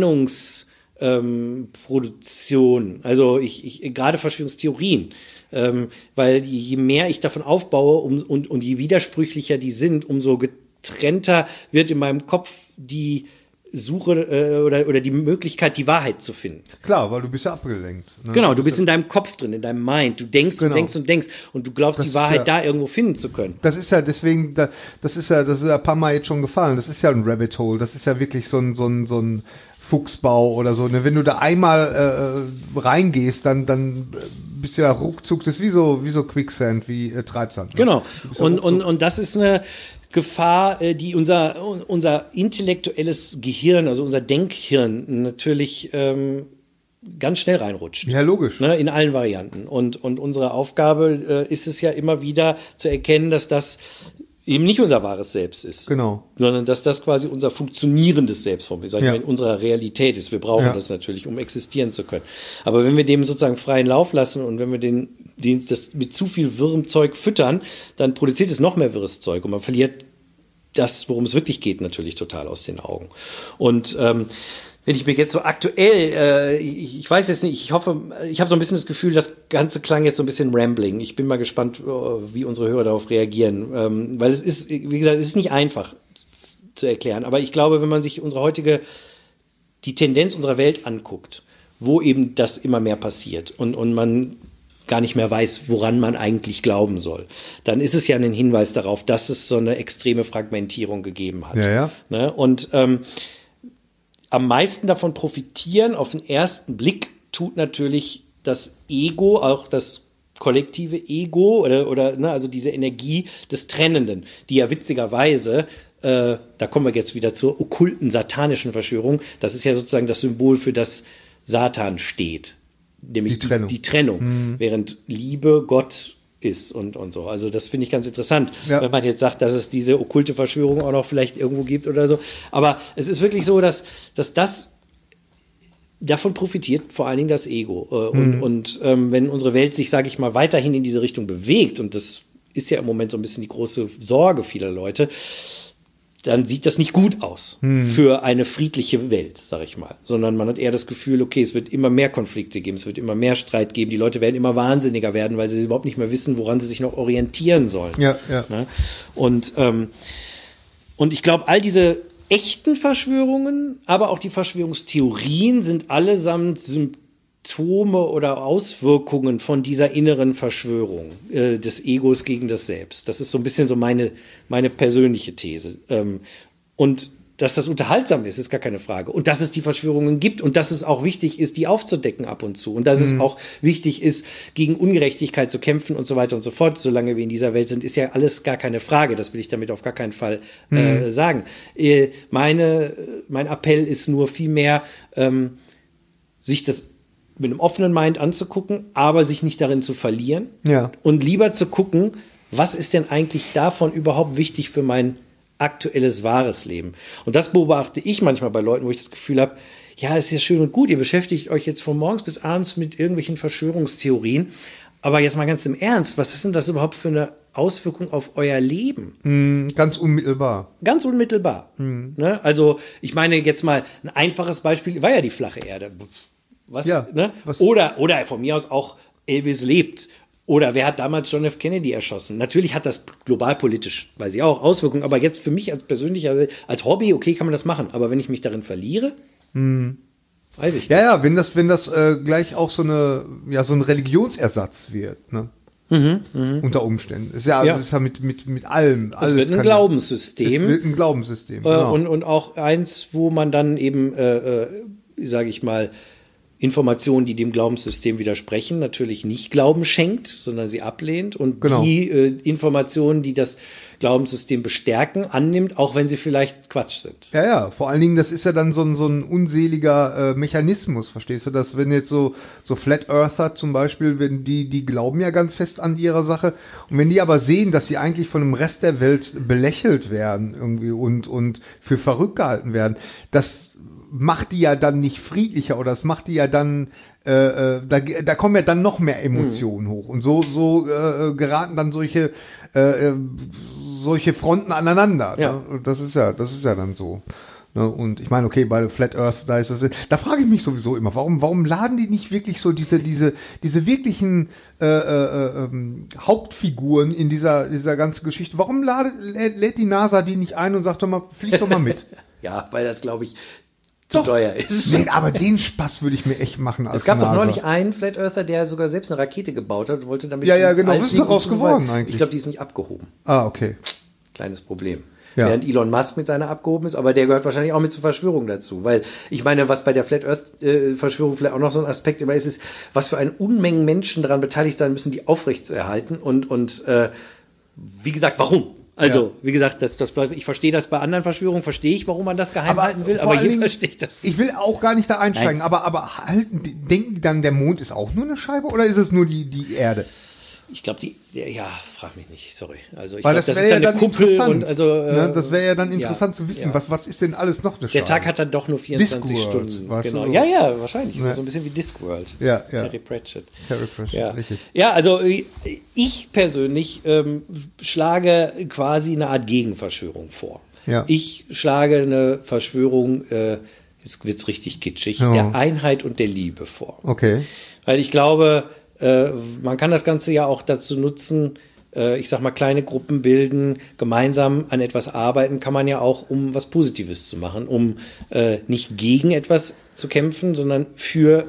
Trennungsproduktionen. Ähm, also ich, ich gerade Verschwörungstheorien. Ähm, weil je mehr ich davon aufbaue um, und, und je widersprüchlicher die sind, umso getrennter wird in meinem Kopf die Suche äh, oder, oder die Möglichkeit, die Wahrheit zu finden. Klar, weil du bist ja abgelenkt. Ne? Genau, du bist in deinem Kopf drin, in deinem Mind. Du denkst genau. und denkst und denkst und du glaubst, das die Wahrheit ja, da irgendwo finden zu können. Das ist ja deswegen, das ist ja, das ist ja ein paar Mal jetzt schon gefallen. Das ist ja ein Rabbit Hole. Das ist ja wirklich so ein, so ein, so ein Fuchsbau oder so. Ne? Wenn du da einmal äh, reingehst, dann, dann bist du ja ruckzuck. Das ist wie so, wie so Quicksand, wie äh, Treibsand. Ne? Genau. Und, und, und das ist eine Gefahr, die unser, unser intellektuelles Gehirn, also unser Denkhirn natürlich ähm, ganz schnell reinrutscht. Ja, logisch. Ne, in allen Varianten. Und, und unsere Aufgabe äh, ist es ja immer wieder zu erkennen, dass das eben nicht unser wahres Selbst ist. Genau. Sondern dass das quasi unser funktionierendes Selbstform ist, ja. in unserer Realität ist. Wir brauchen ja. das natürlich, um existieren zu können. Aber wenn wir dem sozusagen freien Lauf lassen und wenn wir den, den das mit zu viel wirrem Zeug füttern, dann produziert es noch mehr wirres Zeug und man verliert das, worum es wirklich geht, natürlich total aus den Augen. Und ähm, wenn ich mir jetzt so aktuell, äh, ich, ich weiß jetzt nicht, ich hoffe, ich habe so ein bisschen das Gefühl, das Ganze klang jetzt so ein bisschen rambling. Ich bin mal gespannt, wie unsere Hörer darauf reagieren. Ähm, weil es ist, wie gesagt, es ist nicht einfach zu erklären. Aber ich glaube, wenn man sich unsere heutige, die Tendenz unserer Welt anguckt, wo eben das immer mehr passiert und, und man gar nicht mehr weiß, woran man eigentlich glauben soll, dann ist es ja ein Hinweis darauf, dass es so eine extreme Fragmentierung gegeben hat. Ja, ja. Ne? Und ähm, am meisten davon profitieren, auf den ersten Blick, tut natürlich das Ego, auch das kollektive Ego oder, oder ne, also diese Energie des Trennenden, die ja witzigerweise, äh, da kommen wir jetzt wieder zur okkulten satanischen Verschwörung, das ist ja sozusagen das Symbol für das Satan steht, nämlich die Trennung, die, die Trennung mhm. während Liebe Gott ist und, und so. Also das finde ich ganz interessant, ja. wenn man jetzt sagt, dass es diese okkulte Verschwörung auch noch vielleicht irgendwo gibt oder so. Aber es ist wirklich so, dass, dass das davon profitiert vor allen Dingen das Ego. Und, mhm. und ähm, wenn unsere Welt sich, sage ich mal, weiterhin in diese Richtung bewegt, und das ist ja im Moment so ein bisschen die große Sorge vieler Leute, dann sieht das nicht gut aus hm. für eine friedliche Welt, sag ich mal. Sondern man hat eher das Gefühl, okay, es wird immer mehr Konflikte geben, es wird immer mehr Streit geben, die Leute werden immer wahnsinniger werden, weil sie überhaupt nicht mehr wissen, woran sie sich noch orientieren sollen. Ja, ja. Und, ähm, und ich glaube, all diese echten Verschwörungen, aber auch die Verschwörungstheorien sind allesamt Symptome oder Auswirkungen von dieser inneren Verschwörung äh, des Egos gegen das Selbst. Das ist so ein bisschen so meine, meine persönliche These. Ähm, und dass das unterhaltsam ist, ist gar keine Frage. Und dass es die Verschwörungen gibt und dass es auch wichtig ist, die aufzudecken ab und zu. Und dass mhm. es auch wichtig ist, gegen Ungerechtigkeit zu kämpfen und so weiter und so fort. Solange wir in dieser Welt sind, ist ja alles gar keine Frage. Das will ich damit auf gar keinen Fall äh, mhm. sagen. Äh, meine, mein Appell ist nur vielmehr, ähm, sich das mit einem offenen Mind anzugucken, aber sich nicht darin zu verlieren. Ja. Und lieber zu gucken, was ist denn eigentlich davon überhaupt wichtig für mein aktuelles, wahres Leben. Und das beobachte ich manchmal bei Leuten, wo ich das Gefühl habe, ja, es ist ja schön und gut, ihr beschäftigt euch jetzt von morgens bis abends mit irgendwelchen Verschwörungstheorien, aber jetzt mal ganz im Ernst, was ist denn das überhaupt für eine Auswirkung auf euer Leben? Mm, ganz unmittelbar. Ganz unmittelbar. Mm. Ne? Also ich meine jetzt mal, ein einfaches Beispiel war ja die flache Erde. Was, ja, ne? was? Oder, oder von mir aus auch Elvis lebt. Oder wer hat damals John F. Kennedy erschossen? Natürlich hat das globalpolitisch, weiß ich auch, Auswirkungen. Aber jetzt für mich als persönlicher, als Hobby, okay, kann man das machen. Aber wenn ich mich darin verliere, hm. weiß ich nicht. Ja, ja, wenn das, wenn das äh, gleich auch so eine, ja, so ein Religionsersatz wird, ne? Mhm, mh. Unter Umständen. Ist ja, ja. Ist ja mit, mit, mit allem. Es wird ein Glaubenssystem. Es wird ein Glaubenssystem. Äh, genau. und, und auch eins, wo man dann eben, äh, äh, sage ich mal, Informationen, die dem Glaubenssystem widersprechen, natürlich nicht Glauben schenkt, sondern sie ablehnt. Und genau. die äh, Informationen, die das Glaubenssystem bestärken, annimmt, auch wenn sie vielleicht Quatsch sind. Ja, ja, vor allen Dingen, das ist ja dann so ein, so ein unseliger äh, Mechanismus, verstehst du das? Wenn jetzt so, so Flat Earther zum Beispiel, wenn die, die glauben ja ganz fest an ihrer Sache. Und wenn die aber sehen, dass sie eigentlich von dem Rest der Welt belächelt werden irgendwie und, und für verrückt gehalten werden, das macht die ja dann nicht friedlicher oder das macht die ja dann, äh, da, da kommen ja dann noch mehr Emotionen mhm. hoch und so, so äh, geraten dann solche, äh, solche Fronten aneinander. Ja. Ne? Das ist ja, das ist ja dann so. Ne? Und ich meine, okay, bei Flat Earth, da ist das, da frage ich mich sowieso immer, warum, warum laden die nicht wirklich so diese, diese, diese wirklichen äh, äh, äh, Hauptfiguren in dieser, dieser ganzen Geschichte? Warum ladet, lädt die NASA die nicht ein und sagt doch mal, flieg doch mal mit? Ja, weil das, glaube ich, zu doch, teuer ist. Nee, aber den Spaß würde ich mir echt machen als Es gab NASA. doch neulich einen Flat Earther, der sogar selbst eine Rakete gebaut hat und wollte damit... Ja, ja, genau, was ist daraus geworden eigentlich? Ich glaube, die ist nicht abgehoben. Ah, okay. Kleines Problem. Ja. Während Elon Musk mit seiner abgehoben ist, aber der gehört wahrscheinlich auch mit zur Verschwörung dazu. Weil ich meine, was bei der Flat Earth äh, Verschwörung vielleicht auch noch so ein Aspekt immer ist, ist, was für eine Unmengen Menschen daran beteiligt sein müssen, die aufrechtzuerhalten und, und äh, wie gesagt, warum? Also, ja. wie gesagt, das, das, ich verstehe das bei anderen Verschwörungen, verstehe ich, warum man das geheim aber halten will, aber hier Dingen, verstehe ich das nicht. Ich will auch gar nicht da einsteigen, Nein. aber, aber halten, denken die dann, der Mond ist auch nur eine Scheibe oder ist es nur die, die Erde? Ich glaube, die, ja, frag mich nicht, sorry. Also ich glaube, das, das ist ja dann eine dann Kuppel und also. Äh, ne, das wäre ja dann interessant ja, zu wissen, ja. was, was ist denn alles noch eine Scheibe? Der Tag hat dann doch nur vierundzwanzig Discworld, Stunden. Weißt genau. du so? Ja, ja, wahrscheinlich. Ne? Ist das so ein bisschen wie Discworld. Ja, ja. Terry Pratchett. Terry Pratchett, ja. richtig. Ja, also ich persönlich ähm, schlage quasi eine Art Gegenverschwörung vor. Ja. Ich schlage eine Verschwörung, äh, jetzt wird's richtig kitschig, ja. der Einheit und der Liebe vor. Okay. Weil ich glaube, äh, man kann das Ganze ja auch dazu nutzen, äh, ich sag mal, kleine Gruppen bilden, gemeinsam an etwas arbeiten, kann man ja auch, um was Positives zu machen, um äh, nicht gegen etwas zu kämpfen, sondern für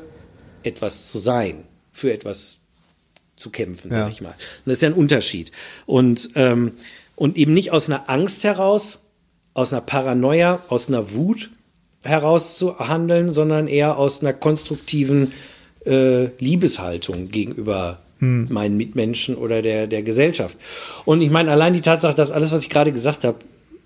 etwas zu sein, für etwas zu kämpfen, ja. sag ich mal. Und das ist ja ein Unterschied. Und, ähm, und eben nicht aus einer Angst heraus, aus einer Paranoia, aus einer Wut heraus zu handeln, sondern eher aus einer konstruktiven äh, Liebeshaltung gegenüber hm. meinen Mitmenschen oder der, der Gesellschaft. Und ich meine, allein die Tatsache, dass alles, was ich gerade gesagt habe,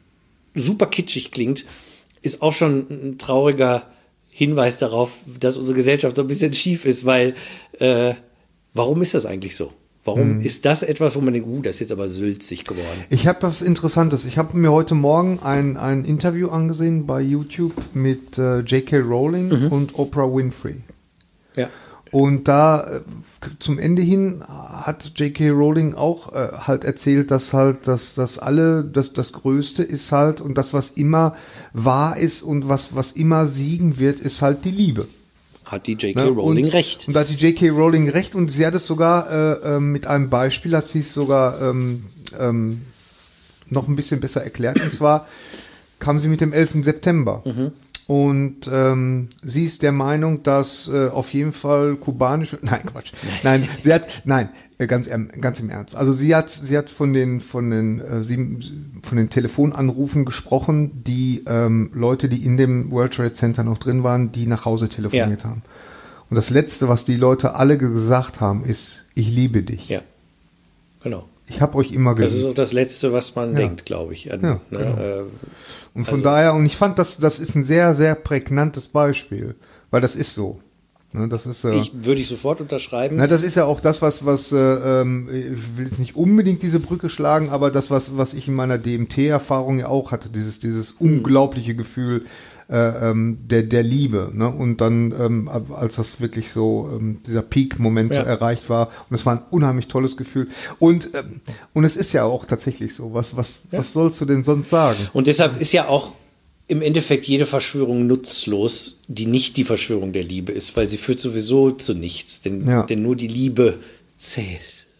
super kitschig klingt, ist auch schon ein trauriger Hinweis darauf, dass unsere Gesellschaft so ein bisschen schief ist, weil äh, warum ist das eigentlich so? Warum hm. ist das etwas, wo man denkt, uh, das ist jetzt aber sülzig geworden? Ich habe was Interessantes. Ich habe mir heute Morgen ein, ein Interview angesehen bei YouTube mit äh, J K Rowling mhm. und Oprah Winfrey. Ja. Und da äh, zum Ende hin hat J K Rowling auch äh, halt erzählt, dass halt, dass das alle, dass das Größte ist halt und das, was immer wahr ist und was, was immer siegen wird, ist halt die Liebe. Hat die J K Ne? Rowling und, recht. Und da hat die J K Rowling recht und sie hat es sogar äh, äh, mit einem Beispiel, hat sie es sogar ähm, ähm, noch ein bisschen besser erklärt. Und zwar kam sie mit dem elften September. Mhm. Und ähm, sie ist der Meinung, dass äh, auf jeden Fall kubanische, nein Quatsch, nein, sie hat, nein, äh, ganz, ganz im Ernst. Also sie hat, sie hat von den, von den, äh, sie, von den Telefonanrufen gesprochen, die ähm, Leute, die in dem World Trade Center noch drin waren, die nach Hause telefoniert ja. haben. Und das Letzte, was die Leute alle gesagt haben, ist: Ich liebe dich. Ja, genau. Ich habe euch immer geliebt. Das ist auch das Letzte, was man ja. denkt, glaube ich. An, ja, ne, genau. äh, und von also, daher, und ich fand, das, das ist ein sehr, sehr prägnantes Beispiel, weil das ist so. Ne, das ist, äh, ich, würde ich sofort unterschreiben. Na, das ist ja auch das, was, was äh, ähm, ich will jetzt nicht unbedingt diese Brücke schlagen, aber das, was, was ich in meiner D M T-Erfahrung ja auch hatte, dieses, dieses hm. unglaubliche Gefühl äh, ähm, der, der Liebe. Ne? Und dann, ähm, als das wirklich so, ähm, dieser Peak-Moment ja. so erreicht war, und es war ein unheimlich tolles Gefühl. Und, ähm, und es ist ja auch tatsächlich so. Was, was, ja. was sollst du denn sonst sagen? Und deshalb ist ja auch im Endeffekt jede Verschwörung nutzlos, die nicht die Verschwörung der Liebe ist, weil sie führt sowieso zu nichts, denn, ja. denn nur die Liebe zählt.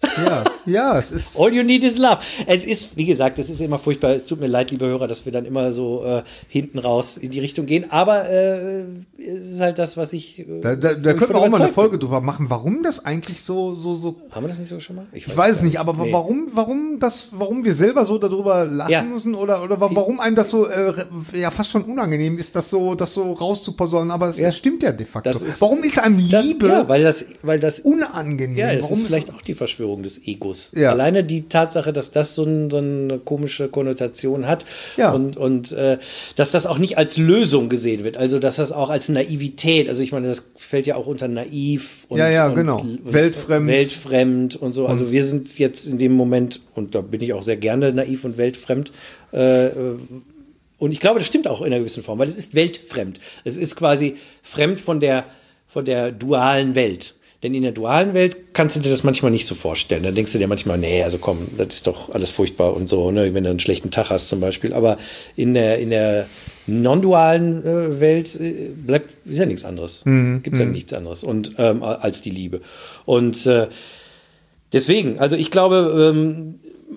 Ja, ja, es ist. All you need is love. Es ist, wie gesagt, es ist immer furchtbar. Es tut mir leid, liebe Hörer, dass wir dann immer so äh, hinten raus in die Richtung gehen. Aber äh, es ist halt das, was ich. Äh, Da, da, da können wir auch mal eine Folge drüber machen, warum das eigentlich so, so, so. Haben wir das nicht so schon mal? Ich weiß, ich weiß es nicht, aber nee. warum, warum das, warum wir selber so darüber lachen ja. müssen oder, oder warum einem das so, äh, ja, fast schon unangenehm ist, das so, das so rauszuposaunen. Aber es, ja. es stimmt ja de facto. Das ist, warum ist einem Liebe? Das, ja, weil das, weil das unangenehm. Ja, das warum ist vielleicht auch die Verschwörung des Egos. Ja. Alleine die Tatsache, dass das so, ein, so eine komische Konnotation hat ja. und, und äh, dass das auch nicht als Lösung gesehen wird, also dass das auch als Naivität, also ich meine, das fällt ja auch unter naiv und, ja, ja, und, genau. und weltfremd. weltfremd und so. Also und wir sind jetzt in dem Moment, und da bin ich auch sehr gerne naiv und weltfremd, äh, und ich glaube, das stimmt auch in einer gewissen Form, weil es ist weltfremd. Es ist quasi fremd von der, von der dualen Welt. Denn in der dualen Welt kannst du dir das manchmal nicht so vorstellen. Dann denkst du dir manchmal, nee, also komm, das ist doch alles furchtbar und so, ne, wenn du einen schlechten Tag hast zum Beispiel. Aber in der, in der non-dualen äh, Welt äh, bleibt, ist ja nichts anderes. Mhm. Gibt es ja mhm. nichts anderes und, ähm, als die Liebe. Und äh, deswegen, also ich glaube, ähm,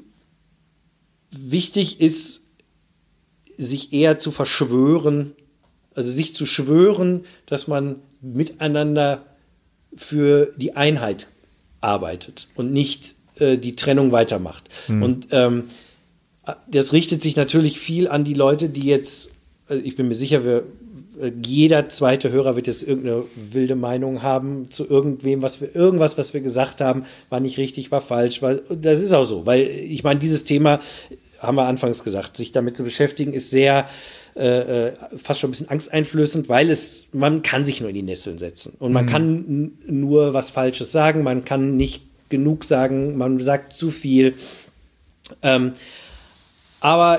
wichtig ist, sich eher zu verschwören, also sich zu schwören, dass man miteinander für die Einheit arbeitet und nicht äh, die Trennung weitermacht. Mhm. Und ähm, das richtet sich natürlich viel an die Leute, die jetzt, also ich bin mir sicher, wir, jeder zweite Hörer wird jetzt irgendeine wilde Meinung haben zu irgendwem, was wir, irgendwas, was wir gesagt haben, war nicht richtig, war falsch, war, das ist auch so, weil ich meine, dieses Thema, haben wir anfangs gesagt, sich damit zu beschäftigen, ist sehr Äh, fast schon ein bisschen angsteinflößend, weil es, man kann sich nur in die Nesseln setzen und man mhm. kann n- nur was Falsches sagen, man kann nicht genug sagen, man sagt zu viel. Ähm, aber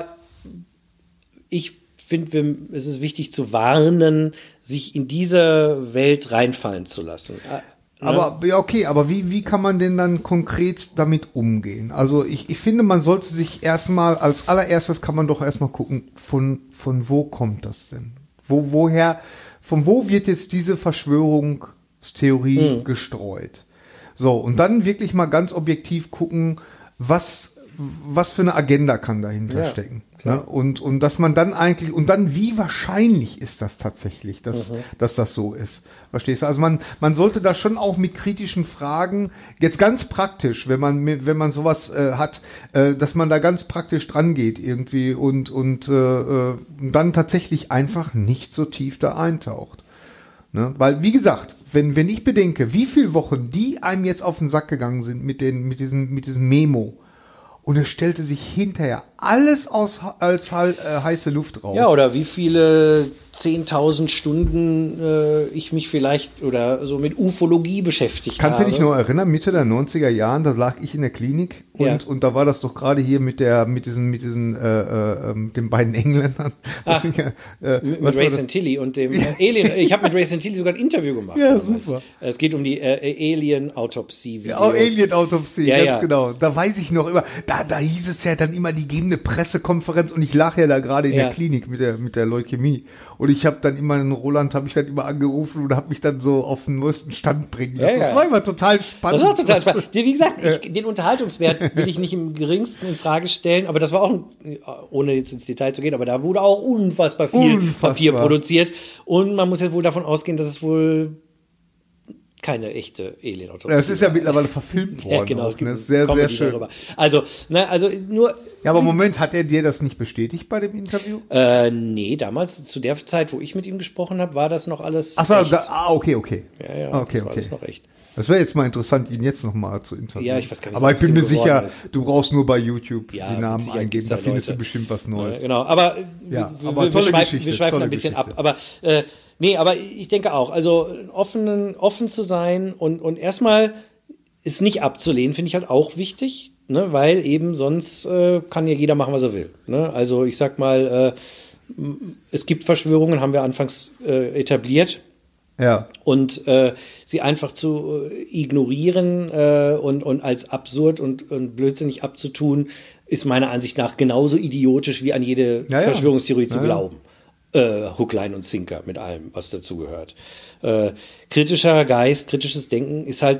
ich finde, es ist wichtig zu warnen, sich in diese Welt reinfallen zu lassen. Aber ja, okay, aber wie, wie kann man denn dann konkret damit umgehen? Also ich, ich finde, man sollte sich erstmal, als allererstes kann man doch erstmal gucken, von, von wo kommt das denn? Wo, woher, von wo wird jetzt diese Verschwörungstheorie mhm. gestreut? So, und dann wirklich mal ganz objektiv gucken, was, was für eine Agenda kann dahinter ja. stecken. Ne? Und, und dass man dann eigentlich, und dann wie wahrscheinlich ist das tatsächlich, dass, mhm. dass das so ist. Verstehst du? Also man, man sollte da schon auch mit kritischen Fragen, jetzt ganz praktisch, wenn man, wenn man sowas äh, hat, äh, dass man da ganz praktisch dran geht irgendwie und, und äh, dann tatsächlich einfach nicht so tief da eintaucht. Ne? Weil, wie gesagt, wenn, wenn ich bedenke, wie viele Wochen die einem jetzt auf den Sack gegangen sind mit den, mit diesen, mit diesem Memo, und es stellte sich hinterher alles aus, als äh, heiße Luft raus. Ja, oder wie viele zehntausend Stunden äh, ich mich vielleicht oder so mit Ufologie beschäftigt Kannst habe. Kannst du dich noch erinnern, Mitte der neunziger Jahren, da lag ich in der Klinik und, ja. und da war das doch gerade hier mit der, mit diesen, mit diesen, äh, äh, den beiden Engländern. Ach, äh, mit mit Ray Santilli und dem äh, Alien. Ich habe mit Ray Santilli sogar ein Interview gemacht. Ja, damals. Super. Es geht um die äh, Alien-Autopsie. Ja, oh, Alien-Autopsie, ja, ganz ja. genau. Da weiß ich noch immer, da, da hieß es ja dann immer, die geben eine Pressekonferenz und ich lag ja da gerade in ja. der Klinik mit der, mit der Leukämie. Und ich habe dann immer, den Roland habe ich dann immer angerufen und habe mich dann so auf den neuesten Stand bringen lassen. Ja, ja. Das war immer total spannend. Das war total spannend. Wie gesagt, ich, den Unterhaltungswert will ich nicht im geringsten in Frage stellen, aber das war auch, ein, ohne jetzt ins Detail zu gehen, aber da wurde auch unfassbar viel unfassbar. Papier produziert. Und man muss ja wohl davon ausgehen, dass es wohl keine echte Alien-Autopsie. Ja, es ist ja mittlerweile verfilmt worden. Ja, genau, es gibt ne? Sehr, Comedy sehr schön. Darüber. Also, ne, also nur. Ja, aber Moment, hat er dir das nicht bestätigt bei dem Interview? Äh, nee, damals, zu der Zeit, wo ich mit ihm gesprochen habe, war das noch alles Ach so, echt. Da, ah, okay, okay. Ja, ja, ah, okay, das war okay. alles noch echt. Das wäre jetzt mal interessant, ihn jetzt nochmal zu interviewen. Ja, ich weiß gar nicht, aber ich bin mir sicher, ist. du brauchst nur bei YouTube ja, die Namen eingeben, da findest Leute. du bestimmt was Neues. Ja, genau, aber, ja, wir, aber wir, tolle wir schweifen, Geschichte, wir schweifen ein bisschen Geschichte. ab. Aber äh, nee, aber ich denke auch, also offen, offen zu sein und, und erstmal ist nicht abzulehnen, finde ich halt auch wichtig, ne, weil eben sonst äh, kann ja jeder machen, was er will. Ne? Also ich sag mal, äh, es gibt Verschwörungen, haben wir anfangs äh, etabliert. Ja. Und äh, sie einfach zu äh, ignorieren äh, und, und als absurd und, und blödsinnig abzutun, ist meiner Ansicht nach genauso idiotisch wie an jede ja, Verschwörungstheorie ja. zu ja, glauben. Äh, Hook, Line und Sinker mit allem, was dazugehört. Äh, kritischer Geist, kritisches Denken ist halt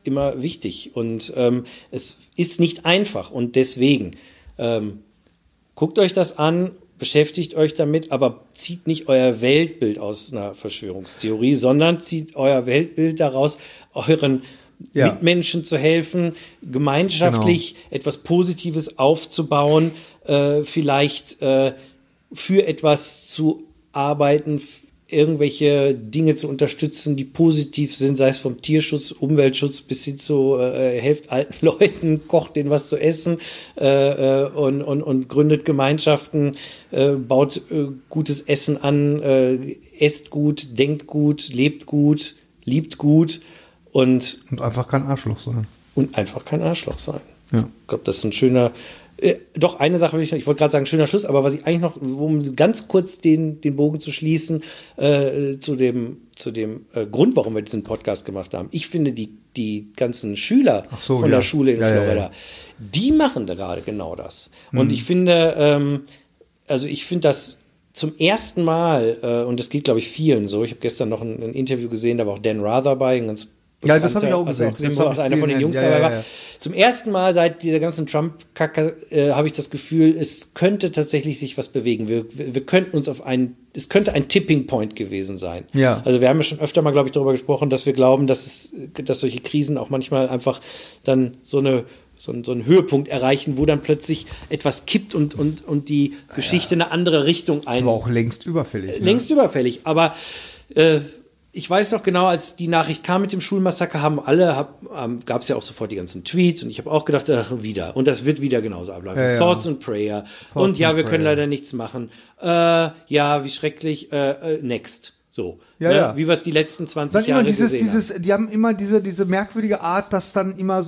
immer wichtig. Und ähm, es ist nicht einfach. Und deswegen ähm, guckt euch das an, beschäftigt euch damit, aber zieht nicht euer Weltbild aus einer Verschwörungstheorie, sondern zieht euer Weltbild daraus, euren ja. Mitmenschen zu helfen, gemeinschaftlich genau. etwas Positives aufzubauen, äh, vielleicht äh, für etwas zu arbeiten, irgendwelche Dinge zu unterstützen, die positiv sind, sei es vom Tierschutz, Umweltschutz bis hin zu äh, helft alten Leuten, kocht denen was zu essen äh, äh, und, und, und gründet Gemeinschaften, äh, baut äh, gutes Essen an, äh, esst gut, denkt gut, lebt gut, liebt gut und und einfach kein Arschloch sein. Und einfach kein Arschloch sein. Ja. Ich glaube, das ist ein schöner Äh, doch, eine Sache will ich noch, ich wollte gerade sagen, schöner Schluss, aber was ich eigentlich noch, um ganz kurz den, den Bogen zu schließen, äh, zu dem, zu dem äh, Grund, warum wir diesen Podcast gemacht haben. Ich finde, die, die ganzen Schüler Ach so, von ja. der Schule in ja, Florida, ja, ja. die machen da gerade genau das. Mhm. Und ich finde, ähm, also ich finde das zum ersten Mal, äh, und das geht, glaube ich, vielen so, ich habe gestern noch ein, ein Interview gesehen, da war auch Dan Rather bei, ein ganz Ja, das habe ich auch gesehen. Auch gesehen, wo auch einer von den Jungs ja, dabei ja, war. ja. Zum ersten Mal seit dieser ganzen Trump-Kacke äh, habe ich das Gefühl, es könnte tatsächlich sich was bewegen. Wir, wir, wir könnten uns auf einen, es könnte ein Tipping Point gewesen sein. Ja. Also wir haben ja schon öfter mal, glaube ich, darüber gesprochen, dass wir glauben, dass es, dass solche Krisen auch manchmal einfach dann so eine so, so einen Höhepunkt erreichen, wo dann plötzlich etwas kippt und, und, und die Geschichte ja. eine andere Richtung ein. Das war auch längst überfällig. Äh, längst ne? überfällig. Aber äh, ich weiß noch genau, als die Nachricht kam mit dem Schulmassaker, haben alle, hab, ähm, gab es ja auch sofort die ganzen Tweets und ich habe auch gedacht, ach, wieder. Und das wird wieder genauso ablaufen. Ja, ja. Thoughts and Prayer. Thoughts und ja, wir prayer. können leider nichts machen. Äh, ja, wie schrecklich. Äh, äh, next. So. Ja, ne? ja. Wie wir es die letzten zwanzig dann Jahre immer dieses, gesehen dieses, haben. Die haben immer diese, diese merkwürdige Art, das dann immer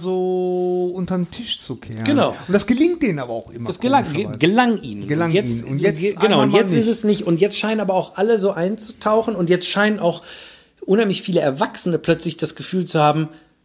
so unter den Tisch zu kehren. Genau. Und das gelingt denen aber auch immer. Das gelang, ge- gelang ihnen. Gelang und jetzt, ihnen. Und jetzt ge- genau, und jetzt nicht. ist es nicht. Und jetzt scheinen aber auch alle so einzutauchen und jetzt scheinen auch unheimlich viele Erwachsene plötzlich das Gefühl zu haben,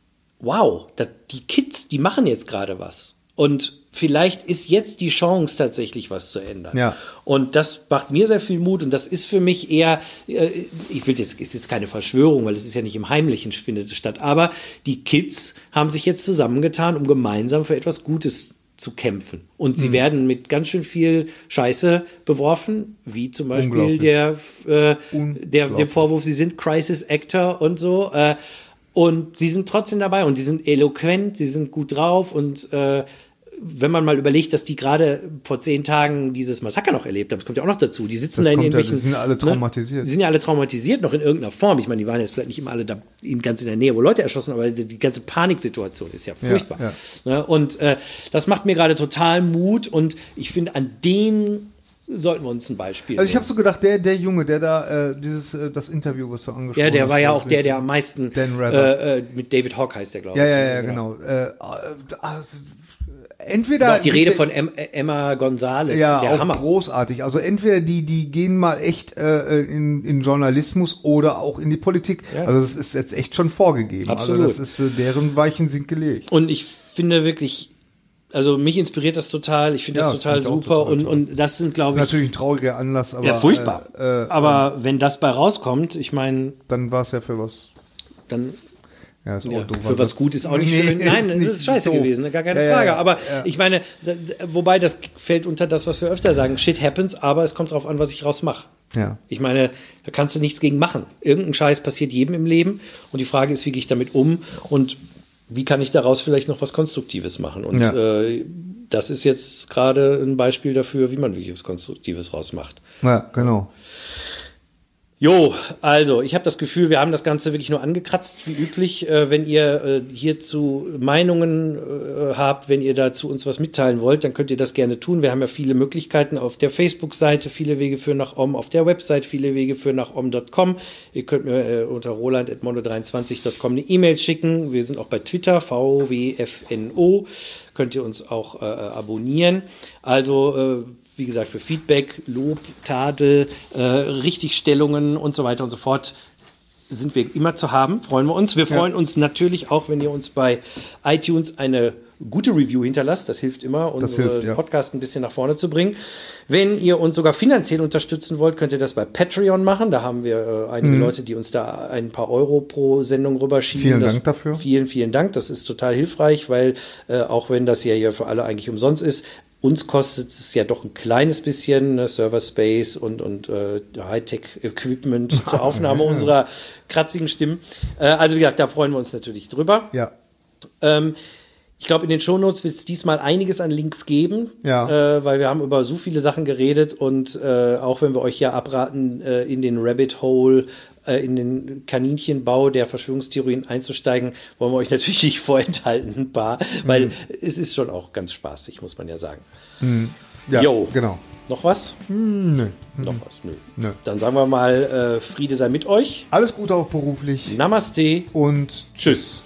wow, da, die Kids, die machen jetzt gerade was. Und vielleicht ist jetzt die Chance, tatsächlich was zu ändern. Ja. Und das macht mir sehr viel Mut. Und das ist für mich eher, äh, ich will jetzt, ist jetzt keine Verschwörung, weil es ist ja nicht im Heimlichen findet es statt. Aber die Kids haben sich jetzt zusammengetan, um gemeinsam für etwas Gutes zu kämpfen. Und sie mhm. werden mit ganz schön viel Scheiße beworfen, wie zum Beispiel der, äh, der, der Vorwurf, sie sind Crisis Actor und so. Äh, und sie sind trotzdem dabei und sie sind eloquent, sie sind gut drauf und äh, wenn man mal überlegt, dass die gerade vor zehn Tagen dieses Massaker noch erlebt haben, das kommt ja auch noch dazu. Die sitzen das da in kommt irgendwelchen. Ja, die sind alle traumatisiert. Ne? Die sind ja alle traumatisiert, noch in irgendeiner Form. Ich meine, die waren jetzt vielleicht nicht immer alle da ganz in der Nähe, wo Leute erschossen, aber die, die ganze Paniksituation ist ja furchtbar. Ja, ja. Ne? Und äh, das macht mir gerade total Mut und ich finde, an denen sollten wir uns ein Beispiel Also ich nehmen. habe so gedacht, der der Junge, der da äh, dieses äh, das Interview, was du angesprochen hast. Ja, der war ja auch der, der am meisten äh, äh, mit David Hawke heißt der, glaube ich. Ja, ja, ja, genau. genau. Äh, äh, entweder auch die Rede von Emma Gonzalez, ja, der auch Hammer. Großartig. Also entweder die die gehen mal echt äh, in, in Journalismus oder auch in die Politik. Ja. Also das ist jetzt echt schon vorgegeben. Absolut. Also das ist äh, deren Weichen sind gelegt. Und ich finde wirklich, also mich inspiriert das total. Ich finde das ja, total das super total und und das sind, glaube ich, das ist natürlich ein trauriger Anlass, aber ja furchtbar. Äh, äh, aber äh, wenn das bei rauskommt, ich meine, dann war es ja für was. Dann Ja, ist auch ja, doof, für was gut ist auch nicht nee, schön. Nein, ist es ist scheiße doof. gewesen, gar keine ja, Frage. ja, aber ja. ich meine, da, wobei das fällt unter das, was wir öfter sagen. Shit happens, aber es kommt drauf an, was ich raus mache. Ja. Ich meine, da kannst du nichts gegen machen. Irgendein Scheiß passiert jedem im Leben und die Frage ist, wie gehe ich damit um und wie kann ich daraus vielleicht noch was Konstruktives machen? Und ja. äh, das ist jetzt gerade ein Beispiel dafür, wie man wirklich was Konstruktives rausmacht. Ja, genau. Jo, also ich habe das Gefühl, wir haben das Ganze wirklich nur angekratzt, wie üblich. Äh, wenn ihr äh, hierzu Meinungen äh, habt, wenn ihr dazu uns was mitteilen wollt, dann könnt ihr das gerne tun. Wir haben ja viele Möglichkeiten auf der Facebook-Seite, viele Wege führen nach Om, auf der Website, viele Wege führen nach om punkt com. Ihr könnt mir äh, unter roland at mondo dreiundzwanzig punkt com eine E-Mail schicken. Wir sind auch bei Twitter, V W F N O. Könnt ihr uns auch äh, abonnieren. Also äh, wie gesagt, für Feedback, Lob, Tadel, äh, Richtigstellungen und so weiter und so fort sind wir immer zu haben. Freuen wir uns. Wir freuen ja. uns natürlich auch, wenn ihr uns bei iTunes eine gute Review hinterlasst. Das hilft immer, unseren hilft, ja. Podcast ein bisschen nach vorne zu bringen. Wenn ihr uns sogar finanziell unterstützen wollt, könnt ihr das bei Patreon machen. Da haben wir äh, einige mhm. Leute, die uns da ein paar Euro pro Sendung rüberschieben. Vielen das, Dank dafür. Vielen, vielen Dank. Das ist total hilfreich, weil äh, auch wenn das ja hier für alle eigentlich umsonst ist, uns kostet es ja doch ein kleines bisschen, ne, Server Space und, und äh, Hightech-Equipment zur Aufnahme unserer kratzigen Stimmen. Äh, also wie gesagt, da freuen wir uns natürlich drüber. Ja. Ähm, ich glaube, in den Shownotes wird es diesmal einiges an Links geben, ja. äh, weil wir haben über so viele Sachen geredet und äh, auch wenn wir euch ja abraten, äh, in den Rabbit Hole, äh, in den Kaninchenbau der Verschwörungstheorien einzusteigen, wollen wir euch natürlich nicht vorenthalten, ein paar, weil mhm. es ist schon auch ganz spaßig, muss man ja sagen. Mhm. Ja, jo. genau. Noch was? Mhm. Nö. Noch was? Nö. Nö. Dann sagen wir mal, äh, Friede sei mit euch. Alles Gute auch beruflich. Namaste. Und tschüss.